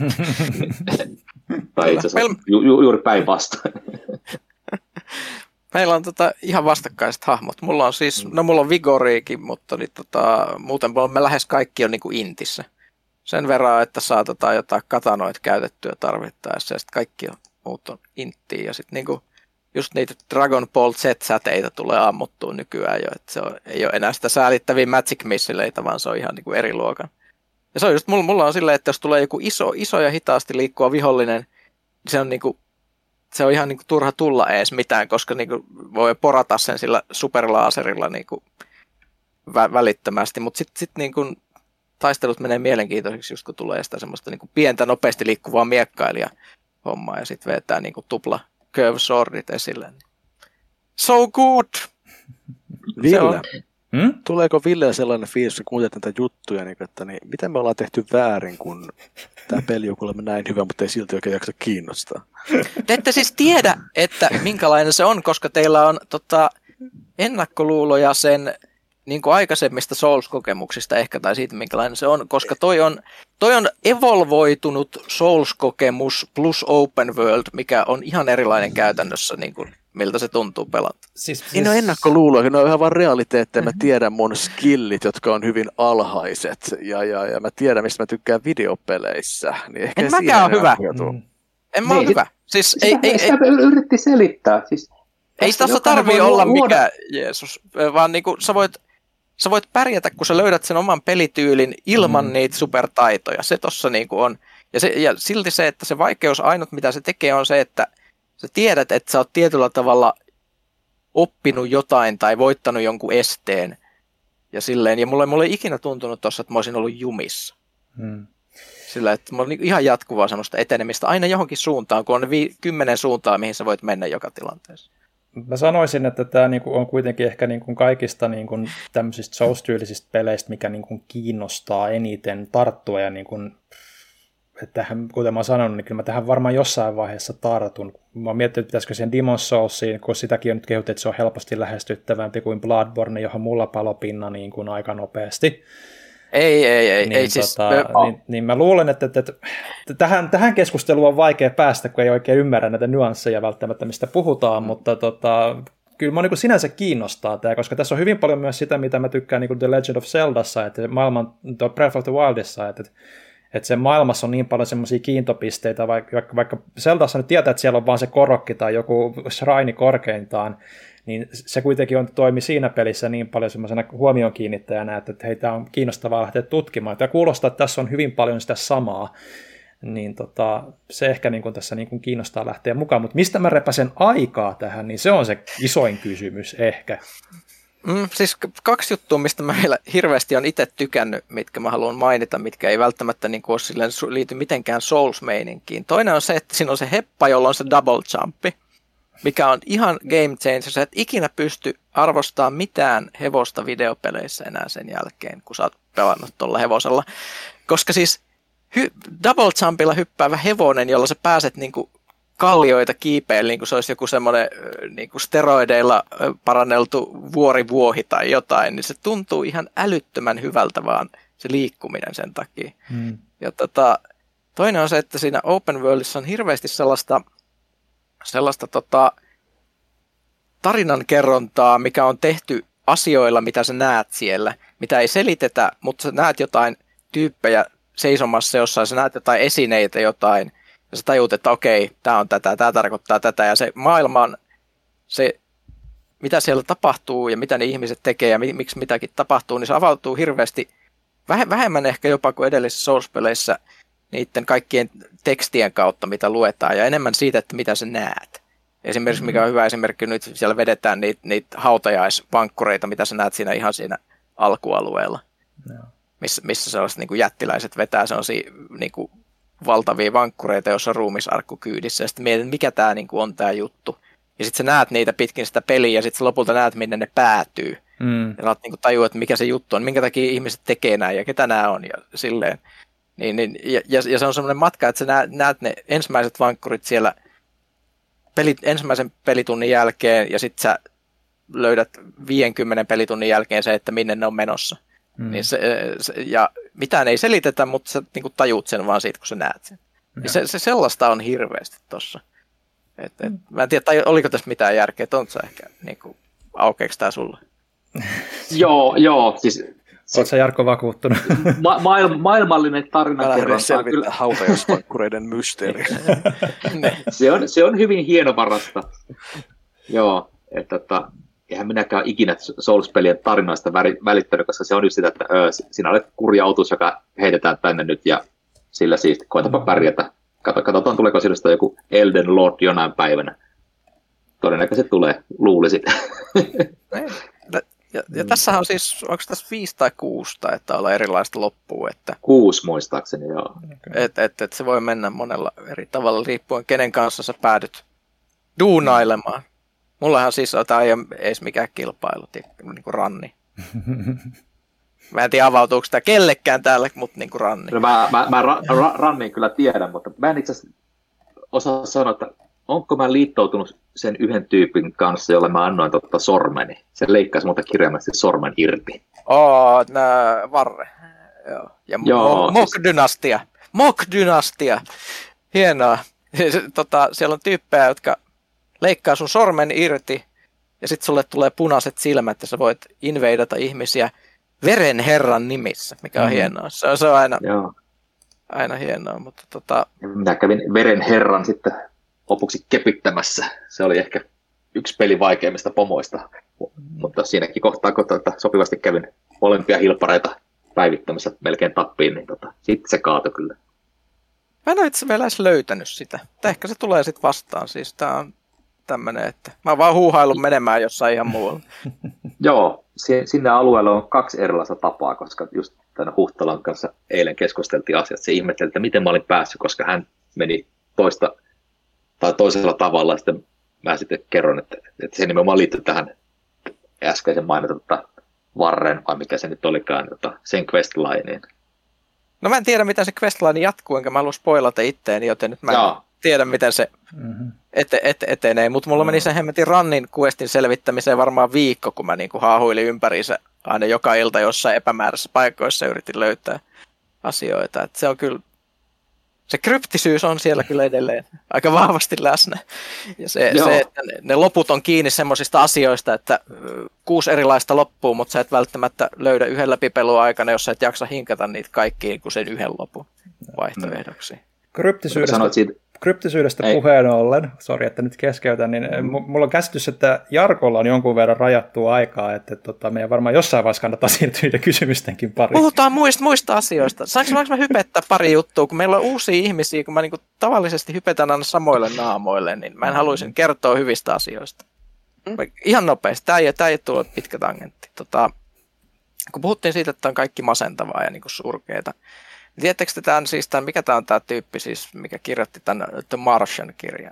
Tai itse asiassa ju, ju, juuri päinvastoin. Meillä on tota ihan vastakkaiset hahmot. Mulla on siis, no mulla on vigoriikin, mutta niin tota, muuten me lähes kaikki on niinku intissä. sen verran, että saatetaan jotain katanoita käytettyä tarvittaessa ja sitten kaikki muut on inttiä ja sitten niinku just niitä Dragon Ball Z-säteitä tulee ammuttua nykyään jo, että se on, ei ole enää sitä säälittäviä Magic Missileitä, vaan se on ihan niinku eri luokan. Ja se on just, mulla, mulla on silleen, että jos tulee joku iso, iso ja hitaasti liikkuva vihollinen, niin se on niinku, se on ihan niinku turha tulla ees mitään, koska niinku voi porata sen sillä superlaaserilla niinku vä- välittömästi, mutta sitten sit niinku taistelut menee mielenkiintoisiksi, just kun tulee sitä semmoista niinku pientä, nopeasti liikkuvaa miekkailija hommaa ja sitten vetää niinku tupla curve swordit esille. So good! Ville, Hmm? tuleeko Ville sellainen fiilis, kun kuuntelet näitä juttuja, niin, että niin, miten me ollaan tehty väärin, kun tämä peli on kuulemma näin hyvä, mutta ei silti oikein jaksa kiinnostaa? Te ette siis tiedä, että minkälainen se on, koska teillä on tota, ennakkoluuloja sen niin kuin aikaisemmista Souls-kokemuksista ehkä, tai siitä minkälainen se on, koska toi on, toi on evolvoitunut Souls-kokemus plus open world, mikä on ihan erilainen käytännössä, niin kuin, miltä se tuntuu pelata. Siis, siis... Ei ne ole ennakkoluuloja, ne on ihan vaan realiteetteja. Mä tiedän mun skillit, jotka on hyvin alhaiset, ja, ja, ja mä tiedän, mistä mä tykkään videopeleissä. Niin ehkä en mäkään ole hyvä. Mm. En mä ole Niin, hyvä. Siis Sitä, ei, ei, sitä ei, yritti selittää. Siis, ei tässä jokainen tarvii voi olla luoda- mikään Jeesus, vaan niinku, sä, voit, sä voit pärjätä, kun sä löydät sen oman pelityylin ilman Mm. niitä supertaitoja. Se tossa niinku on. Ja, se, ja silti se, että se vaikeus ainut, mitä se tekee, on se, että sä tiedät, että sä oot tietyllä tavalla oppinut jotain tai voittanut jonkun esteen. Ja silleen, ja mulle, mulle ei ikinä tuntunut tossa, että mä olisin ollut jumissa. Hmm. Sillä, että mulla on niinku ihan jatkuvaa semmoista etenemistä aina johonkin suuntaan, kun on ne vi- kymmenen suuntaa, mihin sä voit mennä joka tilanteessa. Mä sanoisin, että tämä niinku on kuitenkin ehkä niinku kaikista niinku tämmöisistä Souls-tyylisistä peleistä, mikä niinku kiinnostaa eniten tarttua. Ja niinku, että tähän, kuten mä oon sanonut, niin kyllä mä tähän varmaan jossain vaiheessa tartun. Mä oon miettinyt, että pitäisikö siihen Demon's Soulsiin, kun sitäkin on nyt kehuttu, että se on helposti lähestyttävämpi kuin Bloodborne, johon mulla palopinna niin kuin aika nopeasti. Ei, ei, ei. Niin, ei siis, tota, me, niin, niin mä luulen, että, että, että tähän, tähän keskusteluun on vaikea päästä, kun ei oikein ymmärrä näitä nyansseja välttämättä, mistä puhutaan, mm. mutta tota, kyllä mä niin kuin sinänsä kiinnostaa tämä, koska tässä on hyvin paljon myös sitä, mitä mä tykkään niin kuin The Legend of Zeldassa, että maailman, Breath of the Wildissa, että, että sen maailmassa on niin paljon semmoisia kiintopisteitä, vaikka, vaikka Zeldassa nyt tietää, että siellä on vaan se korokki tai joku shrine korkeintaan, niin se kuitenkin on, toimi siinä pelissä niin paljon semmoisena huomion kiinnittäjänä, että hei, tämä on kiinnostavaa lähteä tutkimaan. Tämä kuulostaa, että tässä on hyvin paljon sitä samaa, niin tota, se ehkä niin kuin tässä niin kuin kiinnostaa lähteä mukaan. Mutta mistä mä repäsen aikaa tähän, niin se on se isoin kysymys ehkä. mm, siis kaksi juttua, mistä mä vielä hirveästi on itse tykännyt, mitkä mä haluan mainita, mitkä ei välttämättä niin kuin ole silleen, liity mitenkään Souls-meininkiin. Toinen on se, että siinä on se heppa, jolla on se double jumpi, mikä on ihan game changer. Sä et ikinä pysty arvostamaan mitään hevosta videopeleissä enää sen jälkeen, kun sä oot pelannut tuolla hevosella. Koska siis hy- double jumpilla hyppäävä hevonen, jolla sä pääset niinku kallioita kiipeen, niin kuin se olisi joku semmoinen niinku steroideilla paranneltu vuorivuohi tai jotain, niin se tuntuu ihan älyttömän hyvältä vaan se liikkuminen sen takia. Hmm. Ja tota, toinen on se, että siinä open worldissa on hirveästi sellaista sellaista tota, tarinankerrontaa, mikä on tehty asioilla, mitä sä näet siellä, mitä ei selitetä, mutta sä näet jotain tyyppejä seisomassa jossain, sä näet jotain esineitä jotain, ja sä tajut, että okei, tää on tätä, tää tarkoittaa tätä, ja se maailman, se mitä siellä tapahtuu, ja mitä ne ihmiset tekee, ja miksi mitäkin tapahtuu, niin se avautuu hirveästi, vähemmän ehkä jopa kuin edellisissä Souls-peleissä, niiden kaikkien tekstien kautta, mitä luetaan, ja enemmän siitä, että mitä sä näet. Esimerkiksi, mikä on hyvä esimerkki, nyt siellä vedetään niitä, niitä hautajaisvankkureita, mitä sä näet siinä ihan siinä alkualueella, no. missä, missä sellaiset niin kuin jättiläiset vetää sellaisia niin kuin valtavia vankkureita, joissa on ruumisarkku kyydissä, ja sitten mietit, mikä tämä niin kuin on tämä juttu. Ja sitten sä näet niitä pitkin sitä peliä, ja sitten lopulta näet, minne ne päätyy. Mm. Ja sä niin kuin tajua, että mikä se juttu on, minkä takia ihmiset tekee näin, ja ketä nämä on, ja silleen. Niin, niin, ja, ja se on semmoinen matka, että sä näet, näet ne ensimmäiset vankkurit siellä peli, ensimmäisen pelitunnin jälkeen, ja sitten sä löydät viidenkymmenen pelitunnin jälkeen se, että minne ne on menossa. Mm. Niin se, se, ja mitään ei selitetä, mutta sä niin kuin tajut sen vaan siitä, kun sä näet sen. Ja se, se sellaista on hirveästi tossa. Et, et, mm. Mä en tiedä, tai oliko tässä mitään järkeä, että on se ehkä, niin kuin, aukeeko tää sulle? joo, joo, siis Oletko Jarkko vakuuttunut? Ma- maailm- maailmallinen tarina Älä kerran. edes selvittää hautajaisvankkureiden mysteeri. se, on, se on hyvin hienovarasta. Joo, että että eihän minäkään ikinä Souls-pelien tarinoista välittänyt, koska se on just sitä, että öö, sinä olet kurja otus, joka heitetään tänne nyt ja sillä siisti koetapa pärjätä. Katsotaan, tuleeko sinusta joku Elden Lord jonain päivänä. Todennäköisesti tulee, luulisin. Ja, ja tässähän on siis, onko tässä viisi tai kuusi taitaa olla erilaista loppua, että kuusi muistaakseni, joo. Okay. Et, et, et se voi mennä monella eri tavalla riippuen, kenen kanssa sä päädyt duunailemaan. Mullahan siis on, tämä ei ole edes mikään kilpailu, niin kuin ranni. Mä en tiedä, avautuuko sitä kellekään täällä, mutta niin kuin ranni. No mä, mä, mä ra, ra, rannin kyllä tiedän, mutta mä en itse asiassa osaa sanoa, että onko mä liittoutunut sen yhden tyypin kanssa, jolle mä annoin totta sormeni. Se leikkasi muuta kirjaimellisesti sormen irti. Oo, nää Varre. Joo. Ja Joo, Mok-dynastia. Siis... Mok-dynastia. Hienoa. tota, siellä on tyyppejä, jotka leikkaa sun sormen irti, ja sitten sulle tulee punaiset silmät, ja sä voit inveidata ihmisiä veren herran nimissä, mikä on mm. hienoa. Se on, se on aina, aina hienoa, mutta tota... Minä kävin veren herran sitten lopuksi kepittämässä. Se oli ehkä yksi pelin vaikeimmista pomoista, mutta siinäkin kohtaa, kun tuota, sopivasti kävin molempia hilpareita päivittämässä melkein tappiin, niin tota, sitten se kaatoi kyllä. Mä en ole itse vielä edes löytänyt sitä. Ehkä se tulee sitten vastaan. Siis tää on tämmönen, että mä oon vaan huuhaillut menemään jossain ihan muualla. Joo, sinne alueelle on kaksi erilaista tapaa, koska just tämän Huhtalan kanssa eilen keskusteltiin asiasta. Se ihmetteli, että miten mä olin päässyt, koska hän meni toista tai toisella tavalla. Sitten mä sitten kerron, että, että se nimenomaan liittyy tähän äskeisen mainitutta Varren, vai mikä se nyt olikaan, sen questlineen. No mä en tiedä, miten se questline jatkuu, enkä mä halua spoilata itteeni, joten nyt mä en Jaa. tiedä, miten se mm-hmm. ete, ete, etenee. Mutta mulla mm-hmm. meni sen hemmetin rannin questin selvittämiseen varmaan viikko, kun mä niinku haahuilin ympäriinsä aina joka ilta jossain epämääräisissä paikoissa ja yritin löytää asioita. Et se on kyllä, se kryptisyys on siellä kyllä edelleen aika vahvasti läsnä. Ja se, se että ne, ne loput on kiinni semmoisista asioista, että kuusi erilaista loppuu, mutta sä et välttämättä löydä yhden läpipelun aikana, jos sä et jaksa hinkata niitä kaikkiin kuin sen yhden lopun vaihtoehdoksi. Kryptisyydestä, kryptisyydestä puheen ollen, sori että nyt keskeytän, niin mm. mulla on käsitys, että Jarkolla on jonkun verran rajattua aikaa, että tota, meidän varmaan jossain vaiheessa kannattaa siirtyä kysymystenkin pariin. Puhutaan muista, muista asioista. Saanko mä hypettää pari juttua, kun meillä on uusia ihmisiä, kun mä niinku tavallisesti hypetän aina samoille naamoille, niin mä en haluaisin kertoa hyvistä asioista. Mm. Ihan nopeasti, tämä ei, tämä ei tule pitkä tangentti. Tota, kun puhuttiin siitä, että on kaikki masentavaa ja niinku surkeita, tiedättekö te tämän, siis tämän, mikä tämä on tämä tyyppi, siis, mikä kirjoitti tämän The Martian-kirjan?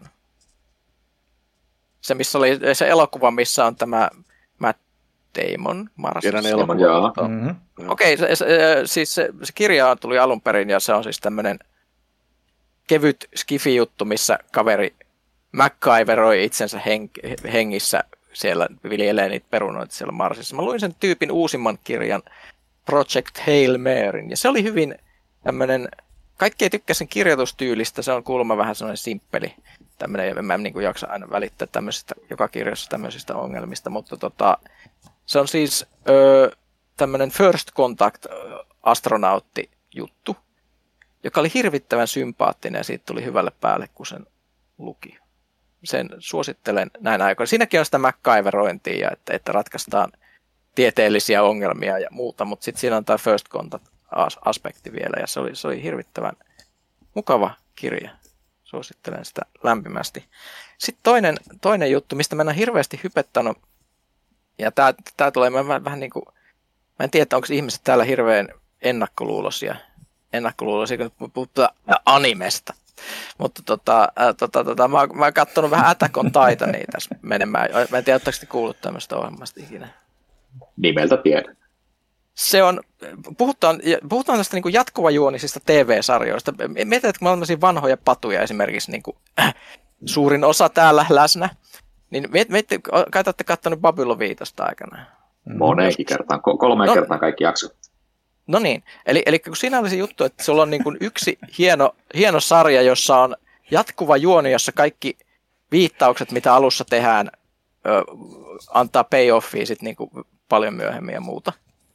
Se, missä oli se elokuva, missä on tämä Matt Damon. Tiedän elokuva. Mm-hmm. Okei, okay, se, se, siis se, se kirja tuli alun perin, ja se on siis tämmöinen kevyt skifi-juttu, missä kaveri MacGyveroi itsensä hen- hengissä siellä viljelee niitä perunoita siellä Marsissa. Mä luin sen tyypin uusimman kirjan, Project Hail Maryn, ja se oli hyvin tämmöinen, kaikki ei tykkää sen kirjoitustyylistä, se on kuulemma vähän sellainen simppeli, tämmöinen, mä en niin kuin jaksa aina välittää tämmöisistä, joka kirjassa tämmöisistä ongelmista, mutta tota, se on siis ö, tämmöinen First Contact-astronautti juttu, joka oli hirvittävän sympaattinen ja siitä tuli hyvälle päälle, kun sen luki. Sen suosittelen näin aikoina. Siinäkin on sitä MacGyverointia, että, että ratkaistaan tieteellisiä ongelmia ja muuta, mutta sitten siinä on tämä First Contact-aspekti vielä, ja se oli, se oli hirvittävän mukava kirja. Suosittelen sitä lämpimästi. Sitten toinen, toinen juttu, mistä mä en ole hirveästi hypettanut, ja tämä, tämä tulee vähän, vähän niin kuin, mä en tiedä, onko ihmiset täällä hirveän ennakkoluuloisia, ennakkoluuloisia, kun puhutaan animesta. Mutta tota, ää, tota, tota, mä, mä oon katsonut vähän Attack on Titania tässä menemään. Mä en tiedä, oletteko te kuullut tämmöistä ohjelmasta ikinä. Nimeltä tiedän. Se on, puhutaan, puhutaan tästä niin kuin jatkuvajuonisista T V-sarjoista. Mietin, että me olemme vanhoja patuja esimerkiksi, niin kuin, äh, suurin osa täällä läsnä. Niin mietitte, kai te olette katsonut Babylon viitosta aikana? Moneenkin kertaan, kolmeen no, kertaan kaikki jaksot. No niin, eli, eli kun siinä oli se juttu, että sulla on niin kuin yksi hieno, hieno sarja, jossa on jatkuva juoni, jossa kaikki viittaukset, mitä alussa tehdään, ö, antaa payoffia sit niin kuin paljon myöhemmin ja muuta.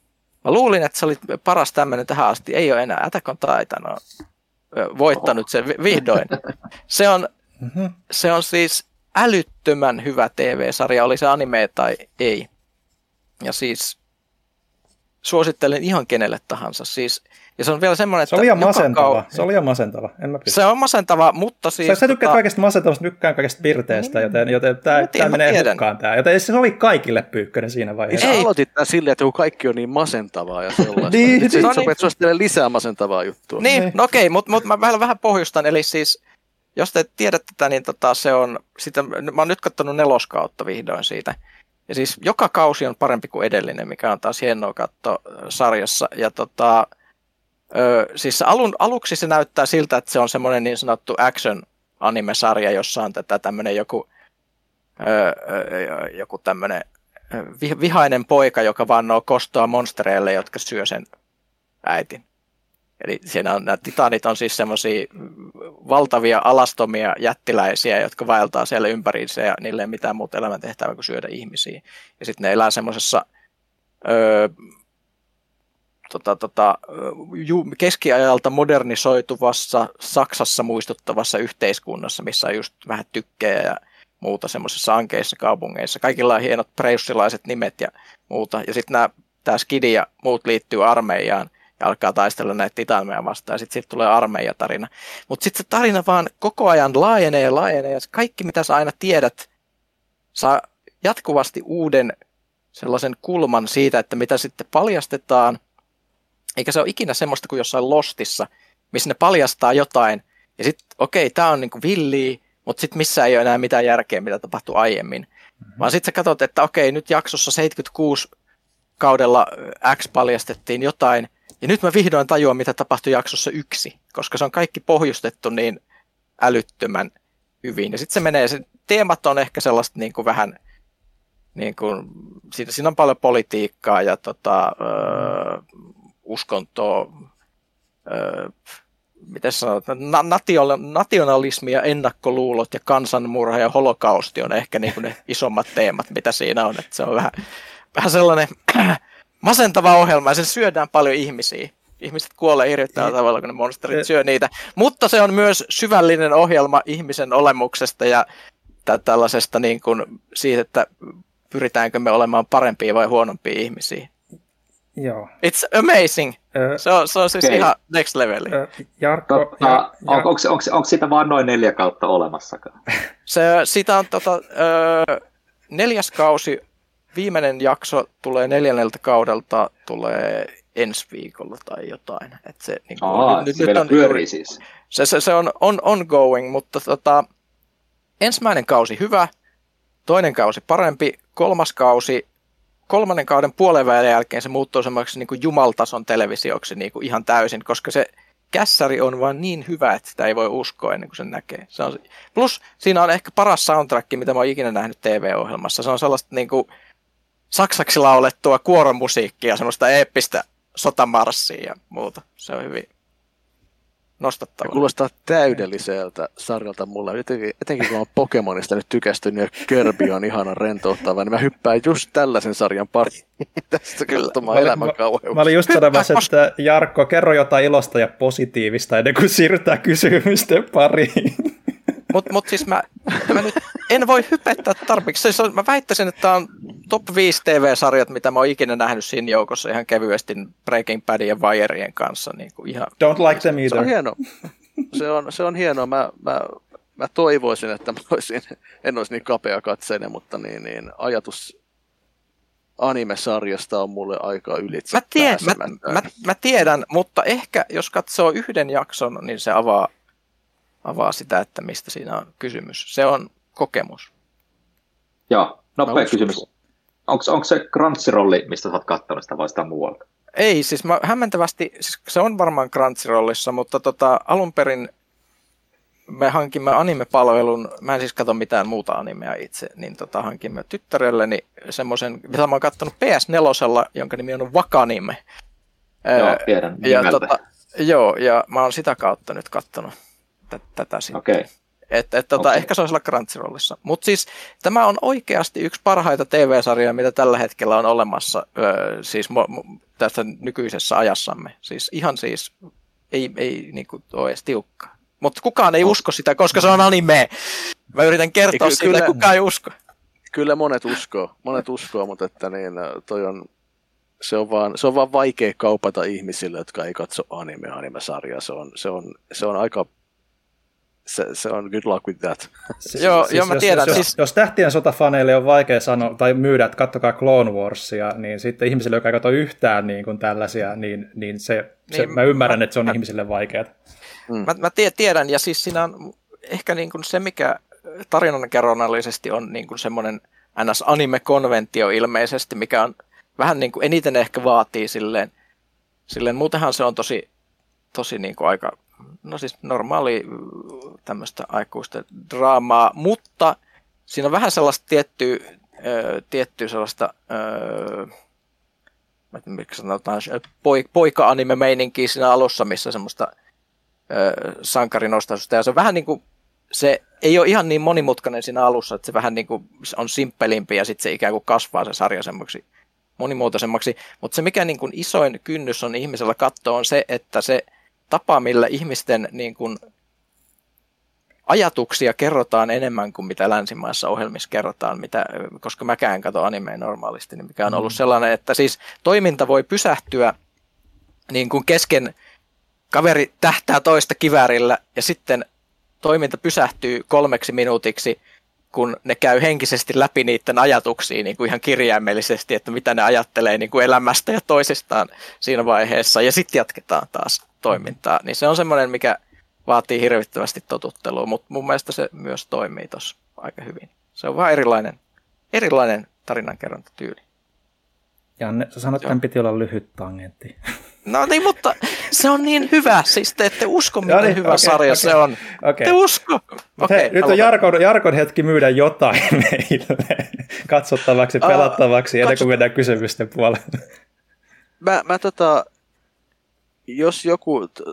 Mä luulin, että se oli paras tämmöinen tähän asti. Ei ole enää. Attack on Titan on voittanut sen vihdoin. Se on, mm-hmm. se on siis älyttömän hyvä T V-sarja, oli se anime tai ei. Ja siis suosittelen ihan kenelle tahansa. Siis, ja se on vielä semmoinen, että... Se oli ihan masentava. Kau... Se oli ihan masentava. En mä se on masentava, mutta siis... Sä, sä tykkäät tota... kaikesta masentavasta, tykkään kaikesta pirteestä, mm. joten, joten tämä, tämä menee tiedän. hukkaan tämä. Joten ei se sovi kaikille Pyykkönen siinä vaiheessa. Ei. Sä aloitit tämän silleen, että kaikki on niin masentavaa ja sellaista. niin, nyt niin. Sä sopiat suosittelemaan lisää masentavaa juttua. Niin, niin. No okei, mutta mut mä vähän, vähän pohjustan. Eli siis, jos te tiedätte tätä, niin tota, se on... Sitä, mä oon nyt katsonut neloskautta vihdoin siitä. Ja siis joka kausi on parempi kuin edellinen, mikä on taas hienoa katsoa sarjassa. Ja tota, ö, siis alun, aluksi se näyttää siltä, että se on semmoinen niin sanottu action-anime-sarja, jossa on tätä tämmöinen joku, ö, joku tämmöinen vihainen poika, joka vannoo kostoa monstereille, jotka syö sen äitin. Eli siinä on, nämä titaanit on siis semmoisia valtavia alastomia jättiläisiä, jotka vaeltaa siellä ympäriinsä ja niille ei mitään muuta elämäntehtävää kuin syödä ihmisiä. Ja sitten ne elää semmoisessa öö, tota, tota, keskiajalta modernisoituvassa, Saksassa muistuttavassa yhteiskunnassa, missä on just vähän tykkejä ja muuta semmoisissa ankeissa kaupungeissa. Kaikilla on hienot preussilaiset nimet ja muuta. Ja sitten tämä Skidi ja muut liittyy armeijaan. Ja alkaa taistella näitä titaneja vastaan, ja sitten siitä tulee armeijatarina. Mutta sitten se tarina vaan koko ajan laajenee ja laajenee, ja kaikki mitä sä aina tiedät, saa jatkuvasti uuden sellaisen kulman siitä, että mitä sitten paljastetaan. Eikä se ole ikinä semmoista kuin jossain Lostissa, missä ne paljastaa jotain, ja sitten okei, okay, tämä on niinku villiä, mutta sitten missään ei ole enää mitään järkeä, mitä tapahtui aiemmin. Mm-hmm. Vaan sitten sä katsot, että okei, okay, nyt jaksossa seitsemänkymmentäkuusi kaudella X paljastettiin jotain, ja nyt mä vihdoin tajuan, mitä tapahtui jaksossa yksi, koska se on kaikki pohjustettu niin älyttömän hyvin. Ja sitten se menee, se teemat on ehkä sellaista niin kuin vähän, niin kuin, siinä, siinä on paljon politiikkaa ja tota, ö, uskontoa, ö, miten sanot, nationalismi ja ennakkoluulot ja kansanmurha ja holokausti on ehkä niin kuin ne isommat teemat, mitä siinä on. Että se on vähän, vähän sellainen... masentava ohjelma, ja sen syödään paljon ihmisiä. Ihmiset kuolee hirvittävällä tavalla, kun ne monsterit syö niitä. Mutta se on myös syvällinen ohjelma ihmisen olemuksesta ja tällaisesta niin kuin siitä, että pyritäänkö me olemaan parempia vai huonompia ihmisiä. Joo. It's amazing. Ö, se, on, se on siis okay. Ihan next level. Jarkko, Totta, ja, on, onko, onko, onko siitä vaan noin neljä kautta olemassakaan? Se, siitä on tota, ö, neljäs kausi. Viimeinen jakso tulee neljänneltä kaudelta, tulee ensi viikolla tai jotain. Et se, niin kuin, Aa, nyt, se nyt vielä on, pyörii siis. Se, se, se on, on ongoing, mutta tota, ensimmäinen kausi hyvä, toinen kausi parempi, kolmas kausi, kolmannen kauden puolen välin jälkeen se muuttuu semmoiseksi niin kuin jumaltason televisioksi niin kuin ihan täysin, koska se kässäri on vaan niin hyvä, että sitä ei voi uskoa ennen kuin sen näkee. Se on, plus siinä on ehkä paras soundtrack, mitä mä oon ikinä nähnyt T V-ohjelmassa. Se on sellaista niin kuin saksaksi laulettua kuoromusiikkia, semmoista eeppistä sotamarssia ja muuta. Se on hyvin nostattavaa. Kuulostaa täydelliseltä sarjalta mulle. Etenkin, etenkin kun on Pokemonista nyt tykästynyt ja Kirby on ihana rentouttava, niin mä hyppään just tällaisen sarjan pariin tästä katsomaan elämän kauheuksia. Mä olin just sanomassa, että Jarkko, kerro jotain ilosta ja positiivista ennen kuin siirrytään kysymysten pariin. Mutta mut siis mä, mä nyt en voi hypettää tarpeeksi. Mä väittäisin, että tämä on top viisi T V-sarjat, mitä mä oon ikinä nähnyt siinä joukossa ihan kevyesti Breaking Badin ja Wireen kanssa. Niin kuin ihan... Don't like them either. Se on hienoa. Se on, se on hienoa. Mä, mä, mä toivoisin, että mä olisin, en olisi niin kapea katseinen, mutta niin, niin ajatus anime-sarjasta on mulle aika ylitse mä, tiedän, mä, mä, mä tiedän, mutta ehkä jos katsoo yhden jakson, niin se avaa avaa sitä, että mistä siinä on kysymys. Se on kokemus. Joo, nopea kysymys. Onko, onko se Crunchyrolli, mistä sä oot katsonut sitä vai sitä muualta? Ei, siis mä hämmentävästi, siis se on varmaan Crunchyrollissa, mutta tota, alun perin me hankimme anime-palvelun, mä en siis katso mitään muuta animea itse, niin tota, hankimme tyttärelleni semmoisen, mitä mä oon katsonut P S neljä, jonka nimi on Wakanime. Joo, tiedän ja, tota, joo, ja mä oon sitä kautta nyt katsonut tätä sitten. Okay. Että et, tota, Okay. ehkä se on siellä Crunchyrollissa. Mutta siis tämä on oikeasti yksi parhaita T V-sarjoja, mitä tällä hetkellä on olemassa öö, siis mo, mo, tässä nykyisessä ajassamme. Siis ihan siis ei, ei niinku ole edes tiukkaa. Mutta kukaan ei usko sitä, koska se on anime. Mä yritän kertoa Ky- siitä, kyllä, ja kukaan ei usko. Kyllä monet uskoo, monet uskoo, mutta että niin, toi on, se, on vaan, se on vaan vaikea kaupata ihmisille, jotka ei katso anime anime-sarjaa. Se on, se on, se on aika, se, se on good luck with that. Siis, Joo, siis joo, mä jos, tiedän, Jos, siis- jos Tähtien sotafaneille on vaikea sanoa tai myydä, että kattokaa Clone Warsia, niin sitten ihmisille, joka ei katso yhtään niin kuin tällaisia, niin, niin, se, se, Niin, mä ymmärrän, mä- että se on mä- ihmisille vaikeaa. Mä, mä tie- tiedän, ja siis siinä on ehkä niin kuin se, mikä tarinankerronnallisesti on niin kuin semmoinen N S-anime-konventio ilmeisesti, mikä on vähän niin kuin eniten ehkä vaatii silleen, silleen muutenhan se on tosi, tosi niin kuin aika, no siis normaali tämmöistä aikuisten draamaa, mutta siinä on vähän sellaista tiettyä, ö, tiettyä sellaista, ö, miksi sanotaan, poik- poika-anime-meininkiä siinä alussa, missä semmoista ö, sankarinostausta, ja se on vähän niin kuin, se ei ole ihan niin monimutkainen siinä alussa, että se vähän niin kuin on simppelimpi ja sitten se ikään kuin kasvaa se sarja semmoiksi monimuotoisemmaksi, mutta se mikä niin kuin isoin kynnys on ihmisellä katsoa on se, että se tapa, millä ihmisten niin kuin ajatuksia kerrotaan enemmän kuin mitä länsimaissa ohjelmissa kerrotaan, mitä, koska mäkään katson animea normaalisti, niin mikä on ollut sellainen, että siis toiminta voi pysähtyä niin kuin kesken, kaveri tähtää toista kiväärillä ja sitten toiminta pysähtyy kolmeksi minuutiksi, kun ne käy henkisesti läpi niiden ajatuksia niin kuin ihan kirjaimellisesti, että mitä ne ajattelee niin kuin elämästä ja toisistaan siinä vaiheessa, ja sitten jatketaan taas toimintaa. Niin se on semmoinen, mikä vaatii hirvittävästi totuttelua, mutta mun mielestä se myös toimii tuossa aika hyvin. Se on vaan erilainen, erilainen tarinankerrontatyyli. Janne, sä sanoit, että tämän piti olla lyhyt tangentti. No niin, mutta se on niin hyvä. Siis te ette usko, miten No niin, hyvä okei, sarja okei, se on. okei. Te usko. Okei, Okei, nyt on Jarkon, Jarkon hetki myydä jotain meille katsottavaksi, pelattavaksi, ennen kuin mennään kysymysten puolelle. Mä, mä tota, jos joku t-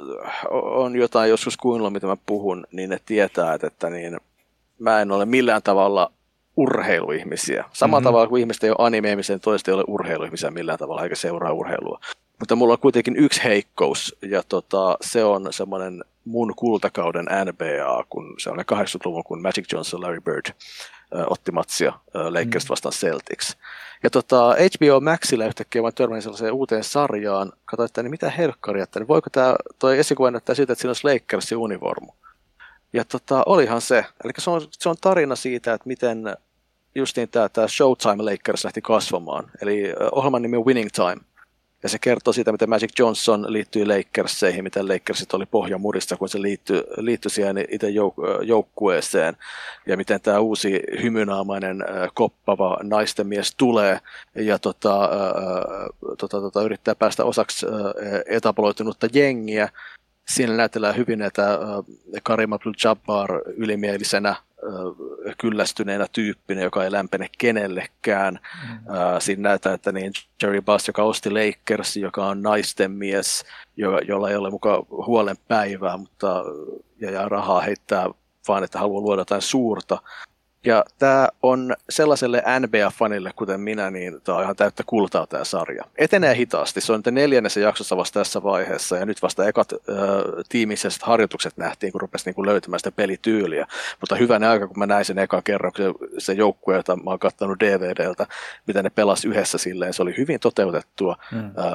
on jotain joskus kuunnellut, mitä mä puhun, niin ne tietää, että, että niin, mä en ole millään tavalla urheiluihmisiä. Samalla mm-hmm. tavalla kuin ihmiset ei ole anime-ihmisiä, niin toiset ei ole urheiluihmisiä millään tavalla, eikä seuraa urheilua. Mutta mulla on kuitenkin yksi heikkous, ja tota, se on semmoinen mun kultakauden N B A, kun se on kahdeksankymmentäluvun, kun Magic Johnson ja Larry Bird äh, otti matsia äh, Lakers vastaan Celtics. Ja tota, H B O Maxilla yhtäkkiä mä törmäsin sellaiseen uuteen sarjaan, katsoin, että niin mitä helkkaria, että niin voiko tämä, toi esikuva näyttää siltä, että siinä olisi Lakersin univormu. Ja tota, olihan se. Eli se on, se on tarina siitä, että miten justiin tämä, tämä Showtime Lakers lähti kasvamaan. Eli ohjelman nimi on Winning Time. Ja se kertoo siitä, miten Magic Johnson liittyy Lakerseihin, miten Lakersit oli pohjamurissa, kun se liittyi, liittyi siihen itse jouk- joukkueeseen. Ja miten tämä uusi hymynaamainen koppava naisten mies tulee ja tota, ää, tota, tota, yrittää päästä osaksi ää, etabloitunutta jengiä. Siinä näytellään hyvin näitä äh, Kareem Abdul-Jabbar ylimielisenä, äh, kyllästyneenä tyyppinä, joka ei lämpene kenellekään. Mm. Äh, siinä näytetään, että niin Jerry Buss, joka osti Lakers, joka on naisten mies, jo, jolla ei ole mukaan huolen päivää, mutta ja, ja rahaa heittää vaan, että haluaa luoda jotain suurta. Ja tämä on sellaiselle N B A-fanille, kuten minä, niin tämä on ihan täyttä kultaa tämä sarja. Etenee hitaasti, se on nyt neljännessä jaksossa vasta tässä vaiheessa, ja nyt vasta ekat äh, tiimiset harjoitukset nähtiin, kun rupesi niinku löytämään sitä pelityyliä. Mutta hyvänä aika, kun mä näin sen ekan kerran, kun se, se joukkue, jota mä oon kattanut D V D:ltä, mitä ne pelasi yhdessä silleen, se oli hyvin toteutettua mm. äh, äh,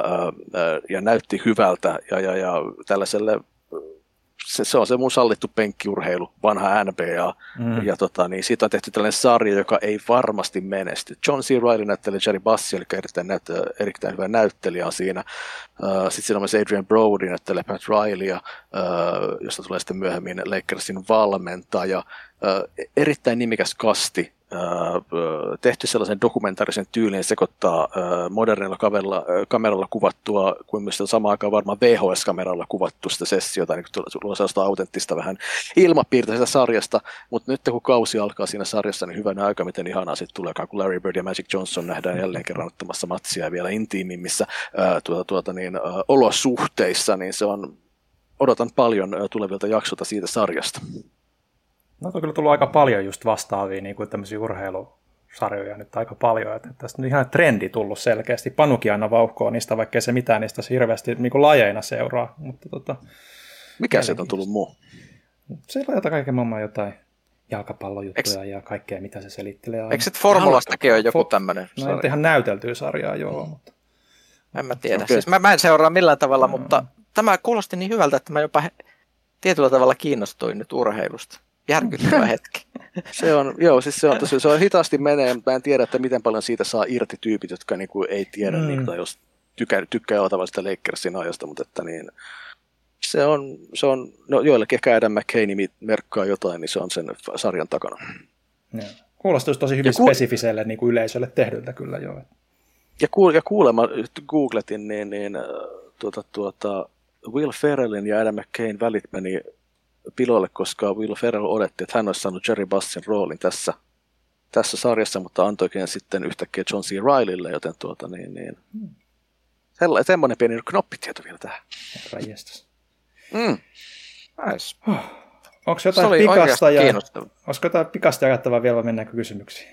ja näytti hyvältä, ja, ja, ja tällaiselle Se, se on se mun sallittu penkkiurheilu, vanha N B A, mm. ja tota, niin siitä on tehty tällainen sarja, joka ei varmasti menesty. John C. Reilly näyttelee Jerry Bussi, eli erittäin, näyt, erittäin hyvä näyttelijä on siinä. Uh, Sitten siinä on myös Adrian Brody, näyttelee Pat Rileya, uh, josta tulee sitten myöhemmin Lakersin valmentaja. Uh, erittäin nimikäs kasti. Uh, tehty sellaisen dokumentaarisen tyylin sekoittaa uh, modernilla kameralla, uh, kameralla kuvattua, kuin myös samaan aikaan varmaan V H S-kameralla kuvattu sitä sessiota, niin tulee sellaista autenttista vähän ilmapiirtä sitä sarjasta, mutta nyt kun kausi alkaa siinä sarjassa, niin hyvänä aika, miten ihanaa sitten tulee, kun Larry Bird ja Magic Johnson nähdään jälleen kerran ottamassa matsia vielä intiimimmissä uh, tuota, tuota, niin, uh, olosuhteissa, niin se on, odotan paljon uh, tulevilta jaksolta siitä sarjasta. No on kyllä tullut aika paljon just vastaavia niin kuin tämmöisiä urheilusarjoja nyt aika paljon, että tästä on ihan trendi tullut selkeästi. Panukin aina vauhkoa niistä, vaikkei se mitään niistä hirveästi niin kuin lajeina seuraa. Mutta, tota, mikä sieltä on tullut muu? Siellä on jotain kaiken maailman jotain jalkapallojuttuja Eks... ja kaikkea, mitä se selittelee. Eikö se Formulastakin ole joku tämmöinen no, sarja? No ihan näyteltyä sarjaa, joo. Mutta... En mä tiedä. Okay. Siis mä, mä en seuraa millään tavalla, no. Mutta tämä kuulosti niin hyvältä, että mä jopa he... tietyllä tavalla kiinnostuin nyt urheilusta. Järkyttävä hetki. Se on, joo, siis se on, tosi, se on hitaasti menee, mutta mä en tiedä, että miten paljon siitä saa irti tyypit, jotka niin kuin ei tiedä, mm. niin, tai jos tykkää, tykkää olla tavallista Lakersin ajasta, mutta että niin, se on, se on, no joillekin ehkä Adam McKay merkkaa jotain, niin se on sen sarjan takana. Ja. Kuulostaisi tosi hyvin kuul- spesifiselle niin kuin yleisölle tehdyltä kyllä joo. Ja, kuul- ja kuulemma googletin, niin, niin tuota, tuota, Will Ferrellin ja Adam McKayn välit meni piloille, koska Will Ferrell odotti, että hän olisi saanut Jerry Bussin roolin tässä, tässä sarjassa, mutta antoikin sitten yhtäkkiä John C. Reillylle, joten tuota niin, niin. Hmm. semmoinen pieni knoppitieto vielä tähän. Mm. Nice. Huh. Onko jotain pikasta ja olisiko jotain pikasta jagattavaa vielä, vai mennäänkö kysymyksiin?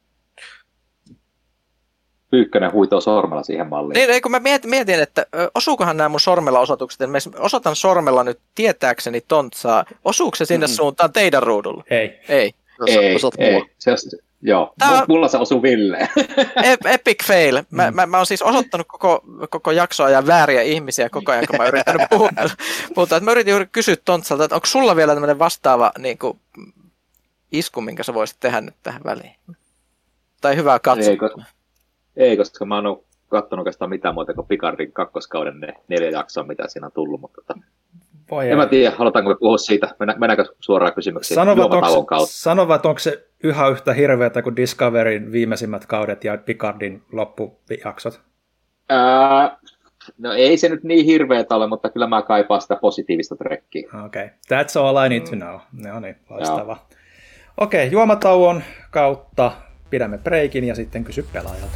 Pyykkönen huitoo sormella siihen malliin. Niin, ei, kun mä mietin, mietin, että osuukohan nämä mun sormella osoitukset, mä osoitan sormella nyt tietääkseni Tontsaa, osuuko se sinne mm. suuntaan teidän ruudulla? Ei. Ei. Ei, ei. Se, joo, Tää... mulla se osuu Villeen. Epic fail. Mä, mä, mä oon siis osoittanut koko, koko jaksoa ja vääriä ihmisiä koko ajan, kun mä yrittänyt puhua. Puhuta, mä yritin juuri kysyä Tontsalta, että onko sulla vielä tämmöinen vastaava niin kuin, isku, minkä sä voisit tehdä nyt tähän väliin? Tai hyvää katsoa. Ei, koska mä oon katsonut oikeastaan mitään muuta kuin Picardin kakkoskauden ne neljä jaksoa, mitä siinä on tullut, mutta tota, en mä tiedä, halutaanko me puhua siitä, mennäänkö suoraan kysymyksiin juomatauon kautta. Sanova, että onko se yhä yhtä hirveätä kuin Discoveryn viimeisimmät kaudet ja Picardin loppujaksot? Ää, no ei se nyt niin hirveätä ole, mutta kyllä mä kaipaan sitä positiivista trekkiä. Okei, okay. That's all I need to know. No niin, loistavaa. Okei, okay, juomatauon kautta pidämme breikin ja sitten kysy pelaajalta.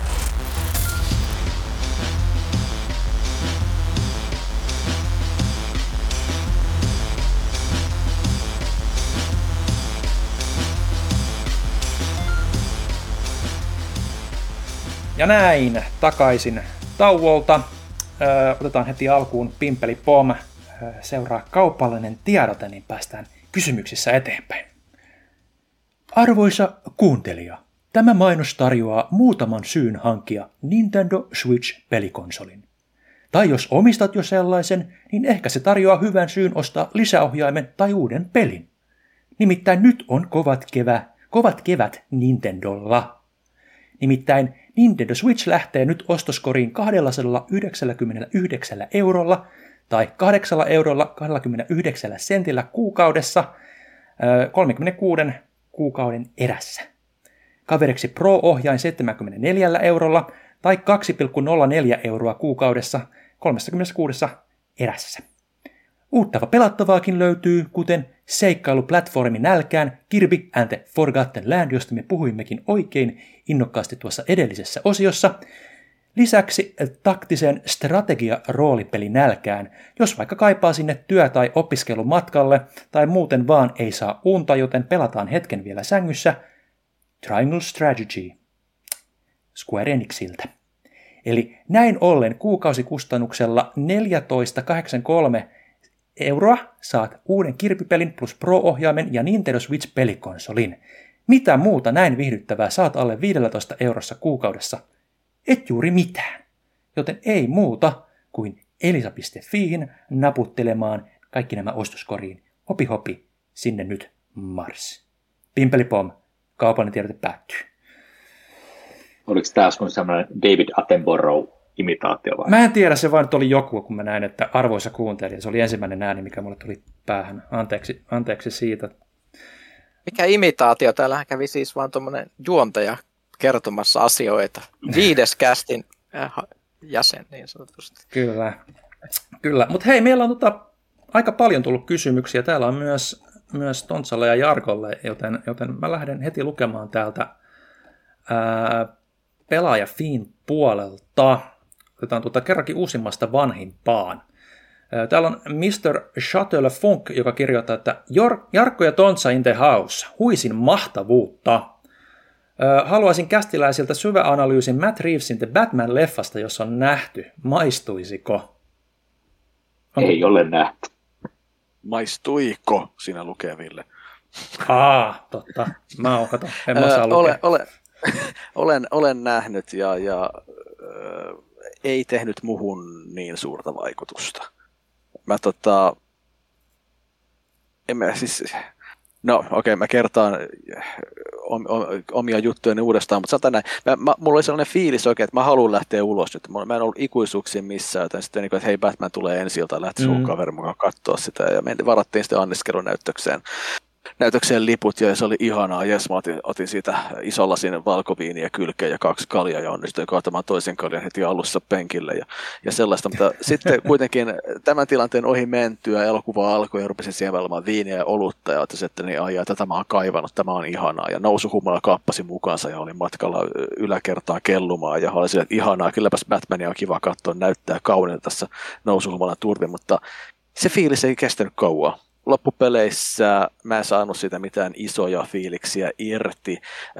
Ja näin, takaisin tauolta. Öö, otetaan heti alkuun Pimpeli Pom. Öö, seuraa kaupallinen tiedote, niin päästään kysymyksissä eteenpäin. Arvoisa kuuntelija, tämä mainos tarjoaa muutaman syyn hankkia Nintendo Switch-pelikonsolin. Tai jos omistat jo sellaisen, niin ehkä se tarjoaa hyvän syyn ostaa lisäohjaimen tai uuden pelin. Nimittäin nyt on kovat, kevä, kovat kevät Nintendolla. Nimittäin Nintendo Switch lähtee nyt ostoskoriin kaksisataayhdeksänkymmentäyhdeksän eurolla tai kahdeksalla eurolla kaksikymmentäyhdeksän sentillä kuukaudessa kolmekymmentäkuusi kuukauden erässä. Kaveriksi Pro-ohjain seitsemänkymmentäneljä eurolla tai kaksi pilkku nolla neljä euroa kuukaudessa kolmekymmentäkuusi erässä. Uuttava pelattavaakin löytyy, kuten seikkailuplatformi nälkään Kirby and the Forgotten Land, josta me puhuimmekin oikein innokkaasti tuossa edellisessä osiossa. Lisäksi taktisen strategia-roolipeli nälkään, jos vaikka kaipaa sinne työ- tai opiskelumatkalle tai muuten vaan ei saa unta, joten pelataan hetken vielä sängyssä. Triangle Strategy Square Enixiltä. Eli näin ollen kuukausikustannuksella neljätoista pilkku kahdeksankymmentäkolme euroa saat uuden Kirby-pelin plus Pro-ohjaimen ja Nintendo Switch-pelikonsolin. Mitä muuta näin viihdyttävää saat alle viisitoista eurossa kuukaudessa? Et juuri mitään. Joten ei muuta kuin elisa piste fiihin naputtelemaan kaikki nämä ostoskoriin. Hopi hopi, sinne nyt mars. Pimpeli pom, kaupallinen tiedote päättyy. Oliko tämä kuin sellainen David Attenborough-imitaatio vai? Mä en tiedä, se vaan oli joku, kun mä näin, että arvoisa kuuntelija. Se oli ensimmäinen ääni, mikä mulle tuli päähän. Anteeksi, anteeksi siitä. Mikä imitaatio? Täällähän kävi siis vaan tuommoinen juontaja kertomassa asioita. Viides kästin jäsen niin sanotusti. Kyllä, kyllä. Mutta hei, meillä on tota, aika paljon tullut kysymyksiä. Täällä on myös, myös Tontsalle ja Jarkolle, joten, joten mä lähden heti lukemaan täältä ää, pelaajafiin puolelta. Otetaan tuota kerrankin uusimmasta vanhimpaan. Täällä on mister Shuttle Funk, joka kirjoittaa, että Jarkko ja Tontsa in the house. Huisin mahtavuutta. Haluaisin kästiläisiltä syväanalyysin Matt Reevesin The Batman-leffasta, jos on nähty. Maistuisiko? Onko? Ei ole nähty. Maistuiko, siinä lukee Ville. Aa, totta. Mä oon, kato, en mä saa lukea. Olen, olen, olen, olen nähnyt ja, ja äh, ei tehnyt muhun niin suurta vaikutusta. Mä tota... En mä siis... No okei, okay, mä kertaan om, om, omia juttujani uudestaan, mutta sanotaan näin. Mä, mä, mulla oli sellainen fiilis oikein, että mä haluan lähteä ulos nyt. Mä en ollut ikuisuuksiin missään, joten sitten niin että hei, Batman tulee ensi iltaan, lähti sun mm. kaverin mukaan katsoa sitä. Ja me varattiin sitten anniskelunäytökseen. näytökseen liput ja se oli ihanaa. Jes, mä otin, otin siitä isolla sinne valkoviiniä kylkeen ja kaksi kaljaa ja onnistuin kaatamaan toisen kaljan heti alussa penkille ja, ja sellaista. Mutta sitten kuitenkin tämän tilanteen ohi mentyä elokuva alkoi ja rupesin sieväilemään viiniä ja olutta ja otin, että niin, ai, tätä mä oon kaivannut, tämä on ihanaa. Ja nousuhumala kappasi mukaansa ja olin matkalla yläkertaan kellumaan ja oli silleen, että ihanaa, kylläpäs Batmania on kiva katsoa, näyttää kauniilta tässä nousuhumalan turvin, mutta se fiilis ei kestänyt kauan. Loppupeleissä mä en saanut siitä mitään isoja fiiliksiä irti.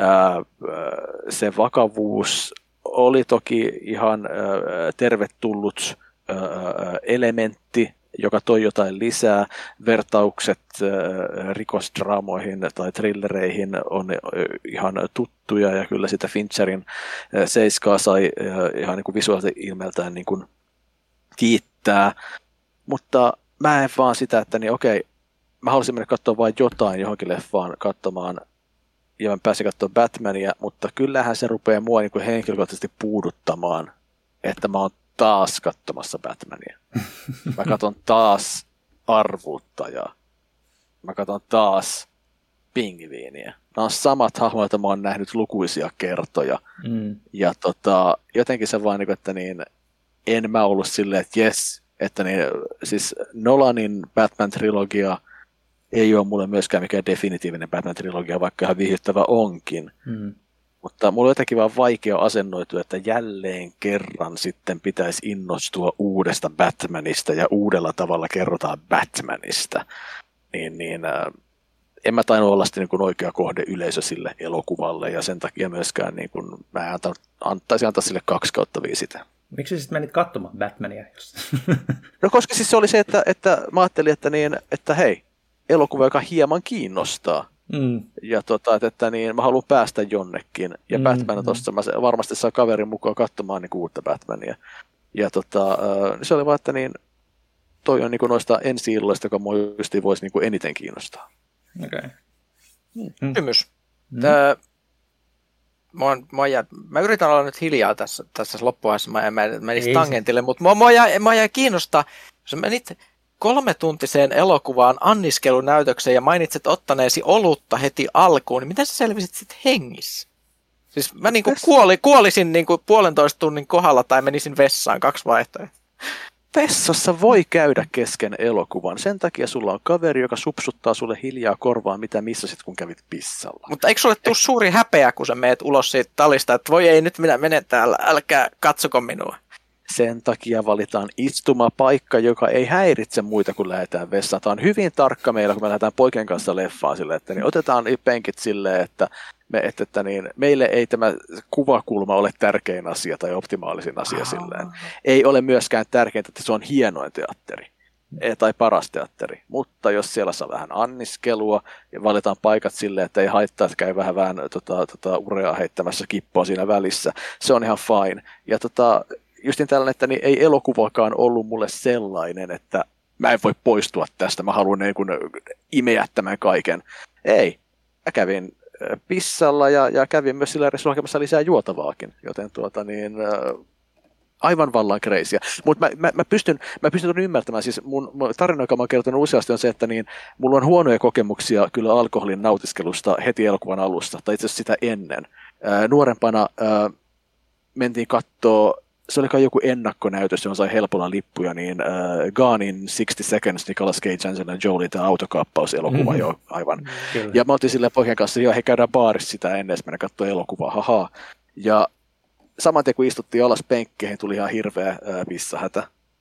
Se vakavuus oli toki ihan tervetullut elementti, joka toi jotain lisää. Vertaukset rikosdraamoihin tai thrillereihin on ihan tuttuja ja kyllä sitä Fincherin seiskaa sai ihan niin kuin visuaalisesti ilmeeltään niin kuin kiittää. Mutta mä en vaan sitä, että niin okei, mä haluaisin mennä katsoa vain jotain johonkin leffaan katsomaan, ja mä pääsin katsoa Batmania, mutta kyllähän se rupeaa mua niin kuin henkilökohtaisesti puuduttamaan, että mä oon taas katsomassa Batmania. Mä katson taas Arvuuttajaa. Mä katson taas Pingviiniä. Nämä on samat hahmot, joita mä oon nähnyt lukuisia kertoja. Mm. Ja tota, jotenkin se vaan, että niin, en mä ollut silleen, että jes, että niin, siis Nolanin Batman-trilogia ei ole mulle myöskään mikään definitiivinen Batman-trilogia, vaikka ihan viihdyttävä onkin. Mm. Mutta mulla on jotenkin vaan vaikea asennoitua, että jälleen kerran sitten pitäisi innostua uudesta Batmanista ja uudella tavalla kerrotaan Batmanista. Niin, niin äh, en mä tainnut olla sitten niin oikea kohde yleisö sille elokuvalle ja sen takia myöskään niin kuin, mä en antanut, antaisin antaa sille kaksi kautta viisi. Miksi sitten menit katsomaan Batmania? No koska siis se oli se, että, että mä ajattelin, että, niin, että hei, elokuva, joka hieman kiinnostaa. Mm. Ja tota, että, että niin, mä haluan päästä jonnekin. Ja mm, Batman mm. tuossa, mä varmasti saa kaverin mukaan katsomaan niin uutta Batmania. Ja tota, se oli vaan, että niin, toi on niin noista ensi-illoista, joka mua justiin voisi niin eniten kiinnostaa. Okei. Okay. Mm. Kysymys. Mm. Tää, Mä, mä, jää, mä yritän olla nyt hiljaa tässä, tässä loppuajassa, mä en menisi tangentille, mutta mua, mua, jää, mua jää kiinnostaa, jos menit kolmetuntiseen elokuvaan anniskelunäytökseen ja mainitset ottaneesi olutta heti alkuun, niin miten sä selvisit sitten hengissä? Siis mä niinku kuoli, kuolisin niinku puolentoista tunnin kohdalla tai menisin vessaan, kaksi vaihtoehtoa. Vessassa voi käydä kesken elokuvan. Sen takia sulla on kaveri, joka supsuttaa sulle hiljaa korvaan, mitä missasit, kun kävit pissalla. Mutta eikö sulle tule suuri häpeä, kun sä meet ulos siitä talista, että voi ei, nyt minä menen täällä, älkää katsoko minua. Sen takia valitaan istumapaikka, joka ei häiritse muita, kun lähdetään vessaan. Tämä on hyvin tarkka meillä, kun me lähdetään poikien kanssa leffaan silleen, että niin otetaan penkit silleen, että, me, että, että niin, meille ei tämä kuvakulma ole tärkein asia tai optimaalisin asia oh. silleen. Ei ole myöskään tärkeintä, että se on hienoin teatteri tai paras teatteri, mutta jos siellä saa vähän anniskelua ja valitaan paikat silleen, että ei haittaa, että käy vähän, vähän tota, tota, urea heittämässä kippoa siinä välissä, se on ihan fine. Ja tota, justin tällainen, että niin ei elokuvakaan ollut mulle sellainen, että mä en voi poistua tästä, mä haluan niin kuin imeä tämän kaiken. Ei, mä kävin pissalla ja, ja kävin myös sillä reissulla hakemassa lisää juotavaakin, joten tuota niin, aivan vallan crazyä. Mutta mä, mä, mä, pystyn, mä pystyn ymmärtämään, siis mun, mun tarina, joka mä oon kertonut useasti, on se, että niin, mulla on huonoja kokemuksia kyllä alkoholin nautiskelusta heti elokuvan alusta, tai itse asiassa sitä ennen. Ää, nuorempana ää, mentiin kattoo, se oli kai joku ennakkonäytös, johon sai helpolla lippuja, niin äh, Gone in sixty seconds, Nicolas Cage, Angelina Jolie, tämä autokaappauselokuva mm-hmm. jo aivan. Kyllä. Ja mä oltiin silleen poikien kanssa, joo, he käydään baarissa sitä ennen, mennä katsoa elokuvaa, haha. Ja saman tien kun istuttiin alas penkkeihin, tuli ihan hirveä äh, pissahätä.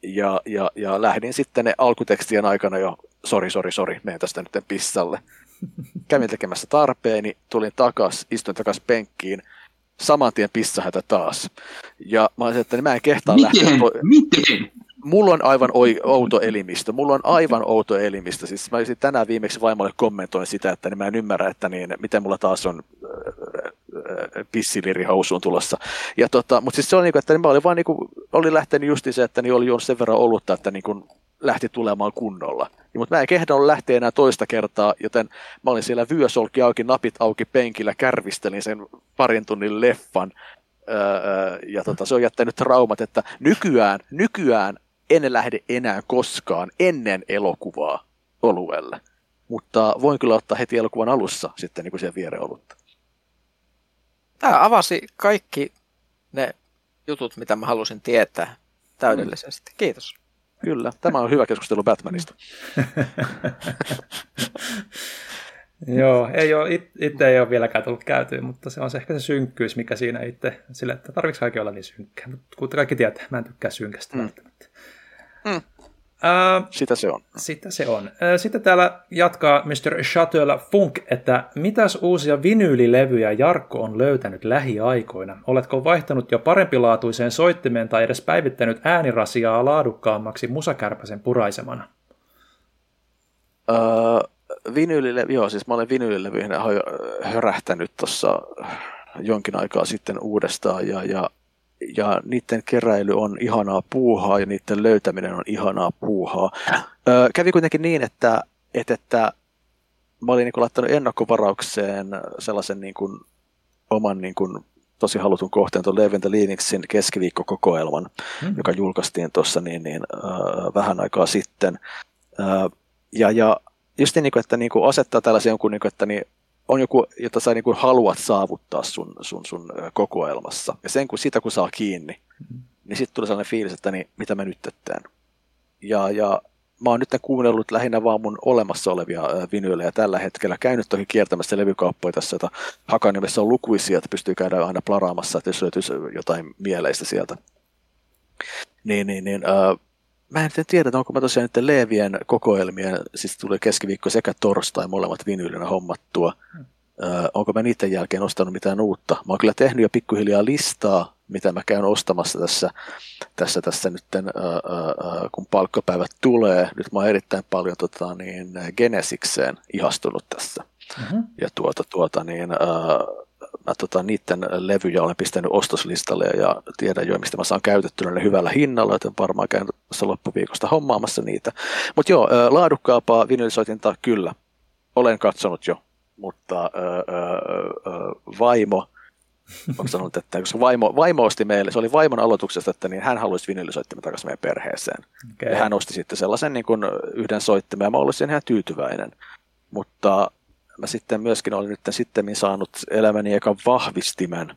ja, ja, ja lähdin sitten ne alkutekstien aikana jo, sori, sori, sori, menen tästä nyt pissalle. Kävin tekemässä tarpeeni, tulin takas, istuin takas penkkiin, saman tien pissahätä taas. Ja mä olisin, että mä en kehtaa Miten? lähteä. To- Miten? Mulla on aivan oi, outo elimistö. Mulla on aivan outo elimistö. Siis mä olisin tänään viimeksi vaimolle kommentoin sitä, että niin mä en ymmärrä, että niin, miten mulla taas on pissiliri housuun tulossa. Ja tota, mutta siis se oli niin kuin, että niin mä olin vaan niin kuin, oli lähtenyt justi se, että niin oli juonut sen verran olutta, että niin kuin lähti tulemaan kunnolla. Ja, mutta mä en kehdannut lähteä enää toista kertaa, joten mä olin siellä vyösolki auki, napit auki penkillä, kärvistelin sen parin tunnin leffan. Öö, ja tota, se on jättänyt traumat, että nykyään, nykyään en lähde enää koskaan ennen elokuvaa oluelle. Mutta voin kyllä ottaa heti elokuvan alussa sitten niin kuin siihen viereen olutta. Tämä avasi kaikki ne jutut, mitä mä halusin tietää täydellisesti. Kiitos. Kyllä, tämä on hyvä keskustelu Batmanista. Joo, ei ole, it, itse ei ole vieläkään tullut käytyä, mutta se on se ehkä se synkkyys, mikä siinä itse, sille, että tarvitsi kaikki olla niin synkkä. Mutta kuten kaikki tietää, mä en tykkää synkästä mm. välttämättä. Mm. Uh, sitä se on. Sitä se on. Uh, sitten täällä jatkaa mister Chateau Funk, että mitäs uusia vinyylilevyjä Jarkko on löytänyt lähiaikoina? Oletko vaihtanut jo parempilaatuiseen soittimeen tai edes päivittänyt äänirasiaa laadukkaammaksi musakärpäsen puraisemana? Uh, vinyylilevy, joo, siis mä olen vinyylilevyihin hörähtänyt tuossa jonkin aikaa sitten uudestaan ja, ja Ja niiden keräily on ihanaa puuhaa ja niiden löytäminen on ihanaa puuhaa. Öö, kävi kuitenkin niin, että, että, että mä olin niin kuin laittanut ennakkovaraukseen sellaisen niin kuin, oman niin kuin, tosi halutun kohteen, tuon Leave the Leavingsin keskiviikkokokoelman, mm. joka julkaistiin tuossa niin, niin, öö, vähän aikaa sitten. Öö, ja, ja just niin, että niin kuin asettaa tällaisen jonkun, niin kuin, että niin, on joku, jota sä niin kuin haluat saavuttaa sun, sun, sun kokoelmassa. Ja sen kun sitä kun saa kiinni, mm-hmm. niin sitten tulee sellainen fiilis, että niin, mitä mä nyt teen. Ja, ja mä oon nyt kuunnellut lähinnä vaan mun olemassa olevia vinyylejä tällä hetkellä. Käynyt toki kiertämässä levykauppoja tässä, jota Hakaniemessä on lukuisia, että pystyy käydä aina plaraamassa, että jos löytyisi jotain mieleistä sieltä. Niin, niin, niin äh, mä en tiedä, onko mä tosiaan nyt Leevien kokoelmien, siis tuli keskiviikko sekä torstai molemmat vinyylinä hommattua. Mm. Ö, onko mä niiden jälkeen ostanut mitään uutta? Mä oon kyllä tehnyt jo pikkuhiljaa listaa, mitä mä käyn ostamassa tässä, tässä, tässä nyt, ö, ö, kun palkkapäivät tulee. Nyt mä oon erittäin paljon tota, niin, Genesikseen ihastunut tässä. Mm-hmm. Ja tuota, tuota niin... Ö, Mä tota, niiden levyjä olen pistänyt ostoslistalle ja tiedän jo, mistä mä saan käytettynä ne hyvällä hinnalla, joten varmaan käyn tuossa loppuviikosta hommaamassa niitä. Mutta joo, laadukkaampaa vinylisoitinta kyllä, olen katsonut jo, mutta ää, ää, vaimo, on sanonut, että koska vaimo, vaimo osti meille, se oli vaimon aloituksesta, että niin hän haluaisi vinylisoittimen takaisin meidän perheeseen. Okay. Ja hän osti sitten sellaisen niin kuin yhden soittimen ja mä olisin ihan tyytyväinen, mutta mä sitten myöskin olin nyt sitten saanut elämäni ekan vahvistimen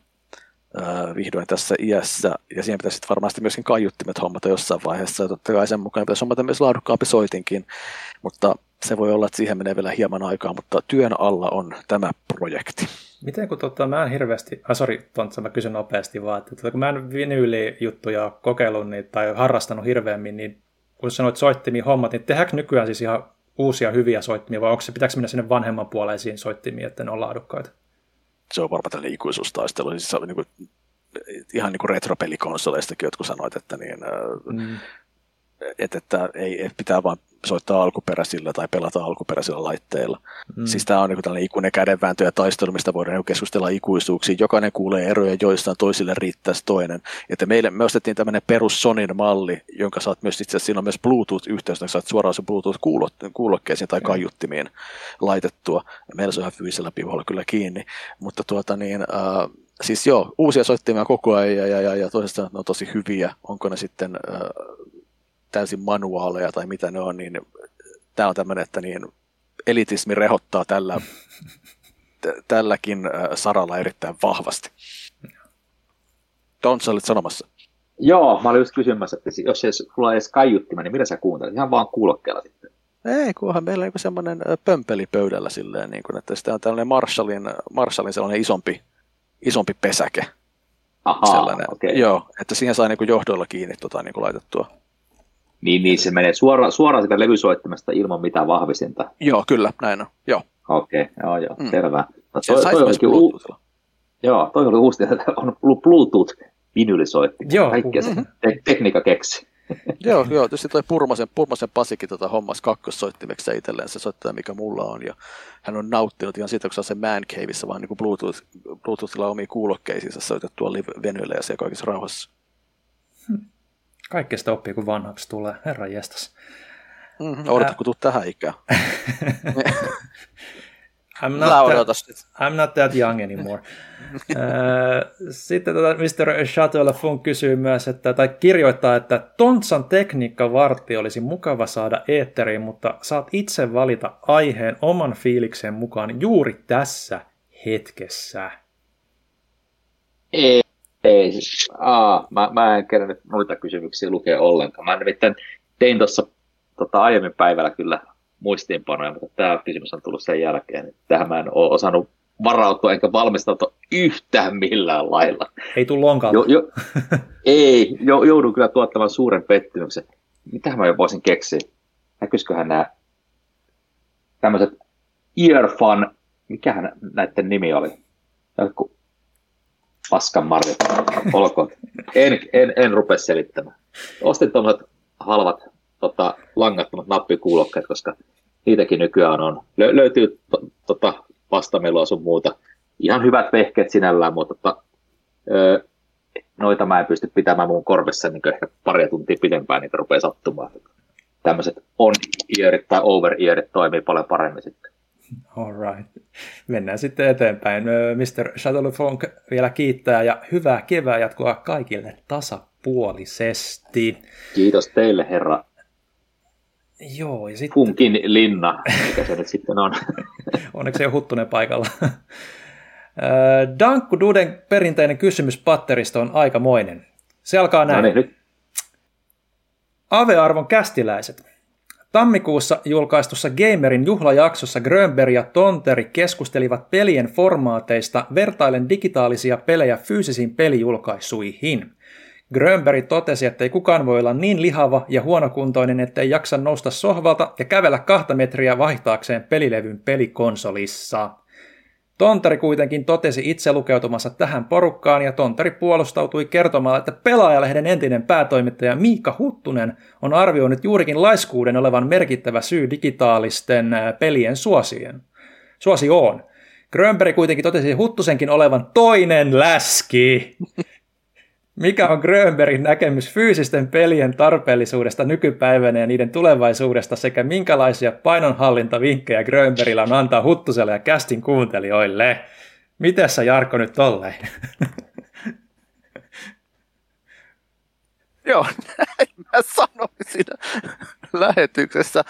äh, vihdoin tässä iässä, ja siihen pitäisi varmasti myöskin kaiuttimet hommata jossain vaiheessa, ja totta kai sen mukaan pitäisi hommata myös laadukkaampi soitinkin, mutta se voi olla, että siihen menee vielä hieman aikaa, mutta työn alla on tämä projekti. Miten kun tota, mä en hirveästi, ah sori Tontsa, mä kysyn nopeasti vaan, että tota, kun mä en vinyylijuttuja kokeillut niin, tai harrastanut hirveämmin, niin kun sanoit soittimia hommat, niin tehdäänkö nykyään siis ihan uusia hyviä soittimia, vai onko se, pitääkö mennä sinne vanhemman puoleisiin soittimiin, että ne on laadukkaita? Se on varmaan tällainen ikuisuustaistelu. Siis se on niin kuin, ihan niin kuin retropelikonsoleistakin jotkut sanoit, että, niin, mm. että, että ei, ei pitää vaan soittaa alkuperäisillä tai pelata alkuperäisillä laitteilla. Mm. Siis tämä on niin kuin tällainen ikuinen kädenvääntö ja taistelu, mistä voidaan niin keskustella ikuisuuksiin. Jokainen kuulee eroja, joistaan toisille riittäisi toinen. Että meille, me ostettiin tämmöinen perus Sonyn malli, jonka saat myös itse asiassa, siinä on myös Bluetooth-yhteys, jonka saat suoraan se Bluetooth-kuulokkeisiin tai kaiuttimiin laitettua. Ja meillä se on ihan fyysisellä piuhalla kyllä kiinni. Mutta tuota niin... Äh, Siis joo, uusia soittimia koko ajan ja, ja, ja, ja toisaalta ne on tosi hyviä. Onko ne sitten äh, täysin manuaaleja tai mitä ne on, niin tämä on tämmöinen, että niin elitismi rehottaa tällä, t- tälläkin äh, saralla erittäin vahvasti. Tontsa olit sanomassa. Joo, mä olin just kysymässä, että jos ei sulla ole edes kaiuttima, niin mitä sä kuuntelet? Ihan vaan kuulokkeella sitten. Ei, kunhan meillä on semmoinen pömpeli pöydällä silleen, niin kuin, että sitä on tällainen Marshallin, Marshallin sellainen isompi isompi pesäke. Ahaa, okei. Okay. Joo, että siihen sai niinku johdoilla kiinni tota, niinku laitettua. Niin, niin se menee suoraan, suoraan sitä levysoittimesta ilman mitään vahvisinta. Joo, kyllä, näin on. Joo. Okei, okay, joo, joo, mm. selvä. No, toi, toi olikin u... Joo, toi oli uusi, että on Bluetooth-vinylisoittin. Joo. Kaikkea mm-hmm. te- tekniikka keksi. joo, joo, tietysti toi Purmasen, Purmasen Pasikin tota hommas kakkossoittimeksi itselleen se soittaja, mikä mulla on. Ja hän on nauttinut ihan siitä, kun se on se Man Caveissa vaan niin Bluetooth, Bluetoothilla omia kuulokkeisiinsa soitettua venyille ja siellä kaikissa rauhassa. Hmm. Kaikkesta oppii, kun vanhaksi tulee. Herra jestas. Mm-hmm. Odota, kun tuut tähän ikään. I'm not, that, I'm not that young anymore. Sitten tota mister Chateau-Lafont kysyy myös, että, tai kirjoittaa, että Tontsan tekniikkavartti olisi mukava saada eetteriin, mutta saat itse valita aiheen oman fiiliksen mukaan juuri tässä hetkessä. Ei, ei siis, aa, mä, mä en kerännyt noita kysymyksiä lukea ollenkaan. Mä nimittäin tein tuossa tota, aiemmin päivällä kyllä muistiinpanoja, mutta tämä kysymys on tullut sen jälkeen. Tähän mä en ole osannut varautua enkä valmistautua yhtään millään lailla. Ei tule lonkalta. Jo, jo, ei, jo, joudun kyllä tuottamaan suuren pettymyksen. Mitähän mä jo voisin keksiä? Näkyisiköhän nämä tämmöiset earfun, mikähän näiden nimi oli? Joku paskanmarjat, olkoon. En, en, en rupea selittämään. Ostin tuommoiset halvat tota, langattomat nappikuulokkeet, koska niitäkin nykyään on. Lö- löytyy to, tota, vastamelua sun muuta. Ihan hyvät vehkeet sinällään, mutta tota, öö, noita mä en pysty pitämään mun korvessa niin ehkä paria tuntia pidempään, niitä rupeaa sattumaan. Tämmöiset on-earit tai over-earit toimii paljon paremmin sitten. All right. Mennään sitten eteenpäin. mister Chateau-Lafont vielä kiittää ja hyvää kevää jatkoa kaikille tasapuolisesti. Kiitos teille, herra. Joo, ja sitten... Kunkin linna, mikä se nyt sitten on. Onneksi ei ole Huttunen paikalla. Dankku Duden perinteinen kysymys patterista on aikamoinen. Se alkaa näin. No niin, Ave-arvon kästiläiset. Tammikuussa julkaistussa Gamerin juhlajaksossa Grönberg ja Tonteri keskustelivat pelien formaateista vertaillen digitaalisia pelejä fyysisiin pelijulkaisuihin. Grönberg totesi, että ei kukaan voi olla niin lihava ja huonokuntoinen, ettei jaksa nousta sohvalta ja kävellä kahta metriä vaihtaakseen pelilevyn pelikonsolissa. Tonteri kuitenkin totesi itse lukeutumassa tähän porukkaan, ja Tonteri puolustautui kertomalla, että Pelaajalehden entinen päätoimittaja Miikka Huttunen on arvioinut juurikin laiskuuden olevan merkittävä syy digitaalisten pelien suosien. suosioon. Grönberg kuitenkin totesi Huttusenkin olevan toinen läski. Mikä on Grönbergin näkemys fyysisten pelien tarpeellisuudesta nykypäivänä ja niiden tulevaisuudesta sekä minkälaisia painonhallintavinkkejä Grönbergillä on antaa Huttuselle ja kästin kuuntelijoille? Mites sä, Jarkko, nyt tolleen? Joo, näin mä sanoin siinä lähetyksessä.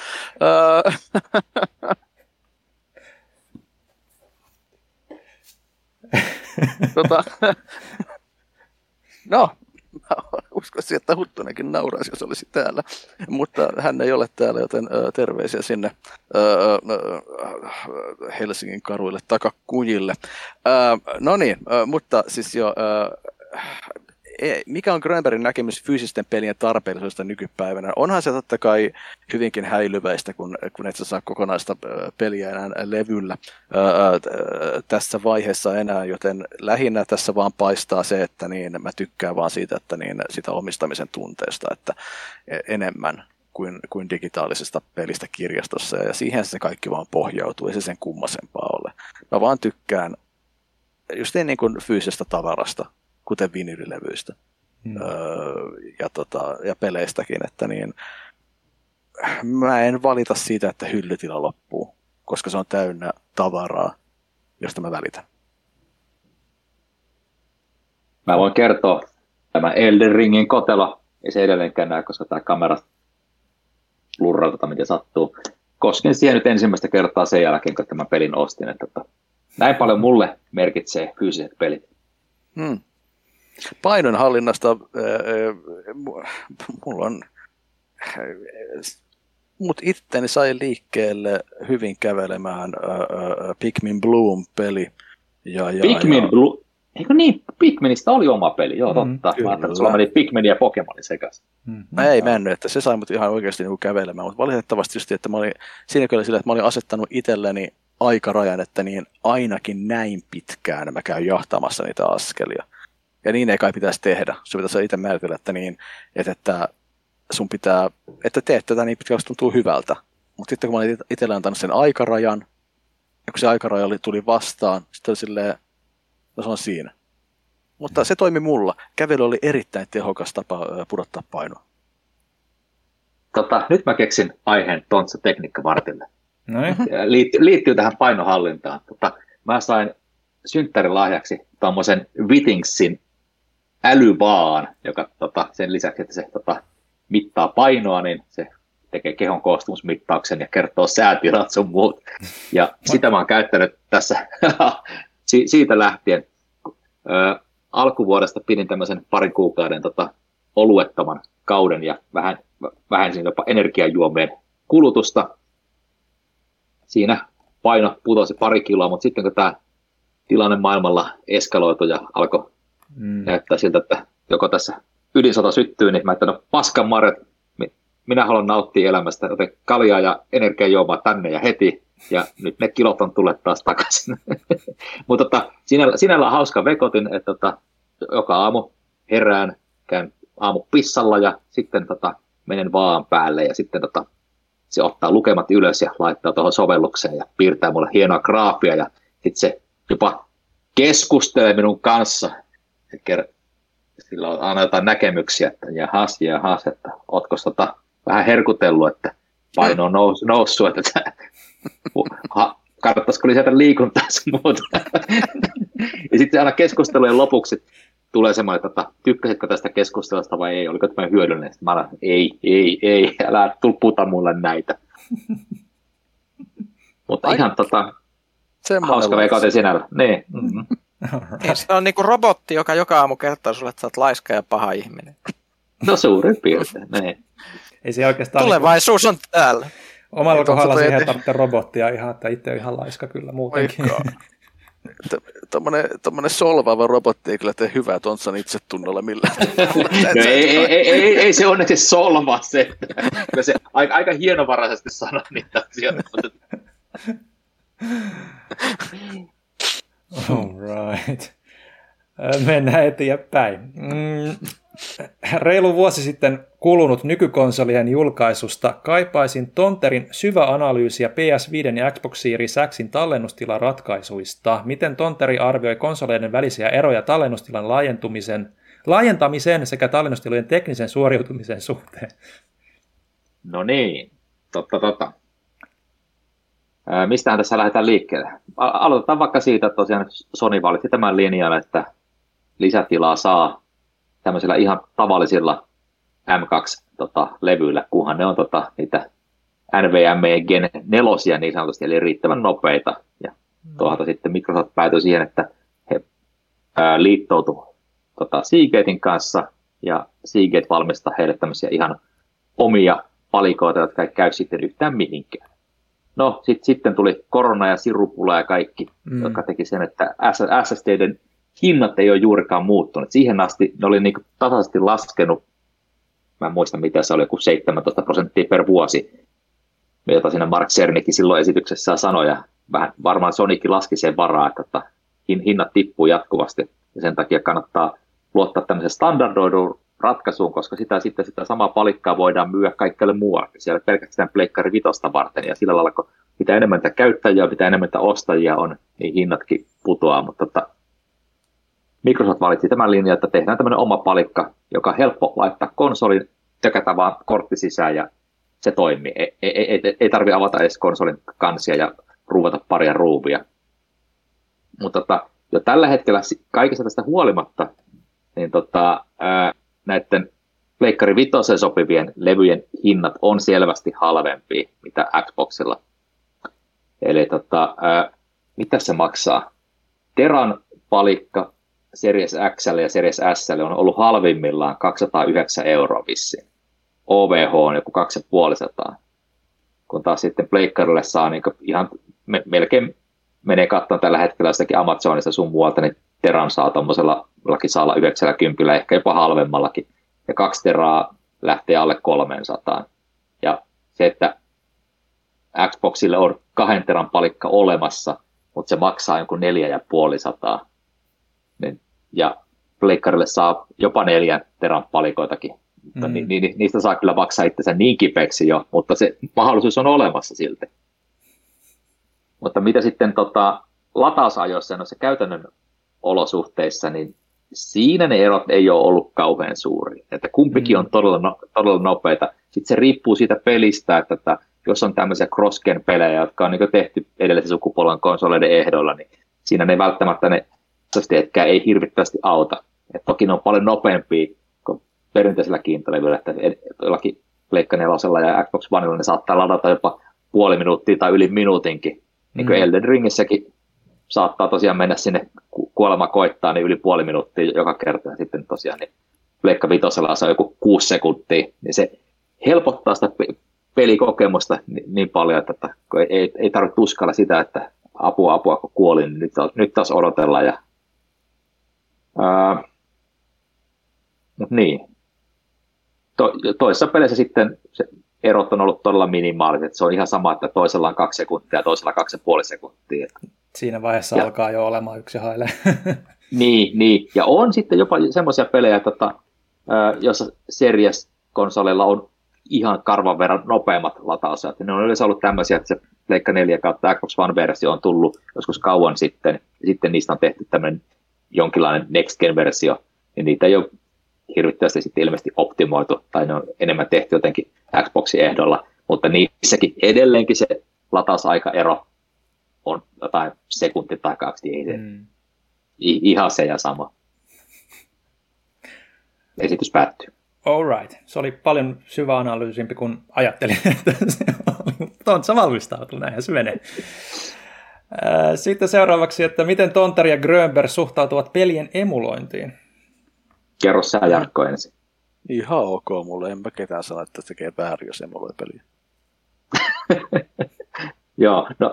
tota... No, uskoisin, että Huttunenkin nauraisi, jos olisi täällä, mutta hän ei ole täällä, joten ö, terveisiä sinne ö, ö, Helsingin karuille takakujille. Ö, no niin, ö, mutta siis jo, ö, mikä on Grönbergin näkemys fyysisten pelien tarpeellisuudesta nykypäivänä? Onhan se totta kai hyvinkin häilyväistä, kun, kun et sä saa kokonaista peliä enää levyllä ää, tässä vaiheessa enää, joten lähinnä tässä vaan paistaa se, että niin, mä tykkään vaan siitä, että niin, sitä omistamisen tunteesta, että enemmän kuin, kuin digitaalisesta pelistä kirjastossa, ja siihen se kaikki vaan pohjautuu, ei se sen kummasempaa ole. Mä vaan tykkään just niin kuin fyysisestä tavarasta, kuten vinylilevyistä hmm. öö, ja, tota, ja peleistäkin, että niin, mä en valita siitä, että hyllytila loppuu, koska se on täynnä tavaraa, josta mä välitän. Mä voin kertoa tämä Elden Ringin kotelo, ei se edelleenkään näe, koska tämä kamera blurraa tota, miten sattuu. Koskin siihen nyt ensimmäistä kertaa sen jälkeen, kun tämän pelin ostin, että tota, näin paljon mulle merkitsee fyysiset pelit. Hmm. Painonhallinnasta mulla on, mut itteni sai liikkeelle hyvin kävelemään Pikmin Bloom-peli. Ja, ja, Pikmin ja, Bloom? Eikö niin? Pikministä oli oma peli, joo totta. Mm, Mä ajattelin, että sulla meni Pikmin ja Pokemonin sekaisin. Mm. Mä ei mennyt, että se sai mut ihan oikeasti niin kävelemään, mutta valitettavasti just, että mä olin siinä kyllä sillä, että mä olin asettanut itselleni aikarajan, että niin ainakin näin pitkään mä käyn jahtaamassa niitä askelia. Ja niin ei kai pitäisi tehdä. Sun pitäisi itse määritellä, että, niin, että, että sun pitää, että teet tätä niin pitkään, tuntuu hyvältä. Mutta sitten kun mä olin itsellä antanut sen aikarajan, ja kun se aikaraja oli, tuli vastaan, sitten oli silleen, no se on siinä. Mutta se toimi mulla. Kävely oli erittäin tehokas tapa pudottaa painoa. Tota, nyt mä keksin aiheen Tontsa Tekniikka-vartille. Noin. Liittyy, liittyy tähän painohallintaan. Tota, mä sain synttärilahjaksi tuommoisen Wittingsin älyvaan, joka tota, sen lisäksi, että se tota, mittaa painoa, niin se tekee kehon koostumusmittauksen ja kertoo säätilat sun muut. Ja sitä mä oon käyttänyt tässä si- siitä lähtien. Ö, alkuvuodesta pidin tämmöisen parin kuukauden tota, oluettoman kauden ja vähän, vähensin jopa energiajuomien kulutusta. Siinä paino putosi pari kiloa, mutta sitten kun tämä tilanne maailmalla eskaloitui ja alkoi mm. näyttää siltä, että joko tässä ydinsota syttyy, niin mä ajattelin, no paskan marjat, minä haluan nauttia elämästä, joten kaljaa ja energiajuomaa tänne ja heti, ja nyt ne kilot on tulleet taas takaisin. Mutta tota, sinällä, sinällä on hauska vekotin, että tota, joka aamu herään, käyn aamu pissalla ja sitten tota, menen vaan päälle ja sitten tota, se ottaa lukemat ylös ja laittaa tuohon sovellukseen ja piirtää mulle hienoa graafia ja sitten se jopa keskustelee minun kanssa. Sillä on aina jotain näkemyksiä, että jahas, jahas, että ootko tota vähän herkutellut, että paino on nous, noussut, että ha, kannattaisiko lisätä liikuntaa sun muuta. Ja sitten aina keskustelujen lopuksi tulee semmoinen, että tykkäsitkö tästä keskustelusta vai ei, oliko tämä hyödyllinen. Sitten mä aina, ei, ei, ei, älä tulputa mulle näitä. Mutta Ai, ihan tota, hauska veikautin sinällä. Niin. Mm-hmm. Ja se on niinku robotti, joka joka aamu kertoo sulle, että sä oot laiska ja paha ihminen. No suurin piirtein, niin. Ei se oikeastaan tulevaisuus on täällä. Omalla kohdalla siihen tarvitsee robottia ihan, että itse on ihan laiska kyllä muutenkin. Tuommoinen solvaava robotti ei kyllä tee hyvää Tontsan itsetunnolla millään. No ei, ei, ei, ei, ei se onneksi solvaa se. Kyllä se aika, aika hienovaraisesti sanoo niitä asioita. All right. Mennään eteenpäin. Mm. Reilu vuosi sitten kulunut nykykonsolien julkaisusta kaipaisin Tonterin syväanalyysiä P S viisi ja Xbox Series Xin tallennustilaratkaisuista. Miten Tonteri arvioi konsoleiden välisiä eroja tallennustilan laajentumisen, laajentamisen sekä tallennustilojen teknisen suoriutumisen suhteen? No niin, totta totta. Mistähän tässä lähdetään liikkeelle? Aloitetaan vaikka siitä, että tosiaan Sony valitsi tämän linjan, että lisätilaa saa tämmöisillä ihan tavallisilla M kaksi-levyillä, kunhan ne on tota, niitä N V M E Gen nelosia niin sanotusti, eli riittävän nopeita. Ja tuohon sitten Microsoft päätyi siihen, että he ää, liittoutuivat tota, Seagatein kanssa, ja Seagate valmistaa heille tämmöisiä ihan omia palikoita, jotka ei käy sitten yhtään mihinkään. No, sit, sitten tuli korona ja sirupula ja kaikki, mm. jotka teki sen, että S S D:den hinnat ei ole juurikaan muuttunut. Siihen asti ne oli niin kuin tasaisesti laskenut, mä en muista mitä se oli, joku seitsemäntoista prosenttia per vuosi, jota siinä Mark Cernykin silloin esityksessä sanoi, ja vähän varmaan Sonykin laski sen varaa, että hinnat tippuu jatkuvasti, ja sen takia kannattaa luottaa tämmöisen standardoidun ratkaisuun, koska sitä sitten sitä samaa palikkaa voidaan myyä kaikille muualle, siellä pelkästään Pleikkari Vitosta varten, ja sillä lailla, kun mitä enemmän käyttäjiä, mitä enemmän ostajia on, niin hinnatkin putoaa, mutta tota, Microsoft valitsi tämän linjan, että tehdään tämmöinen oma palikka, joka on helppo laittaa konsolin, tökätä vaan kortti sisään ja se toimii. Ei, ei, ei, ei tarvitse avata edes konsolin kansia ja ruuvata paria ruuvia. Mutta tota, jo tällä hetkellä kaikesta tästä huolimatta, niin tota, ää, näiden Pleikkari Vitoseen sopivien levyjen hinnat on selvästi halvempia, mitä Xboxilla. Eli tota, ää, mitä se maksaa? Teran palikka Series X ja Series S on ollut halvimmillaan kaksisataayhdeksän euroa vissiin. O V H on joku kaksisataaviisikymmentä. Kun taas sitten Pleikkarille saa niin ihan me, melkein menee katsomaan tällä hetkellä jostakin Amazonista sun muualta, niin Teran saa tuommoisella saa olla yhdeksänkymmentä, ehkä jopa halvemmallakin. Ja kaksi teraa lähtee alle kolmesataa. Ja se, että Xboxille on kahden teran palikka olemassa, mutta se maksaa jonkun neljä ja puoli sataa. Ja pleikkarille saa jopa neljän teran palikoitakin. Mutta mm. ni, ni, niistä saa kyllä maksaa itsensä niin kipeäksi jo, mutta se mahdollisuus on olemassa silti. Mutta mitä sitten tota, latausajoissa ja noissa käytännön olosuhteissa, niin siinä ne erot ei ole ollut kauhean suuri. Että kumpikin mm. on todella, no, todella nopeita. Sitten se riippuu siitä pelistä, että, että jos on tämmöisiä cross-gen pelejä, jotka on niin tehty edellisen sukupolven konsoleiden ehdoilla, niin siinä ne välttämättä ne etkään ei hirvittävästi auta. Et toki ne on paljon nopeampia kuin perinteisellä kiintolevyllä, että jollakin Pleikka nelosella ja Xbox Onella ne saattaa ladata jopa puoli minuuttia tai yli minuutinkin. Niin kuin mm. Elden Ringissäkin saattaa tosiaan mennä sinne, kuolema koittaa, niin yli puoli minuuttia joka kerta. Ja sitten tosiaan niin Pleikka vitosella se on joku kuusi sekuntia, niin se helpottaa sitä pelikokemusta niin paljon, että ei, ei tarvitse tuskalla sitä, että apua, apua, kun kuolin, niin nyt, nyt taas odotellaan. Ja, ää, niin. To, toisessa peleissä sitten se erot on ollut todella minimaaliset. Se on ihan sama, että toisella on kaksi sekuntia ja toisella kaksi ja puoli sekuntia. Siinä vaiheessa ja, alkaa jo olemaan yksi haile. niin, niin, ja on sitten jopa semmoisia pelejä, tota, joissa Series-konsoleilla on ihan karvan verran nopeammat latausajat. Ne on yleensä ollut tämmöisiä, että se Pleikka neljä kautta Xbox One-versio on tullut joskus kauan sitten, ja sitten niistä on tehty tämmöinen jonkinlainen next-gen-versio, ja niitä ei ole hirvittävästi sitten ilmeisesti optimoitu, tai ne on enemmän tehty jotenkin Xboxin ehdolla, mutta niissäkin edelleenkin se latausaikaero on jotain sekunti tai kaksi, ei se mm. ihan se ja sama. Esitys päättyy. Alright. Se oli paljon syväanalyysimpi kuin ajattelin, että se oli. Tontsa valmistautunut, näinhän se menee. Sitten seuraavaksi, että miten Tontari ja Grönberg suhtautuvat pelien emulointiin? Kerro sä, Jarkko, ensin. Ihan ok mulle, enpä ketään sano, että tekee väärin, jos emuloi peliä. Joo, no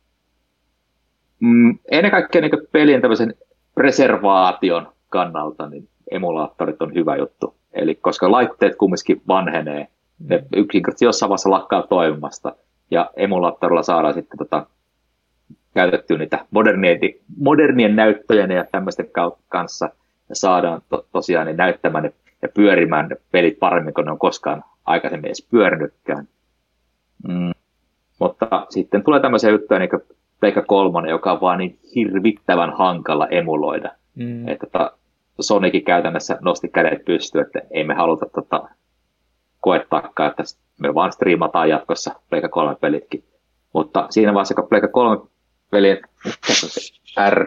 mm, ennen kaikkea niin pelien tämmöisen preservaation kannalta, niin emulaattorit on hyvä juttu. Eli koska laitteet kumminkin vanhenee, ne yksinkertaisesti jossain vaiheessa lakkaa toimimasta, ja emulaattorilla saadaan sitten tota, käytettyä niitä modernien, modernien näyttöjen ja tämmöisten kanssa, ja saadaan to, tosiaan ne näyttämään ne, ja pyörimään ne pelit paremmin, kuin ne on koskaan aikaisemmin edes pyörinytkään. Mm. Mutta sitten tulee tämmöisiä juttuja, niin kuin Pleikka kolmonen, joka on vaan niin hirvittävän hankala emuloida. Mm. Että tota, Sonykin käytännössä nosti kädet pystyyn, että ei me haluta tota, koettaakaan, että me vaan striimataan jatkossa Pleikka kolme pelitkin. Mutta siinä vaiheessa, kun Pleikka kolme pelien R,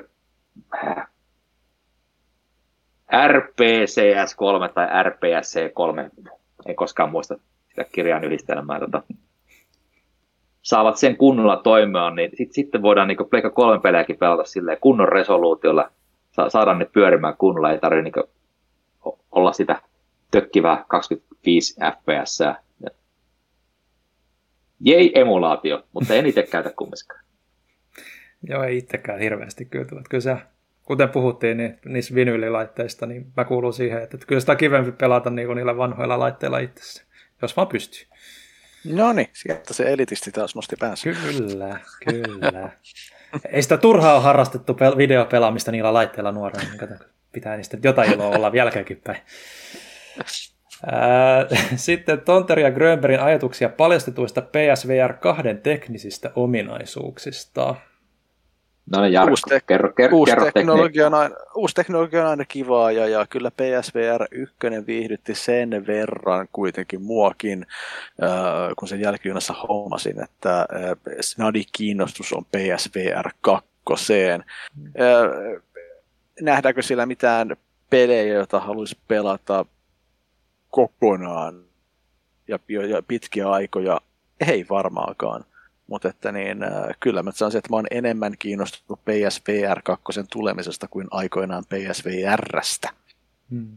R P C S kolme tai R P S C kolme, en koskaan muista sitä kirjan yhdistelmää, tota, saavat sen kunnolla toimimaan, niin sit, sitten voidaan niin Pleikka kolme pelejäkin pelata silleen kunnon resoluutiolla, saadaan ne pyörimään kunnolla, ei tarvitse niin olla sitä tökkivää kaksikymmentäviisi F P S. Jei emulaatio, mutta en itse käytä kumminkaan. Joo, ei itsekään hirveästi kyllä. Kyllä se, kuten puhuttiin niin, niissä vinyylilaitteista, niin mä kuulun siihen, että kyllä sitä kivempi pelata niin kuin niillä vanhoilla laitteilla itsessä, jos vaan pystyy. No niin, sieltä se elitisti taas nosti päänsä. Kyllä, kyllä. Ei sitä turhaa ole harrastettu pel- videopelaamista niillä laitteilla nuorena, niin pitää niistä jotain iloa olla jälkeenkin päin. Sitten Tonteri ja Grönbergin ajatuksia paljastetuista P S V R kaksi teknisistä ominaisuuksista. No niin, Jarkko, uusi, te- kerro, kerro, uusi, kerro teknologia on aina, uusi teknologia on aina kivaa, ja, ja kyllä P S V R yksi viihdytti sen verran kuitenkin muakin, äh, kun sen jälkijunassa hommasin, että äh, snadi kiinnostus on P S V R kaksi. Äh, nähdäänkö siellä mitään pelejä, joita haluaisi pelata kokonaan ja, ja pitkiä aikoja? Ei varmaankaan. Mutta että niin, äh, kyllä mä sanoisin, että mä oon enemmän kiinnostunut P S V R kaksi tulemisesta kuin aikoinaan P S V R:stä. Hmm.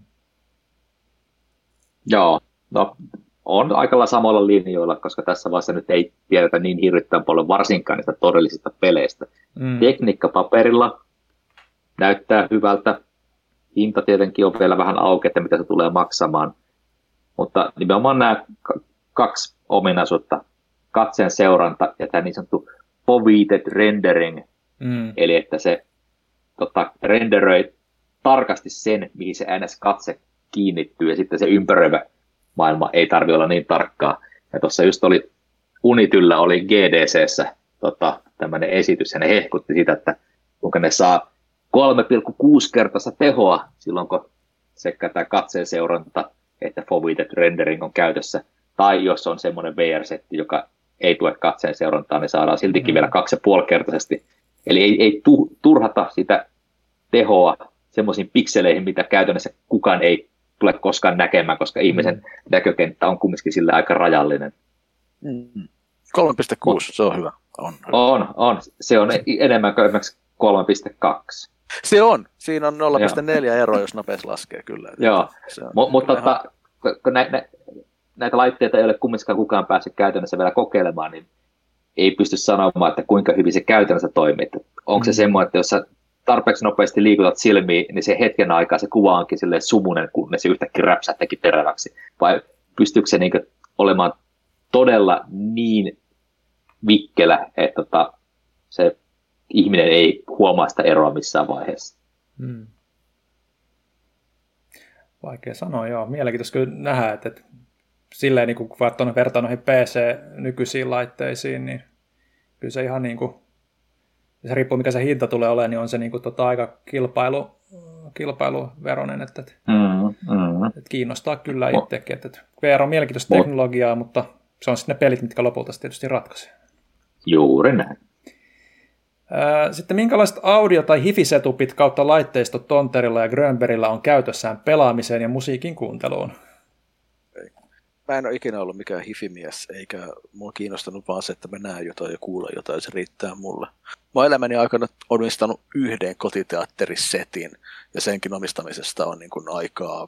Joo, no on aika samoilla linjoilla, koska tässä vaiheessa nyt ei tiedetä niin hirvittävän paljon varsinkaan niistä todellisista peleistä. Hmm. Tekniikka paperilla näyttää hyvältä hinta tietenkin on vielä vähän auki, että mitä se tulee maksamaan. Mutta nimenomaan nämä kaksi ominaisuutta, katseen seuranta ja tämä niin sanottu foveated rendering, mm. eli että se tota, renderöi tarkasti sen, mihin se N S-katse kiinnittyy, ja sitten se ympäröivä maailma ei tarvitse olla niin tarkkaa. Ja tuossa just oli Unityllä oli G D C:ssä tota, tämmöinen esitys, ja ne hehkutti sitä, että kuinka ne saa kolme pilkku kuusi kertaista tehoa silloin, kun sekä tämä katseen seuranta että foveated rendering on käytössä. Tai jos on semmoinen V R-setti, joka ei tue katseen seurantaa, niin saadaan siltikin mm. vielä kaksi ja puoli kertaisesti. Eli ei, ei tu, turhata sitä tehoa semmoisiin pikseleihin, mitä käytännössä kukaan ei tule koskaan näkemään, koska mm. ihmisen näkökenttä on kumminkin sille aika rajallinen. Mm. kolme pilkku kuusi, se on hyvä. On, on, on. Se on enemmän kuin esimerkiksi kolme pilkku kaksi. Se on. Siinä on nolla pilkku neljä ero, jos nopeasti laskee kyllä. Joo, M- mutta tota, kun nä- nä- näitä laitteita ei ole kumminkaan kukaan päässyt käytännössä vielä kokeilemaan, niin ei pysty sanomaan, että kuinka hyvin se käytännössä toimii. Että onko se mm. semmoinen, että jos sä tarpeeksi nopeasti liikutat silmiin, niin se hetken aikaa se kuva onkin silleen sumunen, kunnes se yhtäkkiä räpsähtäkin teräväksi. Vai pystyykö se niinku olemaan todella niin vikkelä, että tota, se ihminen ei huomaa sitä eroa missään vaiheessa. Hmm. Vaikea sanoa, joo. Mielenkiintoista kyllä nähdä, että, että silleen niin kun vertaa noihin P C-nykyisiin laitteisiin, niin kyllä se ihan niin kuin, se riippuu mikä se hinta tulee olemaan, niin on se niin kuin tota aika kilpailu, kilpailuveronen, että, että, mm, mm. että kiinnostaa kyllä itsekin. Että, että V R on mielenkiintoista teknologiaa, mutta se on sitten ne pelit, mitkä lopulta tietysti ratkaisee. Juuri näin. Sitten minkälaiset audio- tai hifisetupit kautta laitteistot Tonterilla ja Grönbergillä on käytössään pelaamiseen ja musiikin kuunteluun? Mä en ole ikinä ollut mikään hifimies, eikä mua kiinnostanut vaan se, että mä näen jotain ja kuulen jotain, se riittää mulle. Mä oon elämäni aikana omistanut yhden kotiteatterisetin, ja senkin omistamisesta on niin kuin aikaa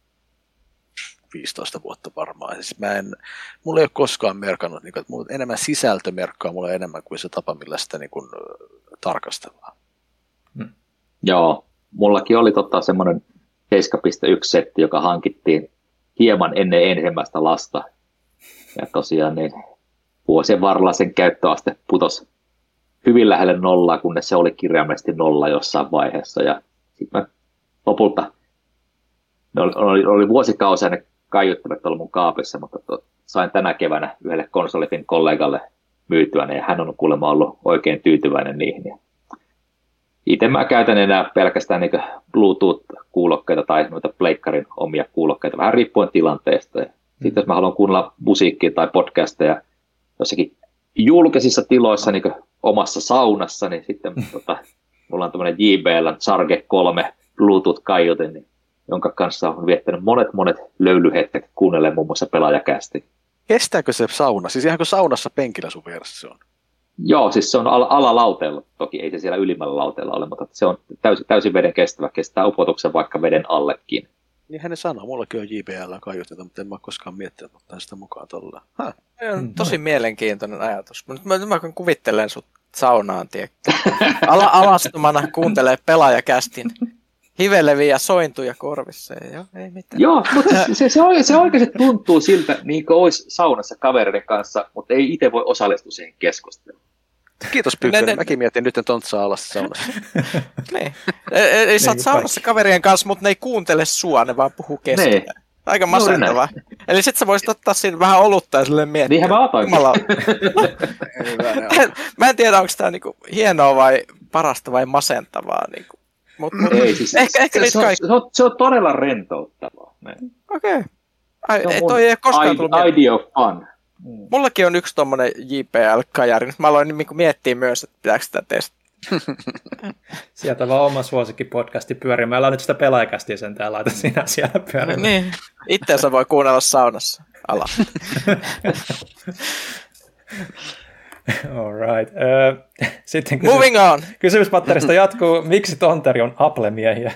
viisitoista vuotta varmaan. Siis mä en, mulla ei ole koskaan merkannut, niin kuin, että mulla on enemmän sisältömerkkaa mulla enemmän kuin se tapa, millä sitä niin kuin, tarkastellaan. Hmm. Joo, mullakin oli tota semmoinen seitsemän pilkku yksi setti, joka hankittiin hieman ennen ensimmäistä lasta. Ja tosiaan niin vuosien varrella sen käyttöaste putosi hyvin lähelle nollaa, kunnes se oli kirjaimellisesti nolla jossain vaiheessa. Ja sitten lopulta ne oli, oli, oli vuosikausia ne kaiuttimet ollut mun kaapissa, mutta to, sain tänä keväänä yhdelle konsolifin kollegalle myytyä ne, ja hän on kuulemma ollut oikein tyytyväinen niihin. Itse mä käytän enää pelkästään niin Bluetooth-kuulokkeita tai noita pleikkarin omia kuulokkeita, vähän riippuen tilanteesta. Ja sitten jos mä haluan kuunnella musiikkia tai podcasteja jossakin julkisissa tiloissa, niin omassa saunassa, niin sitten tota, mulla on tämmöinen J B L:n Charge kolme Bluetooth-kaiutin, niin, jonka kanssa on viettänyt monet monet löylyhetket kuunnellen muun muassa Pelaajakästi. Kestääkö se sauna? Siis ihan kuin saunassa penkillä sun vieressä se on? Joo, siis se on al- alalauteella. Toki ei se siellä ylimmällä lauteella ole, mutta se on täysin, täysin veden kestävä. Kestää upotuksen vaikka veden allekin. Niin hän sanoo, mullakin on J B L kaiutinta, mutta en mä ole koskaan miettinyt, mutta sitä mukaan tuolla. On tosi mm. mielenkiintoinen ajatus. Nyt mä, mä kuvittelen sut saunaan, tiedätkö? Ala, alastumana kuuntelee Pelaajakästin hiveleviä sointuja korvissa. Joo, ei mitään. Joo, mutta se, se, se oikeasti tuntuu siltä, niin kuin olisi saunassa kavereiden kanssa, mutta ei itse voi osallistua siihen keskusteluun. Kiitos Pyykkönen, mäkin mietin nyt tontsaa alas saunassa. Niin. Ei sä oot saunassa kaverien kanssa, mutta ne ei kuuntele sua, ne vaan puhuu keskenään. Aika masentavaa. Eli sit sä voisit ottaa siinä vähän olutta ja silleen miettiä. Niinhän mä otankin. Mä en tiedä, onko tää niinku hienoa vai parasta vai masentavaa. Niinku. Mut, mut, ei, siis ehkä, ehkä se, se, on, se, on, se on todella rentouttavaa. Okei. Okay. Toi ei koskaan tullut miettiä. Idea of fun. Mm. Mullakin on yksi tommonen J P L-kajari. Nyt mä aloin niin miettiä myös, että pitääkö sitä testata. Sieltä vaan oma suosikkipodcasti pyörii. Mä aloin nyt sitä Pelaajakästiä sen täällä, laita sinä siellä pyörimään. Niin, itteensä voi kuunnella saunassa. Ala. All right. Uh, sitten kysymys, Moving on. Kysymyspatterista jatkuu. Miksi Tonteri on Apple-miehiä?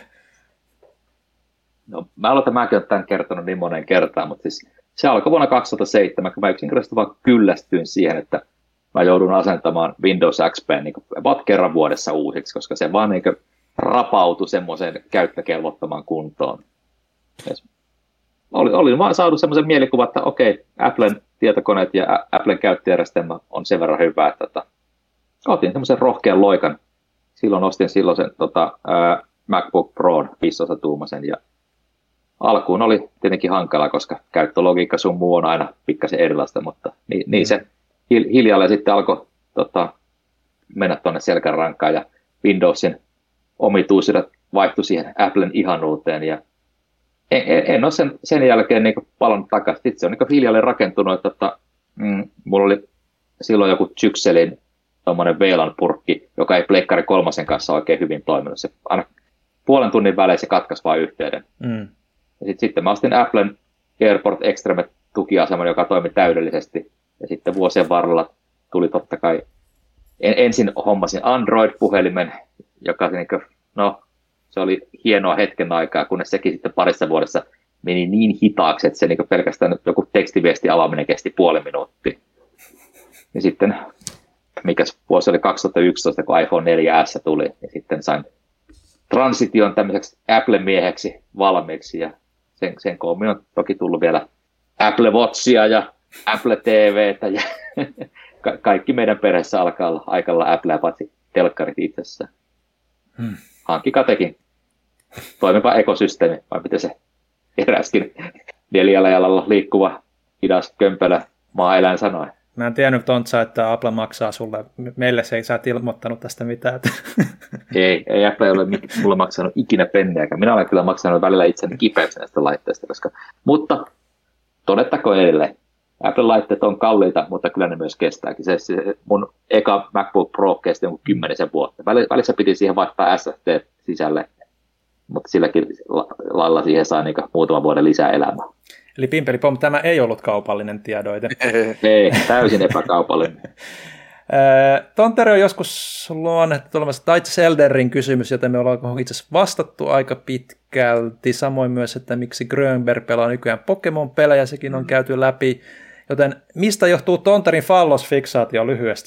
No, mä aloitan, mäkin olen tämän kertonut niin monen kertaan, mutta siis se alkoi vuonna kaksituhattaseitsemän, kun mä yksinkertaisesti vaan kyllästyin siihen, että mä joudun asentamaan Windows X P niin kuin kerran vuodessa uusiksi, koska se vaan niin kuin rapautui semmoisen käyttökelvottoman kuntoon. Oli, olin vaan saanut semmoisen mielikuvan, että okei, Applen tietokoneet ja Applen käyttöjärjestelmä on sen verran hyvä, että tota, otin semmoisen rohkean loikan. Silloin ostin silloin sen tota, ää, MacBook Proon viisitoista tuumaisen ja alkuun oli tietenkin hankala, koska käyttölogiikka sun muu on aina pikkasen erilaista, mutta niin, niin se hiljalleen sitten alkoi tota, mennä tuonne selkärankaan ja Windowsin omituisuudet vaihtui siihen Applen ihanuuteen ja en, en, en ole sen, sen jälkeen niin palannut takaisin. Sitten se on niin hiljalleen rakentunut, että tota, mm, mulla oli silloin joku Zyxelin tommoinen V LAN-purkki, joka ei Pleikkari kolmasen kanssa oikein hyvin toiminut. Se aina puolen tunnin välein se katkaisi vain yhteyden. Mm. Ja sit, sitten mä ostin Applen AirPort Extreme-tukiaseman, joka toimi täydellisesti. Ja sitten vuosien varrella tuli totta kai, en, ensin hommasin Android-puhelimen, joka niin kuin, no, se oli hienoa hetken aikaa, kunnes sekin sitten parissa vuodessa meni niin hitaaksi, että se niin pelkästään joku tekstiviesti avaaminen kesti puoli minuuttia. Ja sitten, mikä vuosi oli kaksituhattayksitoista, kun iPhone neljä S tuli, ja sitten sain transition tämmöiseksi Apple-mieheksi valmiiksi, ja sen, sen koommin on toki tullut vielä Apple Watchia ja Apple T V:tä, ja ka- kaikki meidän perheessä alkaa olla aikalla Applea, paitsi telkkarit itsessään. Hmm. Hankkikaa tekin. Toimiva ekosysteemi, vai miten se eräskin neljällä jalalla liikkuva, hidas, kömpelö maa-eläin sanoi. Mä en tiennyt, Tontsa, että Apple maksaa sulle. Meille se ei sä et ilmoittanut tästä mitään. ei, ei Apple ole mulle maksanut ikinä penniäkään. Minä olen kyllä maksanut välillä itseni kipeäksi näistä laitteista. Koska... Mutta todettakoon edelleen, Apple-laitteet on kalliita, mutta kyllä ne myös kestääkin. Se, se mun eka MacBook Pro kesti jonkun kymmenisen vuotta. Välissä piti siihen vaihtaa S S D sisälle, mutta silläkin lailla siihen saa niin muutaman vuoden lisää elämää. Eli Pimpeli Pom, tämä ei ollut kaupallinen tiedoite. Ei, täysin epäkaupallinen. Tonteri on joskus luonnehti tulemassa, tai itse Elden kysymys, joten me ollaan itse asiassa vastattu aika pitkälti. Samoin myös, että miksi Grönberg pelaa nykyään Pokemon-pelejä, sekin on käyty läpi. Joten mistä johtuu Tonterin fallosfiksaatio lyhyesti?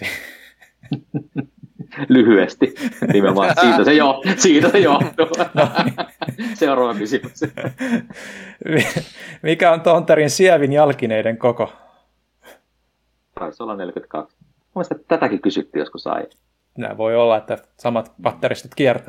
Lyhyesti, nimenomaan. Siitä se, jo, siitä se johtuu. No niin. Seuraava kysymys. Mikä on Tonterin sievin jalkineiden koko? Taisi olla neljäkymmentäkaksi. Mielestäni tätäkin kysyttiin joskus aiemmin. Nämä voi olla, että samat patteristit kiertää.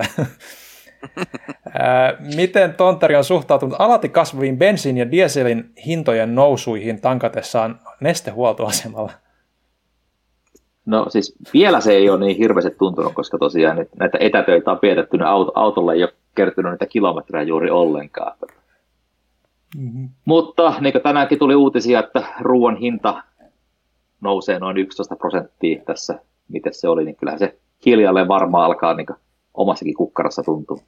Miten Tonteri on suhtautunut alati kasvaviin bensiin ja dieselin hintojen nousuihin tankatessaan nestehuoltoasemalla? No siis vielä se ei ole niin hirveästi tuntunut, koska tosiaan nyt näitä etätöitä on vietetty, auto, autolle ei ole kertynyt niitä kilometrejä juuri ollenkaan. Mm-hmm. Mutta niin kuin tänäänkin tuli uutisia, että ruoan hinta nousee noin yksitoista prosenttia tässä, miten se oli, niin kyllähän se hiljalleen varmaan alkaa niin omassakin kukkarassa tuntua.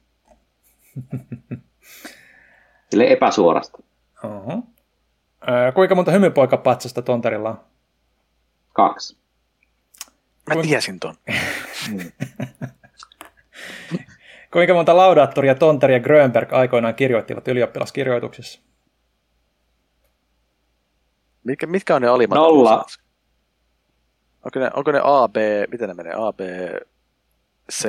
Silleen epäsuorasta. Uh-huh. Äh, kuinka monta hymypoikapatsasta Tonterilla on? Kaksi. Mä tiesin ton. Kuinka monta laudaattoria Tonteri ja Grönberg aikoinaan kirjoittivat ylioppilaskirjoituksissa? Mitkä, mitkä on ne alimmat? Nolla. Onko ne, onko ne A, B, miten ne menee? A, B, C?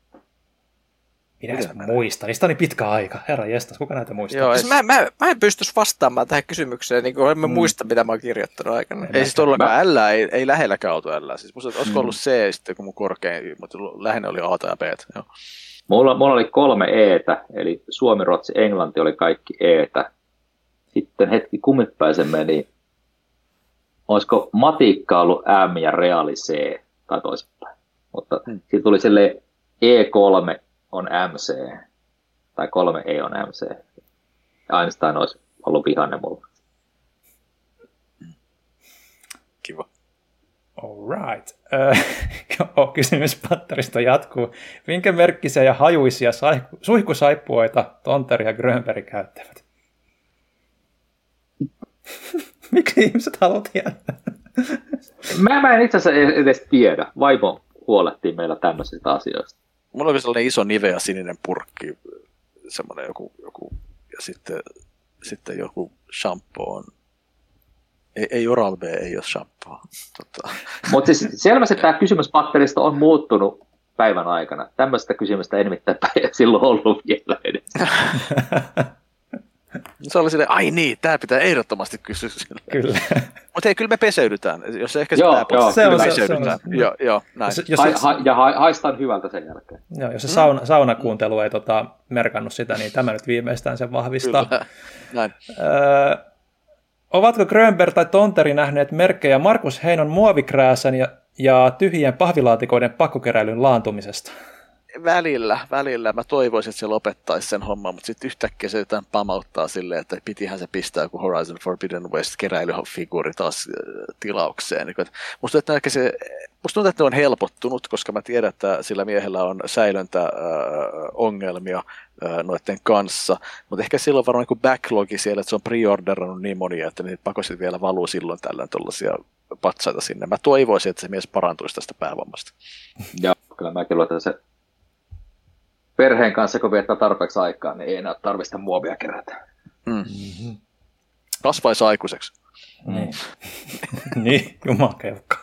Minä en muista. Niistä on niin pitkä aika. Herra jestas, kuka näitä muistaa? Joo, siis mä, mä, mä en pystyisi vastaamaan tähän kysymykseen, niin kuin en mä mm. muista, mitä mä oon kirjoittanut aikana. Ei siis todellakaan L, ei, ei lähelläkään ollut L. Siis musta olisiko ollut C sitten, kun mun korkein, mutta lähinnä oli A tai B. Joo. Mulla, mulla oli kolme E-tä, eli Suomi, Ruotsi, Englanti oli kaikki E-tä. Sitten hetki kummitpäin se meni. Olisiko matikka ollut M ja reaali C tai toisinpäin. Mutta hmm. sitten tuli silleen E kolme on M C, tai kolme E on M C. Einstein olisi ollut vihainen mulla. Kiva. All right. Äh, kysymys patterista jatkuu. Minkä merkkisiä ja hajuisia suihkusaippuoita Tonteri ja Grönberg käyttävät? Miksi ihmiset haluat tietää? Mä, mä en itse asiassa edes tiedä. Vaimo huolehtii meillä tämmöisistä asioista. Mulla on sellainen iso Nivea sininen purkki, semmoinen joku, joku ja sitten, sitten joku shampoo on. Ei, ei Oral-B, ei ole shampoo. Tota. Mutta siis selvästi tämä kysymys patterista on muuttunut päivän aikana. Tämmöistä kysymystä ei nimittäin silloin ollut vielä edes. Se oli silleen, ai niin, tämä pitää ehdottomasti kysyä sille. Kyllä. Mutta hei, kyllä me peseydytään. Jos ehkä Joo, sitä joo, se on kyllä se- peseydytään. se on- Joo, joo, näin. Jos, jos, Ha, jos, ha, ja ha, haistan hyvältä sen jälkeen. joo, jos se sauna, saunakuuntelu ei tota, merkannut sitä, niin tämä nyt viimeistään sen vahvistaa. Kyllä. Näin. Öö, ovatko Grönberg tai Tonteri nähneet merkkejä Markus Heinon muovikrääsän ja, ja tyhjien pahvilaatikoiden pakkokeräilyn laantumisesta? Välillä, välillä. Mä toivoisin, että se lopettaisi sen homman, mutta sitten yhtäkkiä se jotain pamauttaa silleen, että pitihän se pistää joku Horizon Forbidden West keräilyfiguuri taas äh, tilaukseen. Niin, että musta, tuntuu, että se, musta tuntuu, että ne on helpottunut, koska mä tiedän, että sillä miehellä on säilöntäongelmia äh, äh, noiden kanssa, mutta ehkä sillä on varmaan niin backlogi siellä, että se on preorderannut niin monia, että niitä pakosit vielä valuu silloin tällöin tuollaisia patsaita sinne. Mä toivoisin, että se mies parantuisi tästä päävammasta. Ja kyllä mäkin luulen, että se perheen kanssa, kun viettää tarpeeksi aikaa, niin ei enää tarvitse muovia kerätä. Mm. Mm-hmm. Kasvaisi aikuiseksi. Niin, niin jumakeukka.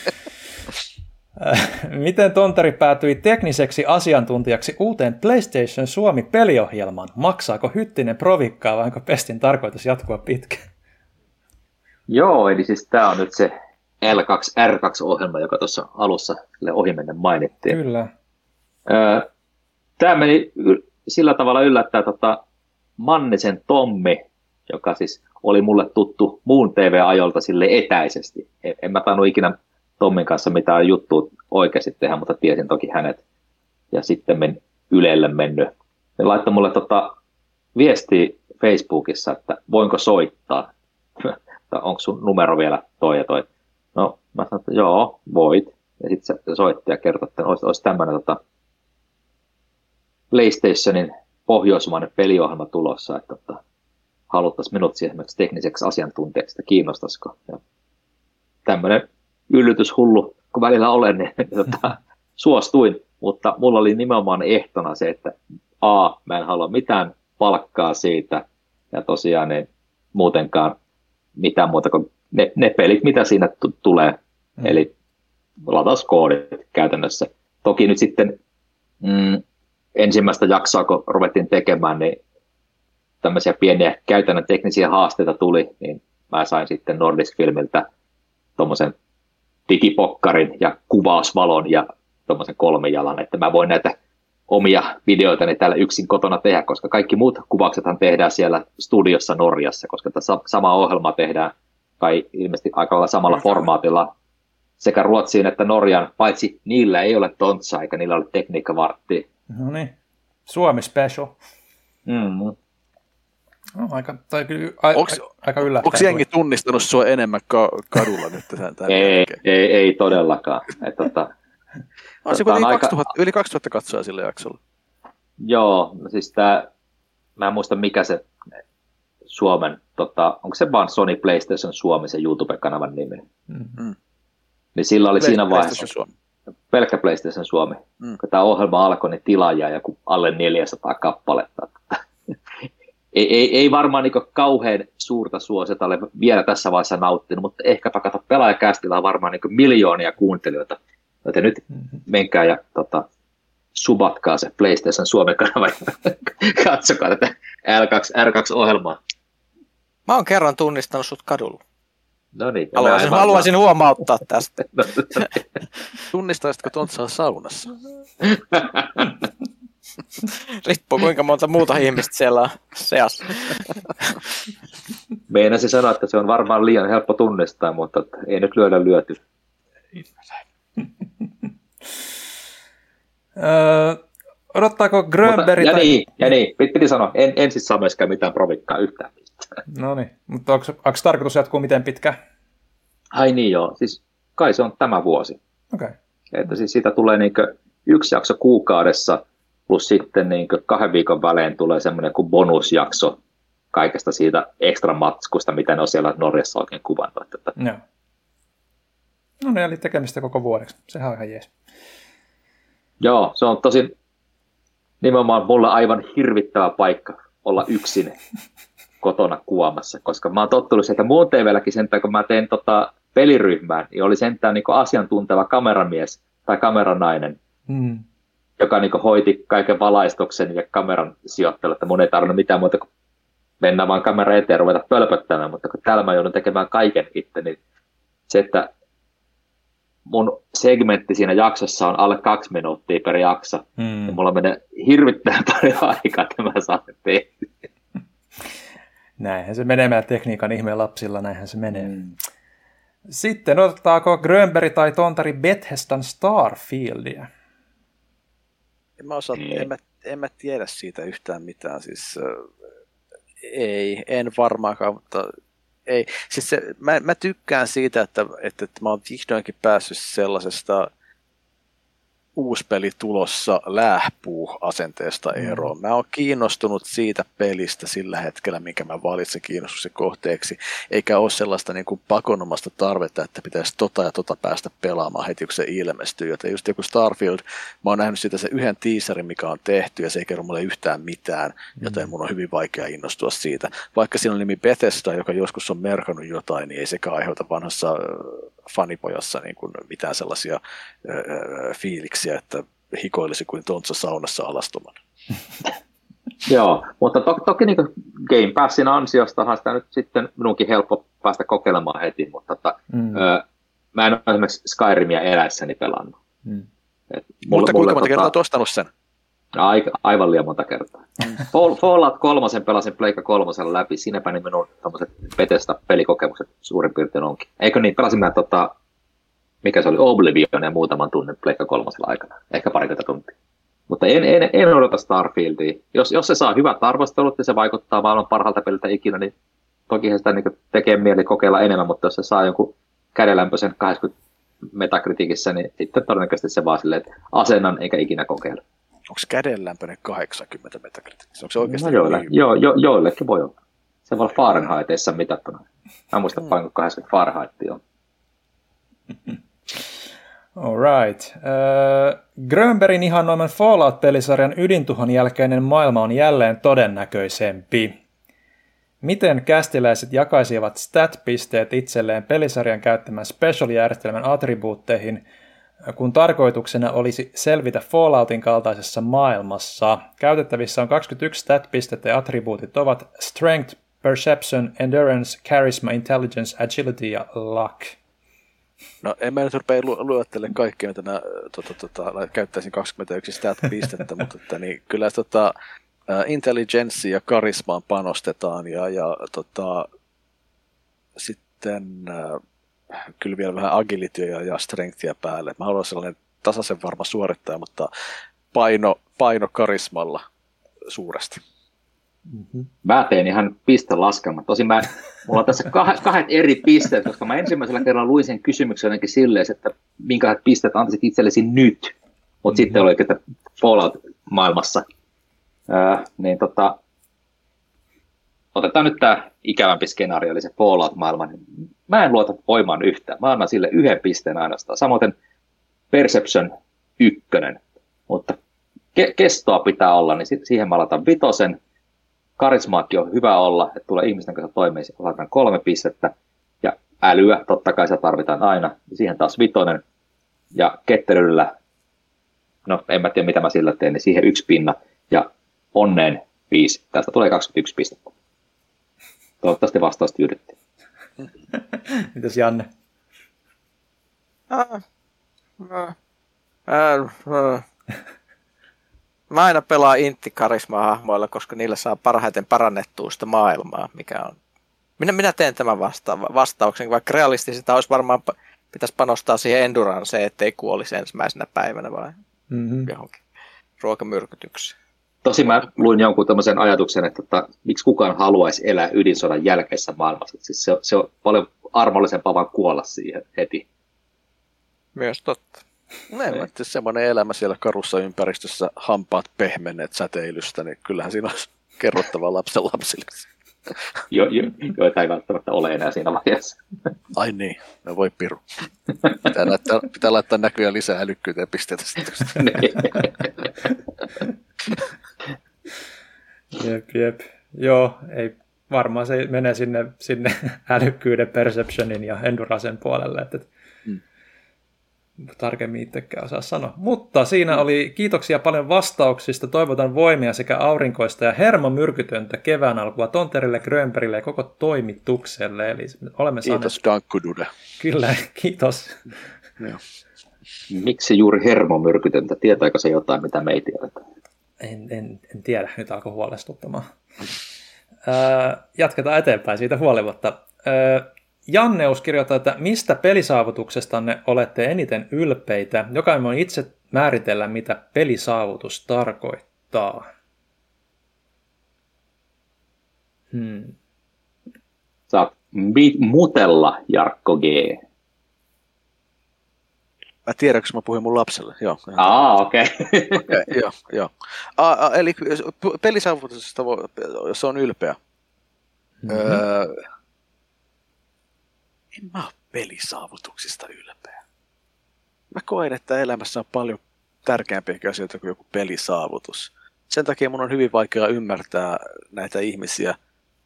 Miten Tonteri päätyi tekniseksi asiantuntijaksi uuteen PlayStation Suomi-peliohjelmaan? Maksaako Hyttinen provikkaa vai onko pestin tarkoitus jatkua pitkään? Joo, eli siis tämä on nyt se L kaksi R kaksi-ohjelma, joka tuossa alussa ohimennen mainittiin. Kyllä. Tämä meni sillä tavalla yllättää tota Mannisen Tommi, joka siis oli mulle tuttu muun T V-ajolta sille etäisesti. En mä tainnut ikinä Tommin kanssa mitään juttua oikeasti tehdä, mutta tiesin toki hänet. Ja sitten men Ylelle mennyt. Ne laittoi mulle tota viestiä Facebookissa, että voinko soittaa. Onko sun numero vielä toi ja toi? No mä sanoin, että joo, voit. Ja sitten se soitti ja kertoi, että olisi, olisi tämmöinen tota PlayStationin pohjoismainen peliohjelma tulossa, että, että haluttaisiin minut siihen esimerkiksi tekniseksi asiantuntijaksi, että kiinnostaisiko. Ja tämmöinen yllytyshullu, kun välillä olen, niin tota, suostuin, mutta mulla oli nimenomaan ehtona se, että A, mä en halua mitään palkkaa siitä, ja tosiaan niin muutenkaan mitään muuta kuin ne, ne pelit, mitä siinä t- tulee, mm. eli latauskoodit käytännössä. Toki nyt sitten mm, ensimmäistä jaksoa, kun ruvettiin tekemään, niin tämmöisiä pieniä käytännön teknisiä haasteita tuli, niin mä sain sitten Nordisk Filmiltä tuommoisen digipokkarin ja kuvausvalon ja tuommoisen kolmijalan, että mä voin näitä omia videoitani täällä yksin kotona tehdä, koska kaikki muut kuvauksethan tehdään siellä studiossa Norjassa, koska tätä samaa ohjelmaa tehdään kai ilmeisesti aika lailla samalla formaatilla sekä Ruotsiin että Norjan, paitsi niillä ei ole tontsaa eikä niillä ole tekniikkavarttia. No niin, Suomi special. Mm. No, aika, tai kyllä, a, Onks, a, aika yllättäen. Onko jengi tunnistanut sua enemmän ka- kadulla nyt? Tämän, tämän ei, ei, ei todellakaan. Et, tota, on se tota, yli, aika... kaksituhatta, yli kaksituhatta katsoja sillä jaksolla. Joo, no siis tää, mä en muista mikä se Suomen, tota, onko se vaan Sony PlayStation Suomi se YouTube-kanavan nimi? Mm. Niin sillä oli Play, siinä vaiheessa Suomi. pelkkä PlayStation Suomi. Mm. Kun tämä ohjelma alkoi, niin tilaajia joku alle neljäsataa kappaletta. ei, ei, ei varmaan niin kauhean suurta suosiota ole vielä tässä vaiheessa nauttinut, mutta ehkäpä kato Pelaajakästillä on varmaan niin miljoonia kuuntelijoita. Joten nyt mm-hmm. menkää ja tota, subatkaa se PlayStation Suomen kanava ja katsokaa tätä L kaksi R kaksi-ohjelmaa. Mä oon kerran tunnistanut sut kadulla. No niin. Haluaisin, haluaisin huomauttaa tästä. Tunnistaisitko Tontsaa saunassa? Riippuu kuinka monta muuta ihmistä siellä on seassa. Meinasin sanoa, että se on varmaan liian helppo tunnistaa, mutta ei nyt lyödä lyöty. Öö, odottaako Grönberg... Ja tai... niin, ja niin. Piti sanoa, en, en siis saa myöskään mitään provikkaa yhtään. No niin, mutta onko, onko tarkoitus jatkuu miten pitkään? Ai niin joo, siis kai se on tämä vuosi. Okei. Okay. Että siis siitä tulee niinkö yksi jakso kuukaudessa, plus sitten niinkö kahden viikon välein tulee semmoinen kuin bonusjakso kaikesta siitä ekstra matskusta, mitä ne on siellä Norjassa oikein kuvannut. Että... Joo. No niin, eli tekemistä koko vuodeksi. Sehän on ihan jees. Joo, se on tosi nimenomaan mulle aivan hirvittävä paikka olla yksin kotona kuvaamassa, koska mä oon tottunut että muun T V:lläkin sentään, kun mä teen tota peliryhmään, niin oli sentään niin asiantunteva kameramies tai kameranainen, Mm. joka niin kuin hoiti kaiken valaistuksen ja kameran sijoittelun, että mun ei tarvinnut mitään muuta kuin mennä vaan kamera eteen ja ruveta pölpöttämään, mutta kun täällä mä joudun tekemään kaiken itse, niin se, että mun segmentti siinä jaksossa on alle kaksi minuuttia per jakso, mm. ja mulla menee hirvittävän paljon aikaa, että mä saan tehtyä. Näinhän se menee meidän tekniikan ihmeen lapsilla, näinhän se menee. Mm. Sitten otettaako Grönberg tai Tontari Bethesdan Starfieldia? En mä, osaa, en, mä, en mä tiedä siitä yhtään mitään, siis äh, ei, en varmaankaan, mutta ei. Siis se, mä, mä tykkään siitä, että, että, että mä oon vihdoinkin päässyt sellaisesta uusi peli tulossa lähpuu-asenteesta eroon. Mä oon kiinnostunut siitä pelistä sillä hetkellä, minkä mä valitsen kiinnostuksen kohteeksi, eikä ole sellaista niin kuin pakonomasta tarvetta, että pitäisi tota ja tota päästä pelaamaan heti, kun se ilmestyy. Joten just joku Starfield, mä oon nähnyt siitä se yhden teaserin, mikä on tehty, ja se ei kerro mulle yhtään mitään, joten mun on hyvin vaikea innostua siitä. Vaikka siinä on nimi Bethesda, joka joskus on merkannut jotain, niin ei sekään aiheuta vanhassa fanipojassa niin kuin mitään sellaisia äh, fiiliksiä, että hikoilisi kuin tontsa saunassa alastomana. Joo, mutta to- toki niin Game Passin ansiostahan sitä nyt sitten minunkin helppo päästä kokeilemaan heti, mutta tota, mm. ö, mä en ole esimerkiksi Skyrimia eläessäni pelannut. Mm. Et mulla, mutta kuinka monta kertaa olet ostanut sen? Aika, aivan liian monta kertaa. Mm. Fallout kolmosen pelasin Pleikka kolmosella läpi, siinäpä niin minun tommoset Bethesda-pelikokemukset suurin piirtein onkin. Eikö niin, pelasin mä tota, mikä se oli, Oblivion ja muutaman tunnin Pleikka kolmosella aikana, ehkä parikymmentä tuntia. Mutta en, en, en odota Starfieldia. Jos, jos se saa hyvät arvostelut ja se vaikuttaa maailman parhaalta peliltä ikinä, niin toki sitä niin tekee mieli kokeilla enemmän, mutta jos se saa jonkun kädenlämpöisen kahdeksankymmentä metakritiikissä, niin sitten todennäköisesti se vaan silleen, että asennan eikä ikinä kokeilla. Onko kädenlämpöinen kahdeksankymmentä metakritiikissä? Onko se oikeasti? No joille, jo, jo, joillekin voi olla. Se voi olla Fahrenheitissa mitattuna. Mä muistan, mm. paljonko kahdeksankymmentä Fahrenheitia on. Alright. Uh, Grönbergin ihannoiman Fallout-pelisarjan ydintuhon jälkeinen maailma on jälleen todennäköisempi. Miten kästiläiset jakaisivat stat-pisteet itselleen pelisarjan käyttämän special-järjestelmän attribuutteihin, kun tarkoituksena olisi selvitä Falloutin kaltaisessa maailmassa? Käytettävissä on kaksikymmentäyksi stat-pistettä ja attribuutit ovat Strength, Perception, Endurance, Charisma, Intelligence, Agility ja Luck. No en mä nyt rupea lu- luettelemaan kaikkea, mitä mä tota, tota, käyttäisin kaksikymmentäyksi stat-pistettä, mutta että, niin, kyllä tota, uh, intelligenssi ja karismaan panostetaan ja, ja tota, sitten uh, kyllä vielä vähän agilityä ja, ja strengthia päälle. Mä haluan sellainen tasaisen varma suorittaja, mutta paino, paino karismalla suuresti. Mm-hmm. Mä tein ihan pistelaskelmat. Tosin mä, mulla on tässä kah- kahdet eri pisteet, koska mä ensimmäisellä kerralla luin sen kysymyksen jotenkin silleen, että minkälaiset pisteet antaisit itsellesi nyt, mutta mm-hmm. sitten oli että Fallout-maailmassa. Öö, niin tota, otetaan nyt tämä ikävämpi skenaario, eli se Fallout-maailma. Mä en luota voimaan yhtään. Mä annan sille yhden pisteen ainoastaan. Samoin Perception ykkönen, mutta ke- kestoa pitää olla, niin siihen mä laitan vitosen. Karismaakin on hyvä olla, että tulee ihmisten kanssa toimeen, laitan kolme pistettä. Ja älyä, totta kai se tarvitaan aina. Siihen taas vitonen. Ja ketteryydellä, no en mä tiedä mitä mä sillä teen, niin siihen yksi pinna. Ja onneen viisi. Tästä tulee kaksikymmentäyksi pistettä. Toivottavasti vastaus tyydytti. Mitäs Janne? Äh, äh, äh, äh. Mä aina pelaan intti-karisma-hahmoilla, koska niillä saa parhaiten parannettua sitä maailmaa, mikä on. Minä, minä teen tämän vasta- vastauksen, vaikka realistisesti olisi varmaan, pitäisi panostaa siihen enduranceen, ettei kuolisi ensimmäisenä päivänä vai mm-hmm. johonkin ruokamyrkytykseen. Tosi mä luin jonkun tämmöisen ajatuksen, että, että miksi kukaan haluaisi elää ydinsodan jälkeisessä maailmassa. Siis se, se on paljon armollisempaa vaan kuolla siihen heti. Myös totta. Näin, että semmoinen elämä siellä karussa ympäristössä, hampaat pehmenneet säteilystä, niin kyllähän siinä olisi kerrottava lapsen lapsille. Jo, jo, joita ei välttämättä ole enää siinä vaiheessa. Ai niin, no voi piru. Pitää laittaa, pitää laittaa näkyä lisää älykkyyttä ja pisteitä sitten. Jep, jep. Joo, ei, varmaan se menee sinne, sinne älykkyyden, perceptionin ja endurancen puolelle. Että, mm. tarkemmin itsekään osaa sanoa. Mutta siinä oli kiitoksia paljon vastauksista. Toivotan voimia sekä aurinkoista ja hermomyrkytöntä kevään alkua Tonterille, Grönbergille ja koko toimitukselle. Eli olemme kiitos, saaneet... Dankkudude. Kyllä, kiitos. Miksi juuri hermomyrkytöntä? Tietääkö se jotain, mitä me ei tiedetä? En, en, en tiedä, nyt alkoi huolestuttamaan. Öö, jatketaan eteenpäin siitä huolimatta. Öö, Janneus kirjoittaa, että mistä pelisaavutuksestanne olette eniten ylpeitä? Jokainen voi itse määritellä, mitä pelisaavutus tarkoittaa. Hmm. Saat mutella, Jarkko G. Mä tiedän, kun mä puhuin mun lapselle. Joo. Aa, okei. Okay. Okay, joo, joo. A, a, eli pelisaavutuksesta voi, se on ylpeä. Mm-hmm. Öö, en mä ole pelisaavutuksista ylpeä. Mä koen, että elämässä on paljon tärkeämpiä asioita kuin joku pelisaavutus. Sen takia mun on hyvin vaikea ymmärtää näitä ihmisiä,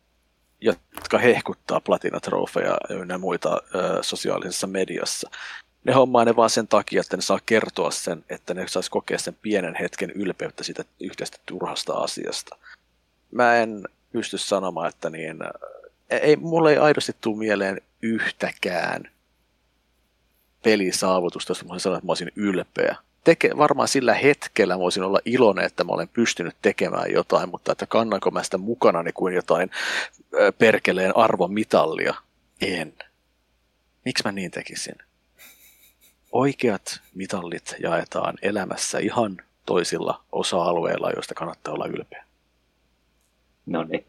jotka hehkuttaa platinatrofeja ja muita ö, sosiaalisessa mediassa. Ne hommaa ne vaan sen takia, että ne saa kertoa sen, että ne saisi kokea sen pienen hetken ylpeyttä siitä yhteistä turhasta asiasta. Mä en pysty sanomaan, että niin, ei, mulle ei aidosti tule mieleen yhtäkään pelisaavutusta, josta mä voisin sanoa, että mä olisin ylpeä. Teke, varmaan sillä hetkellä voisin olla iloinen, että mä olen pystynyt tekemään jotain, mutta että kannanko mä sitä mukanani kuin jotain perkeleen arvomitallia? En. Miksi mä niin tekisin? Oikeat mitallit jaetaan elämässä ihan toisilla osa-alueilla, joista kannattaa olla ylpeä. No niin.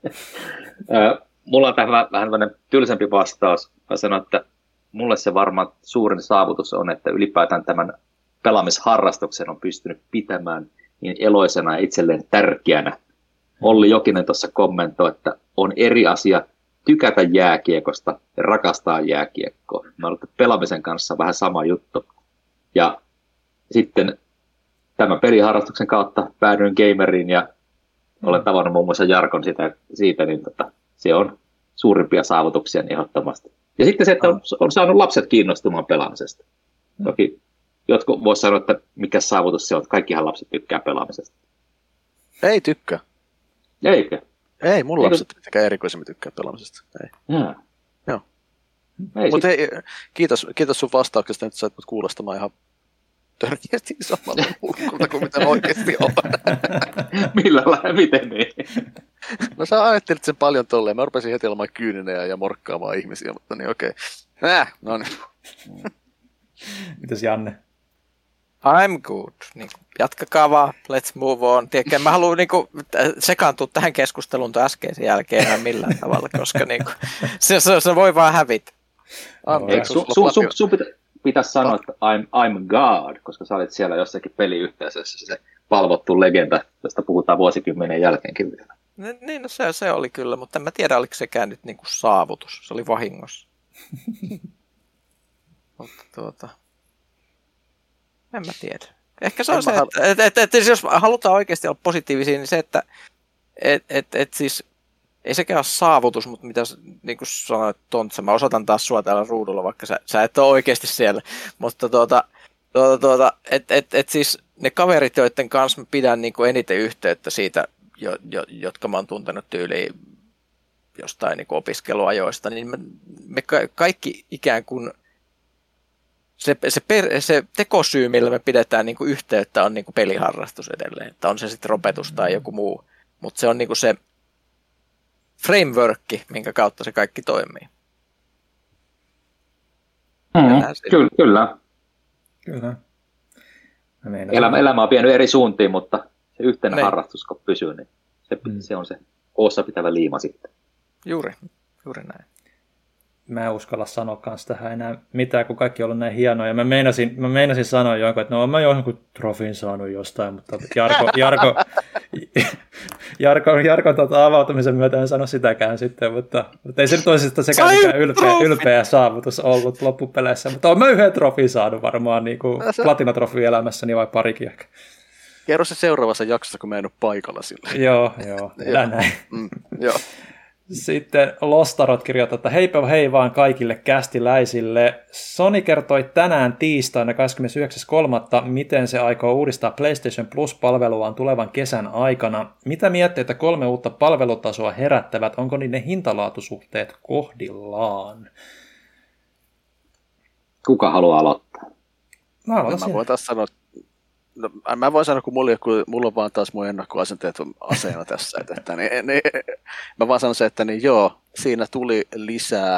Mulla on tähän vähän tämmöinen tylsempi vastaus. Mä sanon, että mulle se varmaan suurin saavutus on, että ylipäätään tämän pelaamisharrastuksen on pystynyt pitämään niin eloisena ja itselleen tärkeänä. Olli Jokinen tuossa kommentoi, että on eri asia tykätä jääkiekosta ja rakastaa jääkiekkoa. Mä olen pelaamisen kanssa vähän sama juttu. Ja sitten tämän peliharrastuksen kautta päädyin gameriin ja olen tavannut muun muassa Jarkon siitä, siitä niin tota, se on suurimpia saavutuksia ehdottomasti. Ja sitten se, että on, on saanut lapset kiinnostumaan pelaamisesta. Toki jotkut voisivat sanoa, että mikä saavutus se on, että kaikkihan lapset tykkää pelaamisesta. Ei tykkää. Eikö? Ei, mun lapset mitenkään erikoisemmin tykkää pelaamisesta. Ei. Jaa. Joo. Ei Mutta hei, kiitos, kiitos sun vastauksesta, nyt sä et mut kuulostamaan ihan törkeästi samalla ulkolta kuin mitä oikeasti on. Millä lailla, miten niin? No sä ajattelit sen paljon tolleen. Mä rupesin heti olemaan kyyninen ja morkkaamaan ihmisiä, mutta niin okei. Okay. Äh, no niin. Mitäs Janne? I'm good. Niin, jatkakaa vaan. Let's move on. Tiedätkö, mä haluan niin kuin, sekaantua tähän keskusteluun tuon äskeisen jälkeen enää millään tavalla, koska niin kuin, se, se, se voi vaan hävitä. Sun su, su, su pitä, pitäisi sanoa, että I'm, I'm God, koska sä olit siellä jossakin peliyhteisössä se palvottu legenda, josta puhutaan vuosikymmenen jälkeenkin vielä. Niin, no se, se oli kyllä, mutta en mä tiedä, oliko sekään nyt niin kuin saavutus. Se oli vahingossa. Mutta tuota... En mä tiedä. Ehkä se on en se, halu... että, että, että, että jos halutaan oikeasti olla positiivisia, niin se, että et, et, et siis, ei sekään ole saavutus, mutta mitä niin kuin sanoit Tontsa, mä osoitan taas sua täällä ruudulla, vaikka sä, sä et ole oikeasti siellä. Mutta tuota, tuota, tuota, että et, et siis ne kaverit, joiden kanssa mä pidän niin kuin eniten yhteyttä siitä, jo, jo, jotka mä oon tuntenut tyyliin jostain niin kuin opiskeluajoista, niin me, me kaikki ikään kuin Se, se, per, se tekosyy, millä me pidetään niin kuin yhteyttä, on niin kuin peliharrastus edelleen. Että on se sitten ropetus tai joku muu. Mutta se on niin kuin se frameworkki, minkä kautta se kaikki toimii. Mm, kyllä. Kyllä. kyllä. Elämä, elämä on vienyt eri suuntiin, mutta se yhteinen ne. harrastus, kun pysyy, niin se, mm. se on se koossa pitävä liima sitten. Juuri, juuri näin. Mä en uskalla sanoa kanssa tähän enää mitään, kun kaikki on ollut näin hienoja. Mä meinasin, mä meinasin sanoa jonkun, että no mä jonkun trofin saanut jostain, mutta Jarko, Jarko, Jarko, Jarko tuota avautumisen myötä en sano sitäkään sitten, mutta, mutta ei se nyt olisi sekään mikään ylpeä, ylpeä saavutus ollut loppupeleissä. Mutta olen mä yhden trofin saanut varmaan niin kuin platinatrofi elämässäni vai parikin ehkä. Kerro se seuraavassa jaksossa, kun mä en ole paikalla sillä. Joo, joo, elä näin. Mm, joo. Sitten Lostarot kirjoittaa, että heipä hei vaan kaikille kästiläisille. Sony kertoi tänään tiistaina kahdeskymmenesyhdeksäs kolmatta miten se aikoo uudistaa PlayStation Plus-palveluaan tulevan kesän aikana. Mitä mietteitä kolme uutta palvelutasoa herättävät? Onko niiden hintalaatusuhteet kohdillaan? Kuka haluaa aloittaa? Mä, mä voin taas sanoa, no, mä voin sanoa, kun mulla, kun mulla on vaan taas mun ennakkoasenteet aseena tässä, että, että niin, niin, mä vaan sanon se, että niin joo, siinä tuli lisää,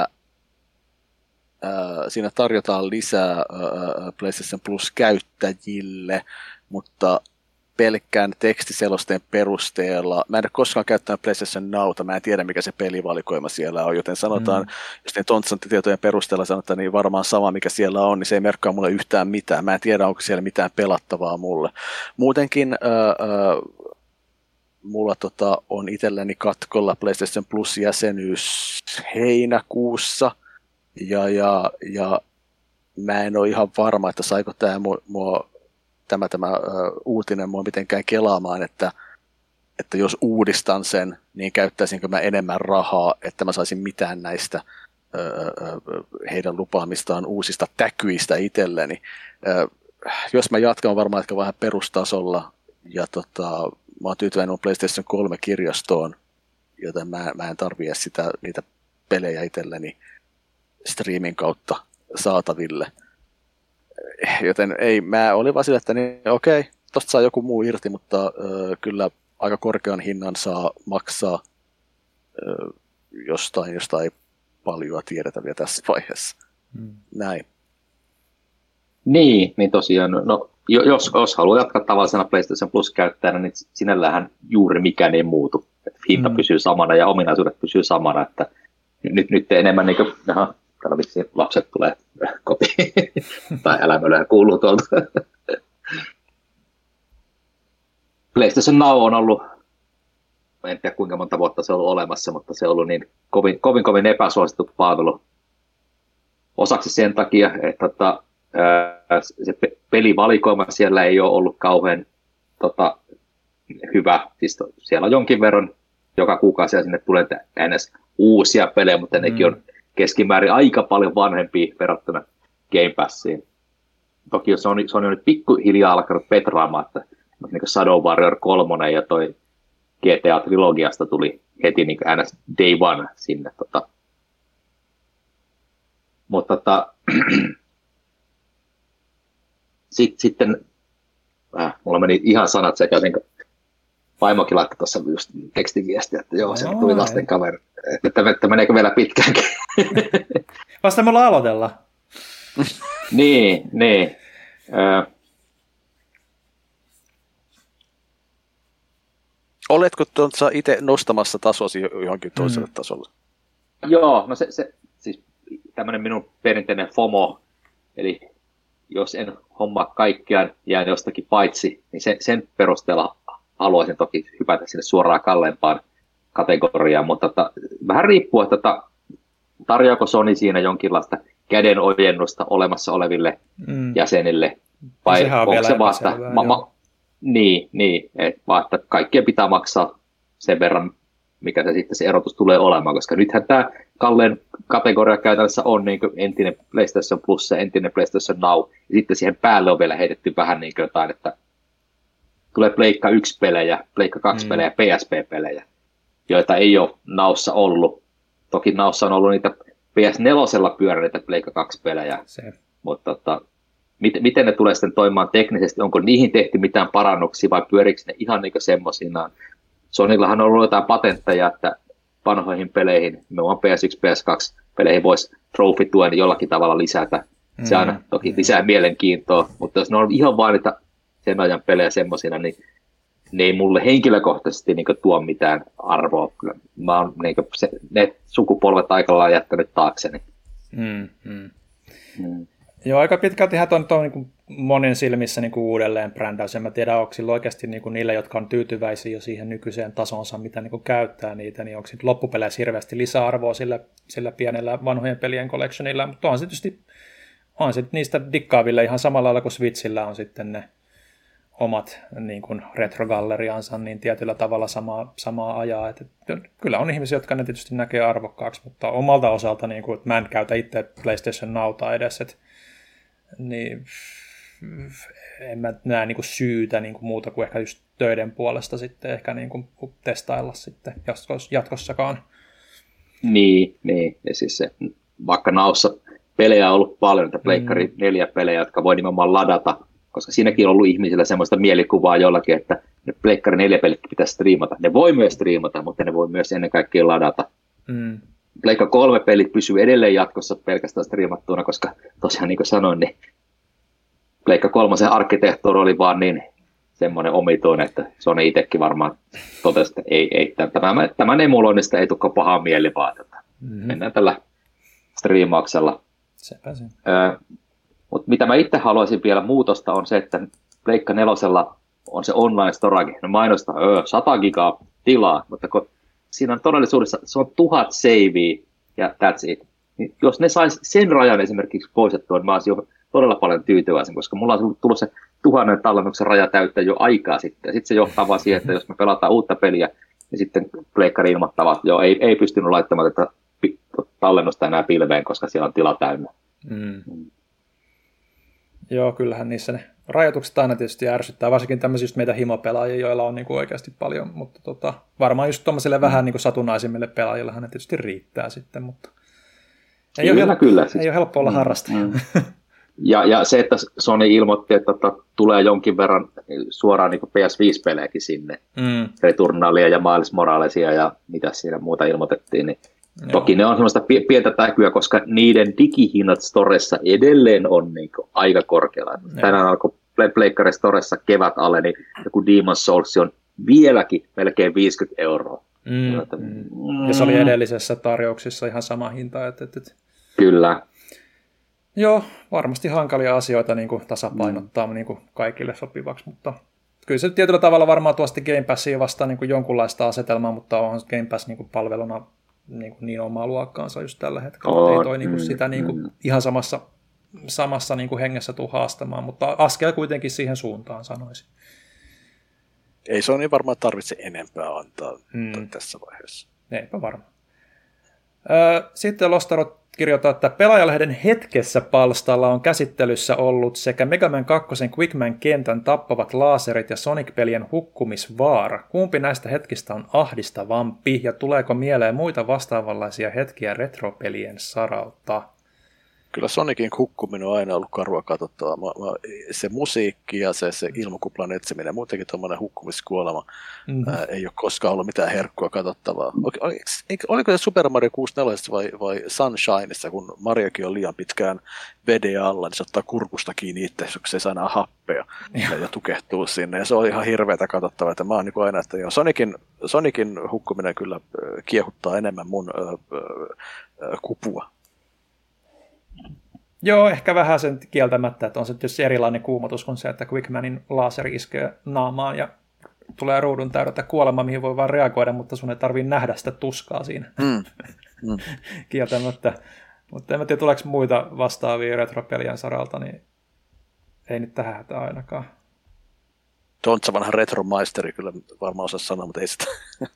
ää, siinä tarjotaan lisää ää, PlayStation Plus-käyttäjille, mutta pelkkään tekstiselosteen perusteella, mä en ole koskaan käyttänyt PlayStation Nowta, mä en tiedä mikä se pelivalikoima siellä on, joten sanotaan, mm. jos ne Tontsan tietojen perusteella sanotaan, niin varmaan sama mikä siellä on, niin se ei merkkaa mulle yhtään mitään, mä en tiedä onko siellä mitään pelattavaa mulle. Muutenkin ää, ää, mulla tota, on itselläni katkolla PlayStation Plus-jäsenyys heinäkuussa, ja, ja, ja mä en ole ihan varma, että saiko tämä mua tämä, tämä uh, uutinen mua mitenkään kelaamaan, että, että jos uudistan sen, niin käyttäisinkö mä enemmän rahaa, että mä saisin mitään näistä uh, uh, heidän lupaamistaan uusista täkyistä itselleni. Uh, jos mä jatkan varmaan ehkä vähän perustasolla, ja tota, mä oon tyytyväinen mun PlayStation kolme kirjastoon, joten mä, mä en tarvitse sitä, niitä pelejä itselleni streamin kautta saataville. Joten ei, mä olin vaan sillä, että niin, okei, tosta saa joku muu irti, mutta ö, kyllä aika korkean hinnan saa maksaa ö, jostain, josta ei paljon tiedetä vielä tässä vaiheessa. Hmm. Näin. Niin, niin tosiaan, no, jos, jos haluaa jatkaa tavallisena PlayStation Plus-käyttäjänä, niin sinällähän juuri mikään ei muutu. Että hinta hmm. pysyy samana ja ominaisuudet pysyy samana, että nyt, nyt enemmän niin kuin, aha, täällä vissiin lapset tulee kotiin, tai älämölöä kuuluu tuolta. PlayStation Now on ollut, en tiedä kuinka monta vuotta se on ollut olemassa, mutta se on ollut niin kovin kovin, kovin epäsuosittu palvelu. Osaksi sen takia, että tota, se pelivalikoima siellä ei ole ollut kauhean tota, hyvä. Siis to, siellä on jonkin verran joka kuukausi ja sinne tulee ns. Uusia pelejä, mutta nekin on keskimäärin aika paljon vanhempia verrattuna Game Passiin. Toki Sony, Sony on nyt pikkuhiljaa alkanut petraamaan, että niin kuin Shadow Warrior kolme ja toi G T A-trilogiasta tuli heti niin kuin ns. Day One sinne. Tota. Mutta tota, sit, sitten, äh, mulla meni ihan sanat sekaisin, kun vaimokin laittoi tuossa just tekstiviestiä, että joo, se tuli lasten kaveri. Että, että meneekö vielä pitkäänkin? Vasta me ollaan aloitella. niin, niin. Ö... Oletko tuossa itse nostamassa tasosi johonkin toiselle mm. tasolle? Joo, no se, se siis tämmöinen minun perinteinen FOMO, eli jos en hommaa kaikkiaan, jään jostakin paitsi, niin sen, sen perusteella haluaisin toki hypätä sinne suoraan kalleimpaan kategoriaan, mutta tota, vähän riippuu, että tota, tarjoako Sony siinä jonkinlaista kädenojennusta olemassa oleville mm. jäsenille, vai on onko se vaan, että ma- ma- niin, niin et vaan, että kaikkien pitää maksaa sen verran, mikä se sitten se erotus tulee olemaan, koska nythän tämä kalleen kategoria käytännössä on niin kuin entinen PlayStation Plus ja entinen PlayStation Now, ja sitten siihen päälle on vielä heitetty vähän niin kuin jotain, että tulee Pleikka yksi pelejä, Pleikka kaksi mm. pelejä, P S P-pelejä, joita ei ole Naussa ollut. Toki Naussa on ollut niitä P S neljä pyöräneitä Pleikka kaksi pelejä, se. Mutta tota, miten, miten ne tulee sitten toimimaan teknisesti, onko niihin tehty mitään parannuksia vai pyörikö ne ihan niin kuin semmoisinaan. Sonyllahan on ollut jotain patentteja, että vanhoihin peleihin, me on P S yksi, P S kaksi peleihin voisi trophy-tuen jollakin tavalla lisätä. Se aina toki lisää mielenkiintoa, mutta jos ne on ihan vain niitä sen ajan pelejä semmoisina, niin ne ei mulle henkilökohtaisesti niin kuin, tuo mitään arvoa. Mä oon niin kuin, se, ne sukupolvet aikallaan jättänyt taakseni. Mm, mm. Mm. Joo, aika pitkältihän on, on niin monen silmissä niin kuin uudelleen brändäys. En mä tiedä, onko sillä oikeasti niin kuin niille, jotka on tyytyväisiä jo siihen nykyiseen tasonsa, mitä niin kuin käyttää niitä, niin onko sitten loppupeleissä hirveästi lisäarvoa sillä, sillä pienellä vanhojen pelien collectionilla. Mutta on se tietysti on sit niistä dikkaaville ihan samalla lailla kuin Switchillä on sitten ne omat niin kuin retrogalleriansa niin tietyllä tavalla samaa, samaa ajaa. Et, et, kyllä on ihmisiä, jotka ne tietysti näkee arvokkaaksi, mutta omalta osalta, niin kuin, että mä en käytä itse PlayStation Nowta edes, et, niin en mä näe niin kuin syytä niin kuin muuta kuin ehkä just töiden puolesta sitten ehkä niin kuin testailla sitten jatkossakaan. Niin, niin. Ja siis se, vaikka Naussa pelejä on ollut paljon, että Pleikkari mm. neljä pelejä, jotka voi nimenomaan ladata, koska siinäkin on ollut ihmisillä semmoista mielikuvaa jollakin, että ne Pleikkari neljä pelit pitää striimata. Ne voi myös striimata, mutta ne voi myös ennen kaikkea ladata. Mm. Pleikka kolme pelit pysyy edelleen jatkossa pelkästään striimattuna, koska tosiaan niin kuin sanoin, niin Pleikka kolmosen arkkitehtuuri oli vaan niin semmoinen omituinen, että Sony itsekin varmaan totesi, että ei, ei, tämän, tämän emuloinnista ei tule pahaa mieli, vaan että mm-hmm. mennään tällä striimauksella. Sepä se. Öö, mutta mitä mä itse haluaisin vielä muutosta on se, että Pleikka nelosella on se online storage. No mainosta öö, sata gigaa tilaa, mutta kun siinä on todellisuudessa se on tuhat savea ja that's it. Niin jos ne sais sen rajan esimerkiksi poistettua, niin mä olisin jo todella paljon tyytyväisen, koska mulla on tullut se tuhannen tallennuksen raja täyttää jo aikaa sitten. Sitten se johtaa vaan siihen, että jos me pelataan uutta peliä, niin sitten Pleikkari ilmoittavat, että joo, ei, ei pystynyt laittamaan tätä tallennusta enää pilveen, koska siellä on tila täynnä. Mm. Mm. Joo, kyllähän niissä ne rajoitukset aina tietysti ärsyttää, varsinkin tämmöisiä just meitä himopelaajia, joilla on niinku oikeasti paljon, mutta tota, varmaan just tuommoisille mm. vähän niinku satunnaisimmille pelaajillehan ne tietysti riittää sitten, mutta ei, kyllä, ole, kyllä. ei ole helppo olla mm. harrastaja. Mm. Ja, ja se, että Sony ilmoitti, että tota, tulee jonkin verran suoraan niin P S viisi -pelejäkin sinne, mm. Returnalia ja Miles Moralesia ja mitä siinä muuta ilmoitettiin, niin joo. Toki ne on semmoista pientä täkyä, koska niiden digihinnat Storessa edelleen on niin kuin aika korkealla. Joo. Tänään alkoi Pleikkari Storessa kevät alle, niin joku Demon's Souls on vieläkin melkein viisikymmentä euroa. Mm. Että, mm. Ja se oli edellisessä tarjouksessa ihan sama hinta. Että, että... Kyllä. Joo, varmasti hankalia asioita niin kuin tasapainottaa mm. niin kuin kaikille sopivaksi, mutta kyllä se tietyllä tavalla varmaan tuosta Game Passia vastaan niin kuin jonkunlaista asetelmaa, mutta onhan Game Pass niin kuin palveluna niin, kuin niin omaa luokkaansa just tällä hetkellä. Oh, ei toi niin kuin mm, sitä niin kuin mm. ihan samassa, samassa niin kuin hengessä tule haastamaan, mutta askel kuitenkin siihen suuntaan sanoisin. Ei Sony varmaan tarvitse enempää antaa mm. tässä vaiheessa. Eipä varmaan. Sitten Lostarot kirjoittaa, että Pelaajalehden Hetkessä -palstalla on käsittelyssä ollut sekä Mega Man kaksi Quickman kentän tappavat laaserit ja Sonic-pelien hukkumisvaara. Kumpi näistä hetkistä on ahdistavampi ja tuleeko mieleen muita vastaavanlaisia hetkiä retropelien saralta? Kyllä Sonicin hukkuminen on aina ollut karua katsottavaa. Se musiikki ja se, se ilmakuplan etsiminen, muutenkin tuommoinen hukkumiskuolema mm-hmm. ää, ei ole koskaan ollut mitään herkkua katsottavaa. Oliko, oliko se Super Mario kuusikymmentäneljä vai, vai Sunshineissa, kun Mariokin on liian pitkään veden alla, niin se ottaa kurkusta kiinni itse, kun se ei saa enää happea ja, ja tukehtuu sinne. Ja se on ihan hirveätä katsottavaa. Että mä oon niin aina, että joo, Sonicin, Sonicin hukkuminen kyllä kiehuttaa enemmän mun ö, ö, kupua. Joo, ehkä vähän sen kieltämättä, että on se tietysti erilainen kuumotus kuin se, että Quickmanin laaseri iskee naamaan ja tulee ruudun täydeltä kuolema, mihin voi vaan reagoida, mutta sun ei tarvitse nähdä sitä tuskaa siinä mm. Mm. kieltämättä. Mutta en mä tiedä, tuleeko muita vastaavia retropelien saralta, niin ei nyt tähän hätä ainakaan. Tontsa vanha retromaisteri kyllä varmaan osaa sanoa, mutta ei sitä.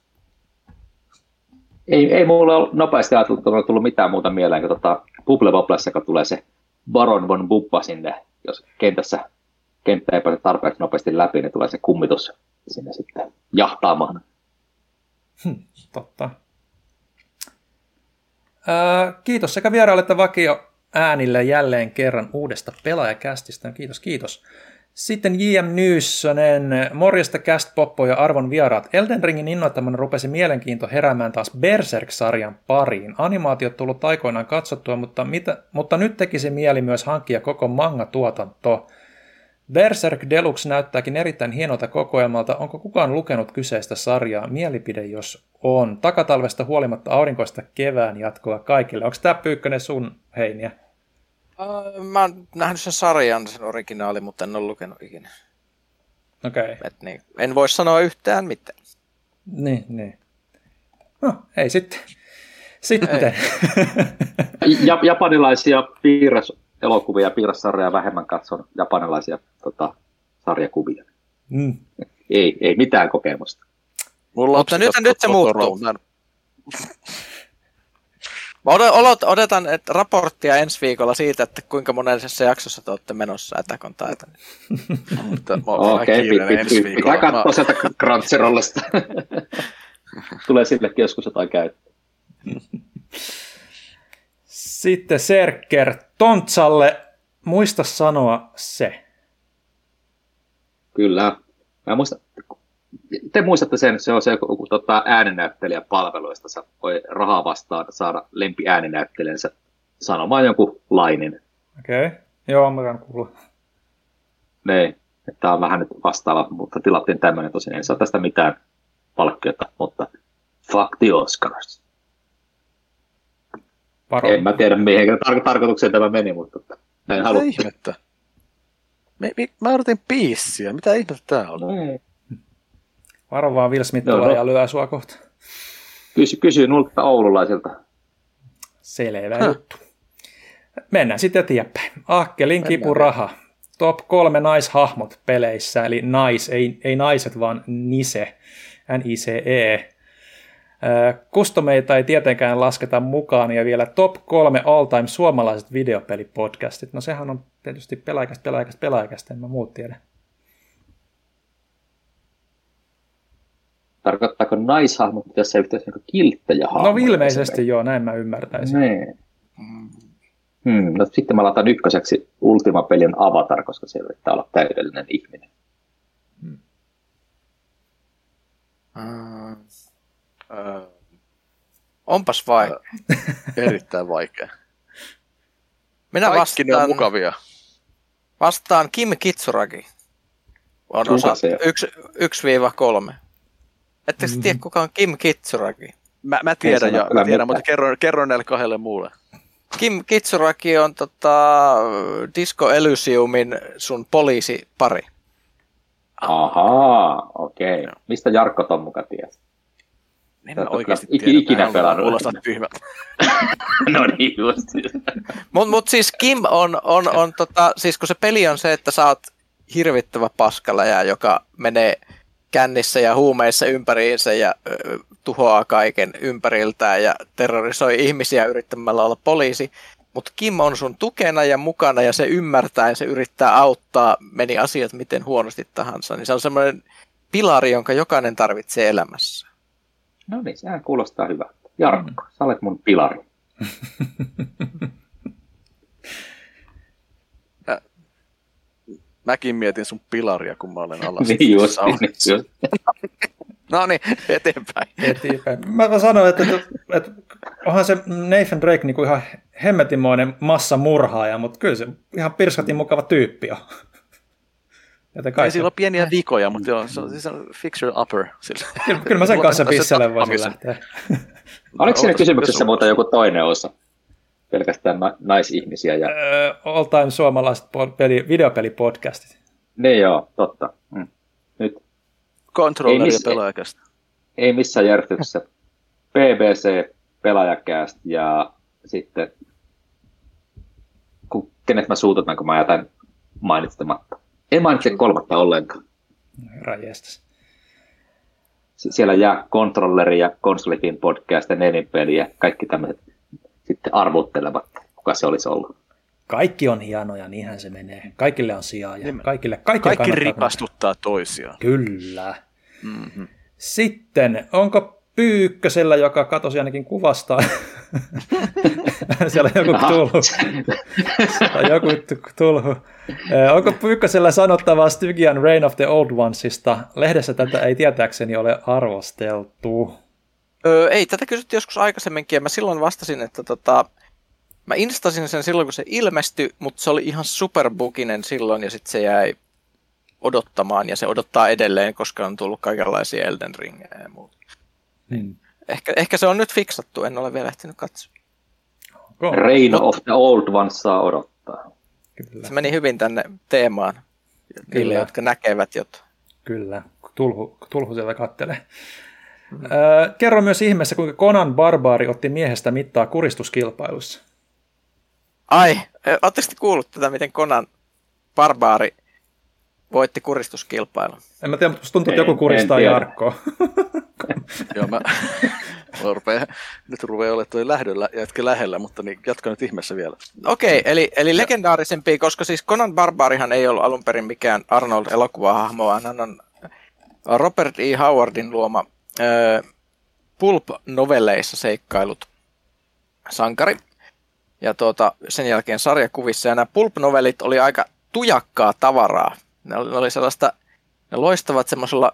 Ei, ei mulla ole nopeasti ajateltu, tullut mitään muuta mieleen, kun tuota, Bubble Bobblessa, kun tulee se Baron von Bubba sinne, jos kentässä kenttä ei pääse tarpeeksi nopeasti läpi, niin tulee se kummitus sinne sitten jahtaamaan. Hmm, totta. Öö, kiitos sekä vieraille että vakio äänille jälleen kerran uudesta pelaajakästistä. Kiitos, kiitos. Sitten J M Nyssonen, morjesta Cast Poppo ja arvon vieraat. Elden Ringin innoittamana rupesi mielenkiinto heräämään taas Berserk-sarjan pariin. Animaatiot tullut aikoinaan katsottua, mutta, mitä, mutta nyt tekisi mieli myös hankkia koko manga-tuotanto. Berserk Deluxe näyttääkin erittäin hienolta kokoelmalta. Onko kukaan lukenut kyseistä sarjaa? Mielipide jos on. Takatalvesta huolimatta aurinkoista kevään jatkoa kaikille. Onko tämä Pyykkönen sun heiniä? Uh, mä oon nähnyt sen sarjan, sen originaali, mutta en ole lukenut ikinä. Okei. Okay. Niin, en voi sanoa yhtään mitään. Niin, niin. No, ei sitten. Sitten. Ei. ja, japanilaisia piirroselokuvia ja piirrossarjoja vähemmän katson japanilaisia tota, sarjakuvia. Mm. Ei, ei mitään kokemusta. Mulla Mutta nyt, nyt se muuttuu. Mä odotan että raporttia ensi viikolla siitä, että kuinka monellisessa jaksossa te olette menossa Attack on Titan. Okei, pitää katsoa sieltä Crunchyrollista. Tulee sillekin joskus jotain käyttöä. Sitten Serker Tontsalle, muista sanoa se. Kyllä. Mä muistan, te muistatte sen, se on se, kun tota, ääninäyttelijäpalveluista sä voi rahaa vastaan saada lempi ääninäyttelijänsä sanomaan jonkun lainin. Okei, okay. Joo, mä oon kuullut. Ne, tämä on vähän nyt vastaava, mutta tilattiin tämmöinen tosin, en saa tästä mitään palkkiota, mutta fuck the Oscars. Varo. En mä tiedä, mihin tar- tarkoitukseen tämä meni, mutta en halua. Mitä ihmettä? Me, me, mä odotin piissiä. Mitä ihmettä tää on? No, varo vaan Will Smith tulee ja lyö sua kohta. Kysy, kysy nulta oululaisilta. Selvä juttu. Mennään sitten eteenpäin. Akkelin kipuraha. Top kolme naishahmot peleissä, eli nais, ei, ei naiset, vaan nise. N I C E. Kustomeita ei tietenkään lasketa mukaan, ja vielä top kolme all-time suomalaiset videopelipodcastit. No sehän on tietysti pelaajakästä, pelaajakästä, pelaajakästä, en mä muut tiedä. Tarkoittaako naishahmot tässä yhteydessä niin kilttejä hahmoja? No ilmeisesti joo, näin mä ymmärtäisin. Nee. Hmm, no sitten mä laitan ykköseksi Ultima-pelin Avatar, koska se yrittää olla täydellinen ihminen. Hmm. Uh, uh, onpas vaikea. Erittäin vaikea. Minä Kaikki vastaan, ne on mukavia. Vastaan Kim Kitsuragi. On Kuka osa yksi kolme. Ette mm-hmm. tiedä, kuka on Kim Kitsuragi? Mä, mä tiedän, jo, mä tiedän mutta kerron, kerron näille kahdelle muulle. Kim Kitsuragi on tota, Disco Elysiumin sun poliisipari. Ahaa, okei. Okay. Mistä Jarkko ton muka tiesi? En mä oikeasti ik- tiedä. Ikinä pelannut. Kuulostaa tyhmältä. No niin, just. Mut, mut siis Kim on, on, on tota, siis kun se peli on se, että sä oot hirvittävä paskaläjä, joka menee kännissä ja huumeissa ympäriinsä ja ö, tuhoaa kaiken ympäriltään ja terrorisoi ihmisiä yrittämällä olla poliisi. Mutta Kim on sun tukena ja mukana ja se ymmärtää ja se yrittää auttaa, meni asiat miten huonosti tahansa. Niin se on semmoinen pilari, jonka jokainen tarvitsee elämässä. No niin, sehän kuulostaa hyvältä. Jarkko, sä olet mun pilari. Mä, mäkin mietin sun pilaria, kun mä olen alas. Niin just, niin just. No niin, eteenpäin. eteenpäin. Mä sanoin, että, että, että onhan se Nathan Drake niin kuin ihan hemmetimoinen massamurhaaja, mutta kyllä se ihan pirskatin mukava tyyppi on. Ei sillä ole pieniä vikoja, mutta joo, se on, se on fixer upper. Kyllä, kyllä mä sen kanssa pisselen voisin lähteä. Oliko siinä kysymyksessä muuta joku toinen osa? Pelkästään na- naisihmisiä? Ja... Öö, all time suomalaiset peli, videopelipodcastit. Niin joo, totta. Mm. Nyt. Controller miss- ja pelaajakästä. Ei missään järjestyksessä. B B C, pelaajakästä ja sitten kun, kenet mä suututan, kun mä jätän mainitsematta. En mainitse kolmatta ollenkaan. Rajestas. Siellä jää kontrolleri ja konsolitin podcast ja nelinpeli ja kaikki tämmöiset sitten arvottelevat, kuka se olisi ollut. Kaikki on hienoja, niinhän se menee. Kaikille on sijaa ja kaikille, kaikille kaikki rikastuttaa toisiaan. Kyllä. Mm-hmm. Sitten, onko Pyykkösellä, joka katosi ainakin kuvastaan? Siellä on joku tulhu. Siellä on joku tulhu. Onko Pyykkösellä sanottavaa Stygian Reign of the Old Onesista? Lehdessä tätä ei tietääkseni ole arvosteltu. Öö, ei, tätä kysyttiin joskus aikaisemminkin ja mä silloin vastasin, että tota, mä instasin sen silloin, kun se ilmestyi, mutta se oli ihan superbuginen silloin ja sitten se jäi odottamaan ja se odottaa edelleen, koska on tullut kaikenlaisia Elden Ringejä ja muuta. Hmm. Ehkä, ehkä se on nyt fiksattu, en ole vielä ehtinyt katsoa. Go. Reign of the Old Ones saa odottaa. Kyllä. Se meni hyvin tänne teemaan, niille, jotka näkevät jotain. Kyllä, tulhu, tulhu sieltä kattelee. Mm-hmm. Öö, kerro myös ihmeessä, kuinka Conan Barbaari otti miehestä mittaa kuristuskilpailussa. Ai, ootteko te kuullut tätä, miten Conan Barbaari voitti kuristuskilpailun. En mä tiedä, mutta tuntuu, että Ei, joku kuristaa en tiedä. Jarkkoa. Joo, mä, mä rupean, nyt rupeaa olemaan toi lähdöllä jätkä lähellä, mutta niin jatka nyt ihmeessä vielä. Okei, eli, eli legendaarisempia, koska siis Conan Barbarihan ei ollut alun perin mikään Arnold-elokuvahahmo, vaan hän on Robert E. Howardin luoma äh, pulp-novelleissa seikkailut sankari. Ja tuota, sen jälkeen sarjakuvissa. Ja nämä pulp-novellit oli aika tujakkaa tavaraa. Ne oli, ne oli sellaista, ne loistavat semmoisella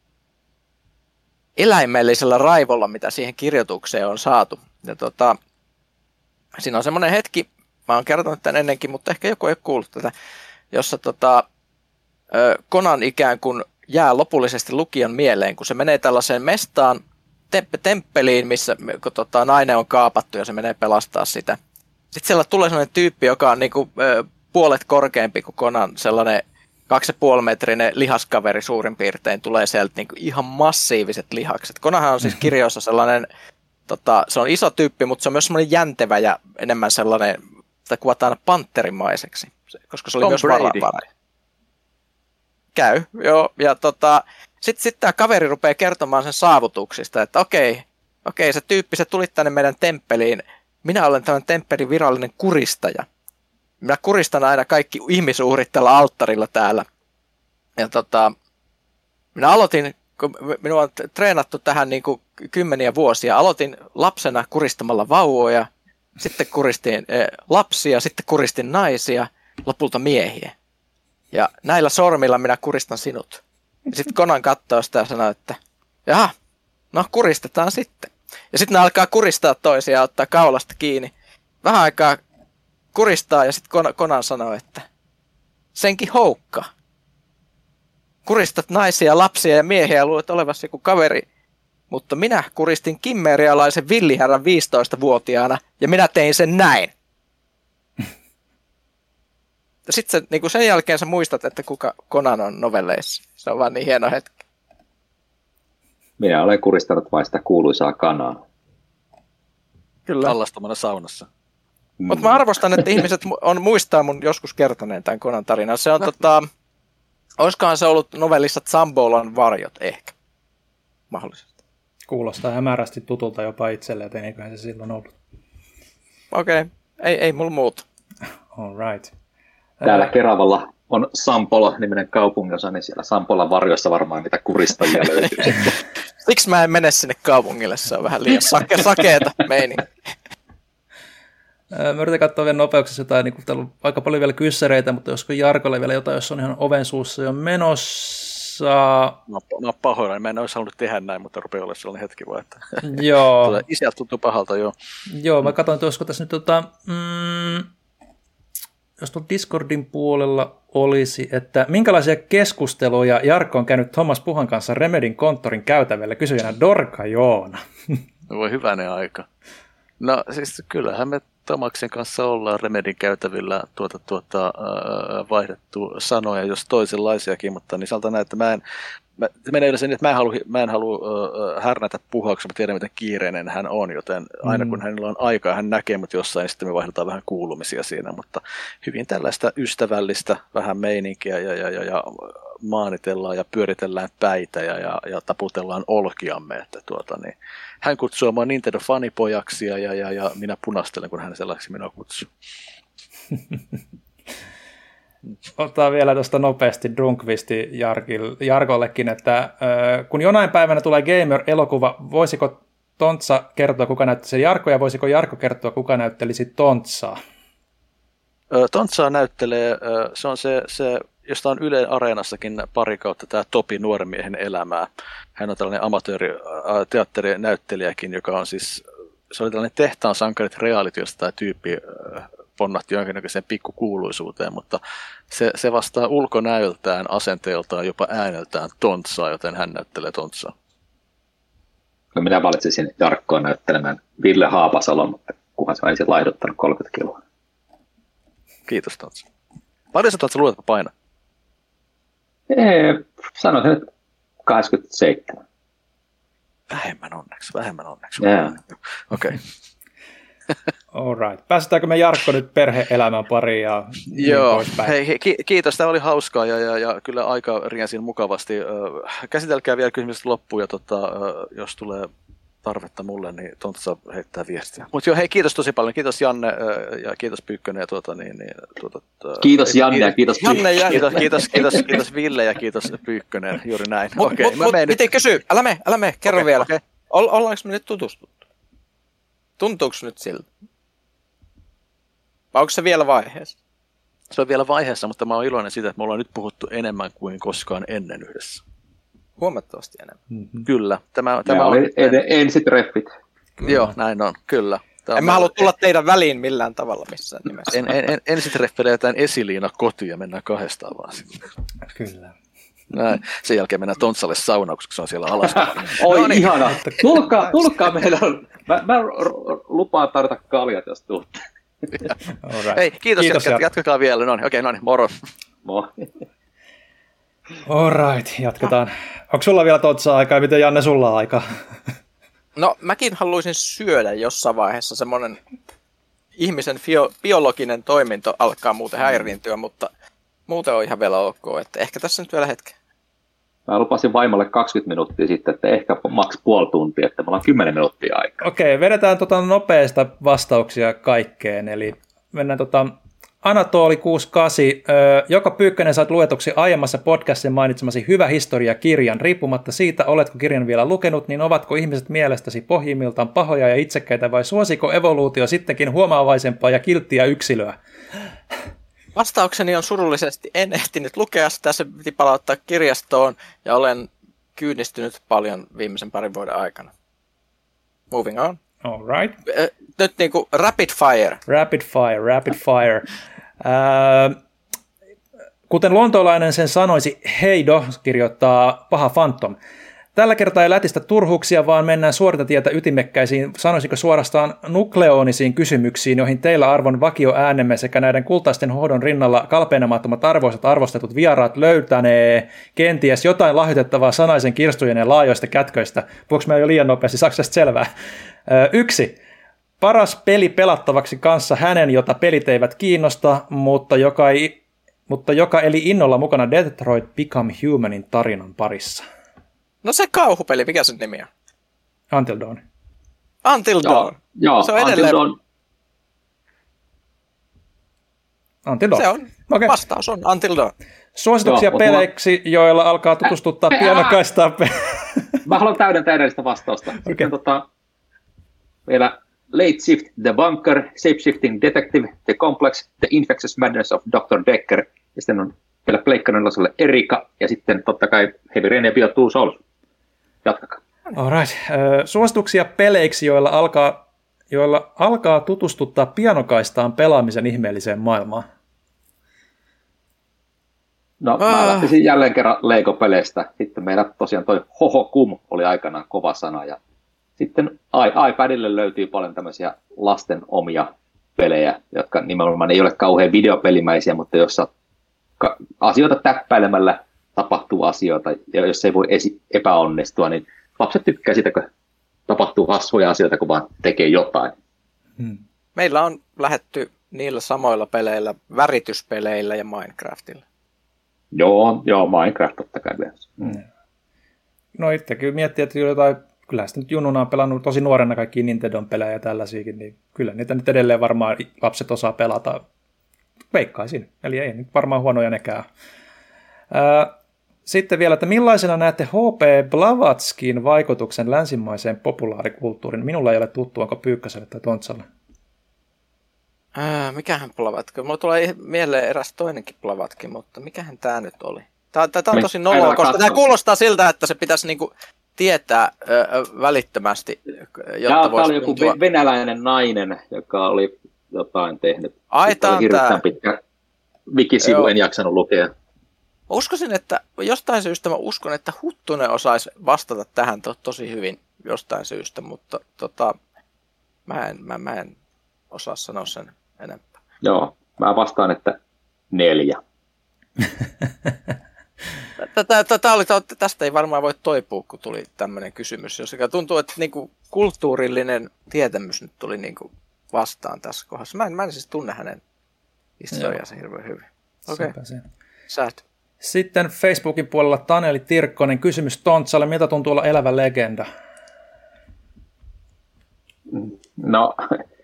eläimellisellä raivolla, mitä siihen kirjoitukseen on saatu. Ja tuota, siinä on semmoinen hetki, mä oon kertonut tämän ennenkin, mutta ehkä joku ei ole kuullut tätä, jossa tota, Conan ikään kuin jää lopullisesti lukijan mieleen, kun se menee tällaiseen mestaan, te- temppeliin, missä kun, tota, nainen on kaapattu ja se menee pelastaa sitä. Sitten siellä tulee sellainen tyyppi, joka on niinku, ö, puolet korkeampi kuin Conan, sellainen kaksi ja puoli metrinen lihaskaveri suurin piirtein, tulee sieltä niinku ihan massiiviset lihakset. Conanhan on siis kirjoissa sellainen, tota, se on iso tyyppi, mutta se on myös sellainen jäntevä ja enemmän sellainen, sitä kuvataan panterimaiseksi, koska se oli Tom myös Brady. varavara. Käy, joo, ja tota, sitten sit tämä kaveri rupeaa kertomaan sen saavutuksista, että okei, okei, se tyyppi, se tuli tänne meidän temppeliin, minä olen tämän temppelin virallinen kuristaja. Minä kuristan aina kaikki ihmisuhrit tällä alttarilla täällä. Ja tota, minä aloitin, kun minua on treenattu tähän niin kuin kymmeniä vuosia, aloitin lapsena kuristamalla vauvoja, sitten kuristin eh, lapsia, sitten kuristin naisia, lopulta miehiä. Ja näillä sormilla minä kuristan sinut. Ja sitten Conan katsoo sitä ja sanoo, että jaha, no kuristetaan sitten. Ja sitten ne alkaa kuristaa toisiaan ja ottaa kaulasta kiinni. Vähän aikaa kuristaa ja sitten Conan sanoo, että senkin houkka. Kuristat naisia, lapsia ja miehiä ja luulet olevasi joku kaveri. Mutta minä kuristin kimmerialaisen villiherran viisitoistavuotiaana ja minä tein sen näin. Sitten niin sen jälkeen sä muistat, että kuka Conan on novelleissa. Se on vaan niin hieno hetki. Minä olen kuristanut vain sitä kuuluisaa kanaa. Kyllä. Allastamana saunassa. Mm. Mutta mä arvostan, että ihmiset on, muistaa mun joskus kertoneen tämän Conan tarinan. Se on no. tota, olisikohan se ollut novellissa Zambolan varjot ehkä. Mahdollisesti. Kuulostaa hämärästi tutulta jopa itselle, joten eiköhän se silloin ollut. Okei, okay. ei, ei mulla muuta. All right. Täällä Keravalla on Sampola-niminen kaupunginosa, niin siellä Sampolan varjoissa varmaan niitä kuristajia löytyy. Siksi mä en mene sinne kaupungille, se on vähän liian sake- sakeeta meininki. Mä yritän katsoa vielä nopeuksessa jotain, niin täällä on aika paljon vielä kyssäreitä, mutta josko Jarkolle vielä jotain, jos on ihan oven suussa jo menossa. Mä, mä oon pahoillani, mä en olisi halunnut tehdä näin, mutta rupeaa olla sellainen hetki vaan, että Joo. isältä tuntuu pahalta, joo. Joo, mä katson, että olisiko tässä nyt tota, mm, jos tuolla Discordin puolella olisi, että minkälaisia keskusteluja Jarkko on käynyt Thomas Puhan kanssa Remedin konttorin käytävällä, kysyjänä Dorka Joona. Voi hyvänen aika. No siis kyllähän me Tomaksen kanssa ollaan Remedin käytävillä tuota, tuota, äh, vaihdettu sanoja, jos toisenlaisiakin, mutta niin salta näin, että mä en, mä, se menee yleensä niin, että mä en halua, mä en halua äh, härnätä Puhaa, koska mä tiedän, miten kiireinen hän on, joten aina kun hänellä on aikaa, hän näkee mut jossain, niin sitten me vaihdetaan vähän kuulumisia siinä, mutta hyvin tällaista ystävällistä vähän meininkiä ja, ja, ja, ja maanitellaan ja pyöritellään päitä ja, ja, ja taputellaan olkiamme, että tuota, niin, hän kutsuu mua Nintendo-fanipojaksi ja, ja, ja, ja minä punastelen, kun hän sellaiseksi minua kutsuu. Otetaan vielä tuosta nopeasti Drunkvisti Jarkollekin, että äh, kun jonain päivänä tulee Gamer-elokuva, voisiko Tontsa kertoa, kuka näyttelisi Jarkko, ja voisiko Jarkko kertoa, kuka näyttelisi Tontsaa? Tontsaa näyttelee, se on se, se josta on Yle Areenassakin pari kautta tämä Topi nuoren miehen elämää. Hän on tällainen amatööriteatterinäyttelijäkin, joka on siis, se oli tällainen tehtaan sankarit reality, josta tämä tyyppi ponnahti jonkinnäköiseen pikkukuuluisuuteen, mutta se, se vastaa ulkonäöltään, asenteeltaan, jopa ääneltään Tontsaa, joten hän näyttelee Tontsaa. No minä valitsisin Jarkkoa näyttelemään Ville Haapasalon, mutta kunhan se on ensin laihduttanut kolmekymmentä kiloa. Kiitos Tontsa. Paljon sä Tontsa luulet painaa? Ee, sanoisin, että kahdeksankymmentäseitsemän. Vähemmän onneksi, vähemmän onneksi. Yeah. Okei. Okay. All right. Päästäänkö me Jarkko nyt perhe-elämän pariin ja niin Joo, poispäin? hei, hei, ki- kiitos, tämä oli hauskaa ja, ja, ja kyllä aika riensin mukavasti. Ö, käsitelkää vielä kysymykset loppuun ja tota, ö, jos tulee tarvetta mulle, niin Tontsa heittää viestiä. Mutta joo, hei, kiitos tosi paljon. Kiitos Janne ö, ja kiitos Pyykkönen. Ja tuota, niin, niin, tuota, Kiitos Janne ja kiitos Janne, Janne. Kiitos, kiitos, kiitos, kiitos Ville ja kiitos Pyykkönen, juuri näin. Mut, Okei, mut, mä mut, menen nyt. miten kysy? Älä me, älä me, kerro Okei, vielä. okei. Ol, ollaanko me nyt tutustuttu? Tuntuuko nyt siltä? Vai onko se vielä vaiheessa? Se on vielä vaiheessa, mutta mä oon iloinen siitä, että me ollaan nyt puhuttu enemmän kuin koskaan ennen yhdessä. Huomattavasti enemmän. Mm-hmm. Kyllä. Tämä, Tämä tämä oli on, en, ensitreffit. Joo, näin on, kyllä. Tämä En on mä halua meillä- tulla teidän väliin millään tavalla missään nimessä. En, en, en, ensitreffeillä esiliina kotiin ja mennään kahdestaan vaan sinne. Kyllä. Näin. Sen jälkeen mennään Tontsalle saunaukseen, kun se on siellä alas. Oi No niin. ihana. Tulkaa, tulkaa meillä. on- Mä, mä r- lupaan tarjota kaljat, jos tuutte. All right. Hei, kiitos, Kiitos kiitos Jarkko. jatkakaa vielä. No niin, okei, no niin, moro. Moi. All right, jatketaan. Onko sulla vielä Tontsa aikaa? Miten Janne sulla on aikaa? No mäkin haluaisin syödä jossain vaiheessa. Semmoinen ihmisen fio, biologinen toiminto alkaa muuten häiriintyä, mutta muuten on ihan vielä ok. Että ehkä tässä nyt vielä hetken. Mä lupasin vaimolle kaksikymmentä minuuttia sitten, että ehkä maks puoli tuntia, että me ollaan kymmenen minuuttia aikaa. Okei, vedetään tota nopeista vastauksia kaikkeen. Eli mennään tota Anatoli kuusikymmentäkahdeksan. Ö, joka Pyykkönen saat luetuksi aiemmassa podcastin mainitsemasi Hyvä historia-kirjan. Riippumatta siitä, oletko kirjan vielä lukenut, niin ovatko ihmiset mielestäsi pohjimmiltaan pahoja ja itsekkäitä vai suosiko evoluutio sittenkin huomaavaisempaa ja kilttiä yksilöä? Vastaukseni on surullisesti, en ehtinyt lukea sitä, se piti palauttaa kirjastoon ja olen kyynistynyt paljon viimeisen parin vuoden aikana. Moving on. All right. Ö, Nyt niin kuin rapid fire. Rapid fire, rapid fire. Ää, kuten lontoolainen sen sanoisi, heido, kirjoittaa Paha Phantom. Tällä kertaa ei lätistä turhuuksia, vaan mennään suorita tietä ytimekkäisiin, sanoisinko suorastaan nukleonisiin kysymyksiin, joihin teillä arvon vakio äänemme sekä näiden kultaisten hohdon rinnalla kalpeenamattomat arvoiset arvostetut vieraat löytänee kenties jotain lahjoitettavaa sanaisen kirstujen ja laajoista kätköistä. Puhuuko mä jo liian nopeasti, saako tästä selvää? Ö, yksi. Paras peli pelattavaksi kanssa hänen, jota pelit eivät kiinnosta, mutta joka, ei, mutta joka eli innolla mukana Detroit Become Humanin tarinan parissa. No se kauhupeli, mikä sen nimi on? Until Dawn. Until Joo, Dawn. joo Se on Until edelleen- Dawn. Until Dawn. Se on, Okei. vastaus on Until Dawn. Suosituksia Joo, mutta peleiksi, joilla alkaa tutustuttaa Ä- pianokaistaa. Pe- Mä haluan täydentää edellistä vastausta. Sitten Okei. tota, vielä Late Shift, The Bunker, Shape-Shifting Detective, The Complex, The Infectious Madness of doctor Decker. Ja sitten on vielä Pleikkanen Laselle Erika. Ja sitten totta kai Heavy Rain ja Beyond Two Souls. Jatkakaa. All right. Ö, Suosituksia peleiksi, joilla alkaa, joilla alkaa tutustuttaa pianokaistaan pelaamisen ihmeelliseen maailmaan. No mä Ah. lähtisin jälleen kerran Lego-peleistä. Sitten meillä tosiaan toi Hohokum oli aikanaan kova sana. Ja sitten i- iPadille löytyy paljon tämmöisiä lasten omia pelejä, jotka nimenomaan ei ole kauhean videopelimäisiä, mutta jossa ka- asioita täppäilemällä tapahtuu asioita, ja jos ei voi esi- epäonnistua, niin lapset tykkää siitä, kun tapahtuu hassuja asioita, kun vaan tekee jotain. Hmm. Meillä on lähetty niillä samoilla peleillä, värityspeleillä ja Minecraftilla. Joo, joo, Minecraft totta kai myös. Mm. No itse kyllä miettii, että jotain, kyllähän sitä nyt junnuna on pelannut tosi nuorena kaikkia Nintendon pelejä ja tällaisiakin, niin kyllä niitä nyt edelleen varmaan lapset osaa pelata. Veikkaisin, eli ei nyt varmaan huonoja nekään. Ää, Sitten vielä, että millaisena näette H P Blavatskin vaikutuksen länsimaiseen populaarikulttuuriin? Minulla ei ole tuttu, onko Pyykkäselle tai Tontsalle? Ää, mikähän Blavatki? Mulla tulee mieleen eräs toinenkin Blavatki, mutta mikähän tämä nyt oli? Tämä, tämä on tosi noloa, Käydään koska tämä katsomaan. kuulostaa siltä, että se pitäisi niinku tietää ö, välittömästi, jotta Tämä voisi oli joku tuntua. ve- venäläinen nainen, joka oli jotain tehnyt. Ai, Sitten tää oli on hirveän tää. pitkä wikisivu, Joo. en jaksanut lukea. Uskoisin, että jostain syystä mä uskon, että Huttunen osaisi vastata tähän to, tosi hyvin jostain syystä, mutta tota, mä, en, mä, mä en osaa sanoa sen enempää. Joo, mä vastaan, että neljä. Tätä, tätä oli, tästä ei varmaan voi toipua, kun tuli tämmöinen kysymys, joka tuntuu, että niinku kulttuurillinen tietämys nyt tuli niinku vastaan tässä kohdassa. Mä en, mä en siis tunne hänen historiansa hirveän hyvin. Okei, okay. Sad. Sitten Facebookin puolella Taneli Tirkkonen, kysymys Tontsalle, miltä tuntuu olla elävä legenda? No,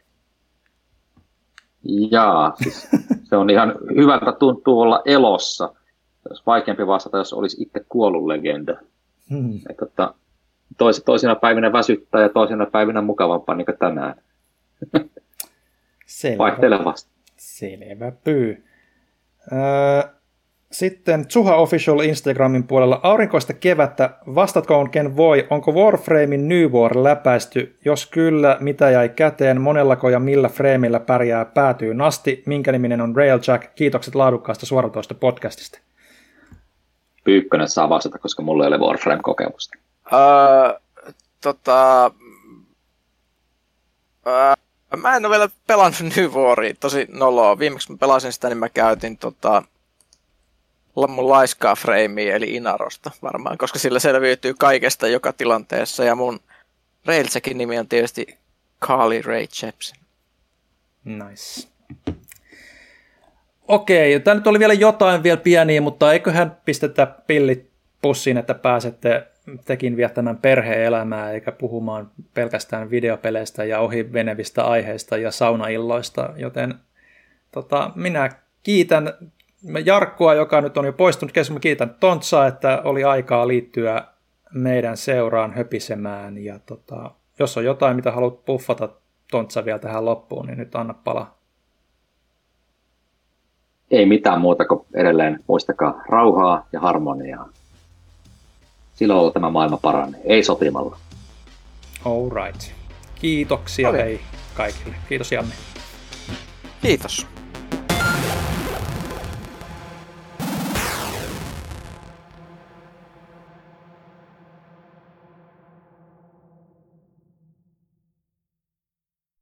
jaa, siis se on ihan hyvältä tuntuu olla elossa. Se olisi vaikeampi vastata, jos olisi itse kuollut legenda. Hmm. Et, että, tois, toisina päivinä väsyttää ja toisina päivinä mukavampaa niin kuin tänään. Vaihtelevasti. Selvä pyy. Öö, sitten Tsuha Official Instagramin puolella aurinkoista kevättä. Vastatko on ken voi, onko Warframein New War läpäisty? Jos kyllä, mitä jäi käteen? Monellako ja millä freimillä pärjää päätyy nasti? Minkä niminen on Railjack? Kiitokset laadukkaasta suoratoista podcastista. Pyykkönen saa vastata, koska mulla ei ole Warframe-kokemusta. Öö, tota... Öö, mä en ole vielä pelannut New Waria, tosi noloa. Viimeksi mä pelasin sitä, niin mä käytin tota... mun laiskaa freimiä, eli Inarosta varmaan, koska sillä selviytyy kaikesta joka tilanteessa, ja mun Railseckin nimi on tietysti Carly Rae Jepsen. Nice. Okei, tämä nyt oli vielä jotain vielä pieniä, mutta eiköhän pistetä pillit pussiin, että pääsette tekin viettämään perhe-elämää, eikä puhumaan pelkästään videopeleistä ja ohivenevistä aiheista ja saunailloista, joten tota, minä kiitän Jarkkua, joka nyt on jo poistunut kesken. Mä kiitän Tontsaa, että oli aikaa liittyä meidän seuraan höpisemään. Ja tota, jos on jotain, mitä haluat puffata Tontsa vielä tähän loppuun, niin nyt anna palaa. Ei mitään muuta kuin edelleen muistakaa rauhaa ja harmoniaa. Silloin tämä maailma paranee, ei sotimalla. All right. Kiitoksia hei kaikille. Kiitos Janne. Kiitos.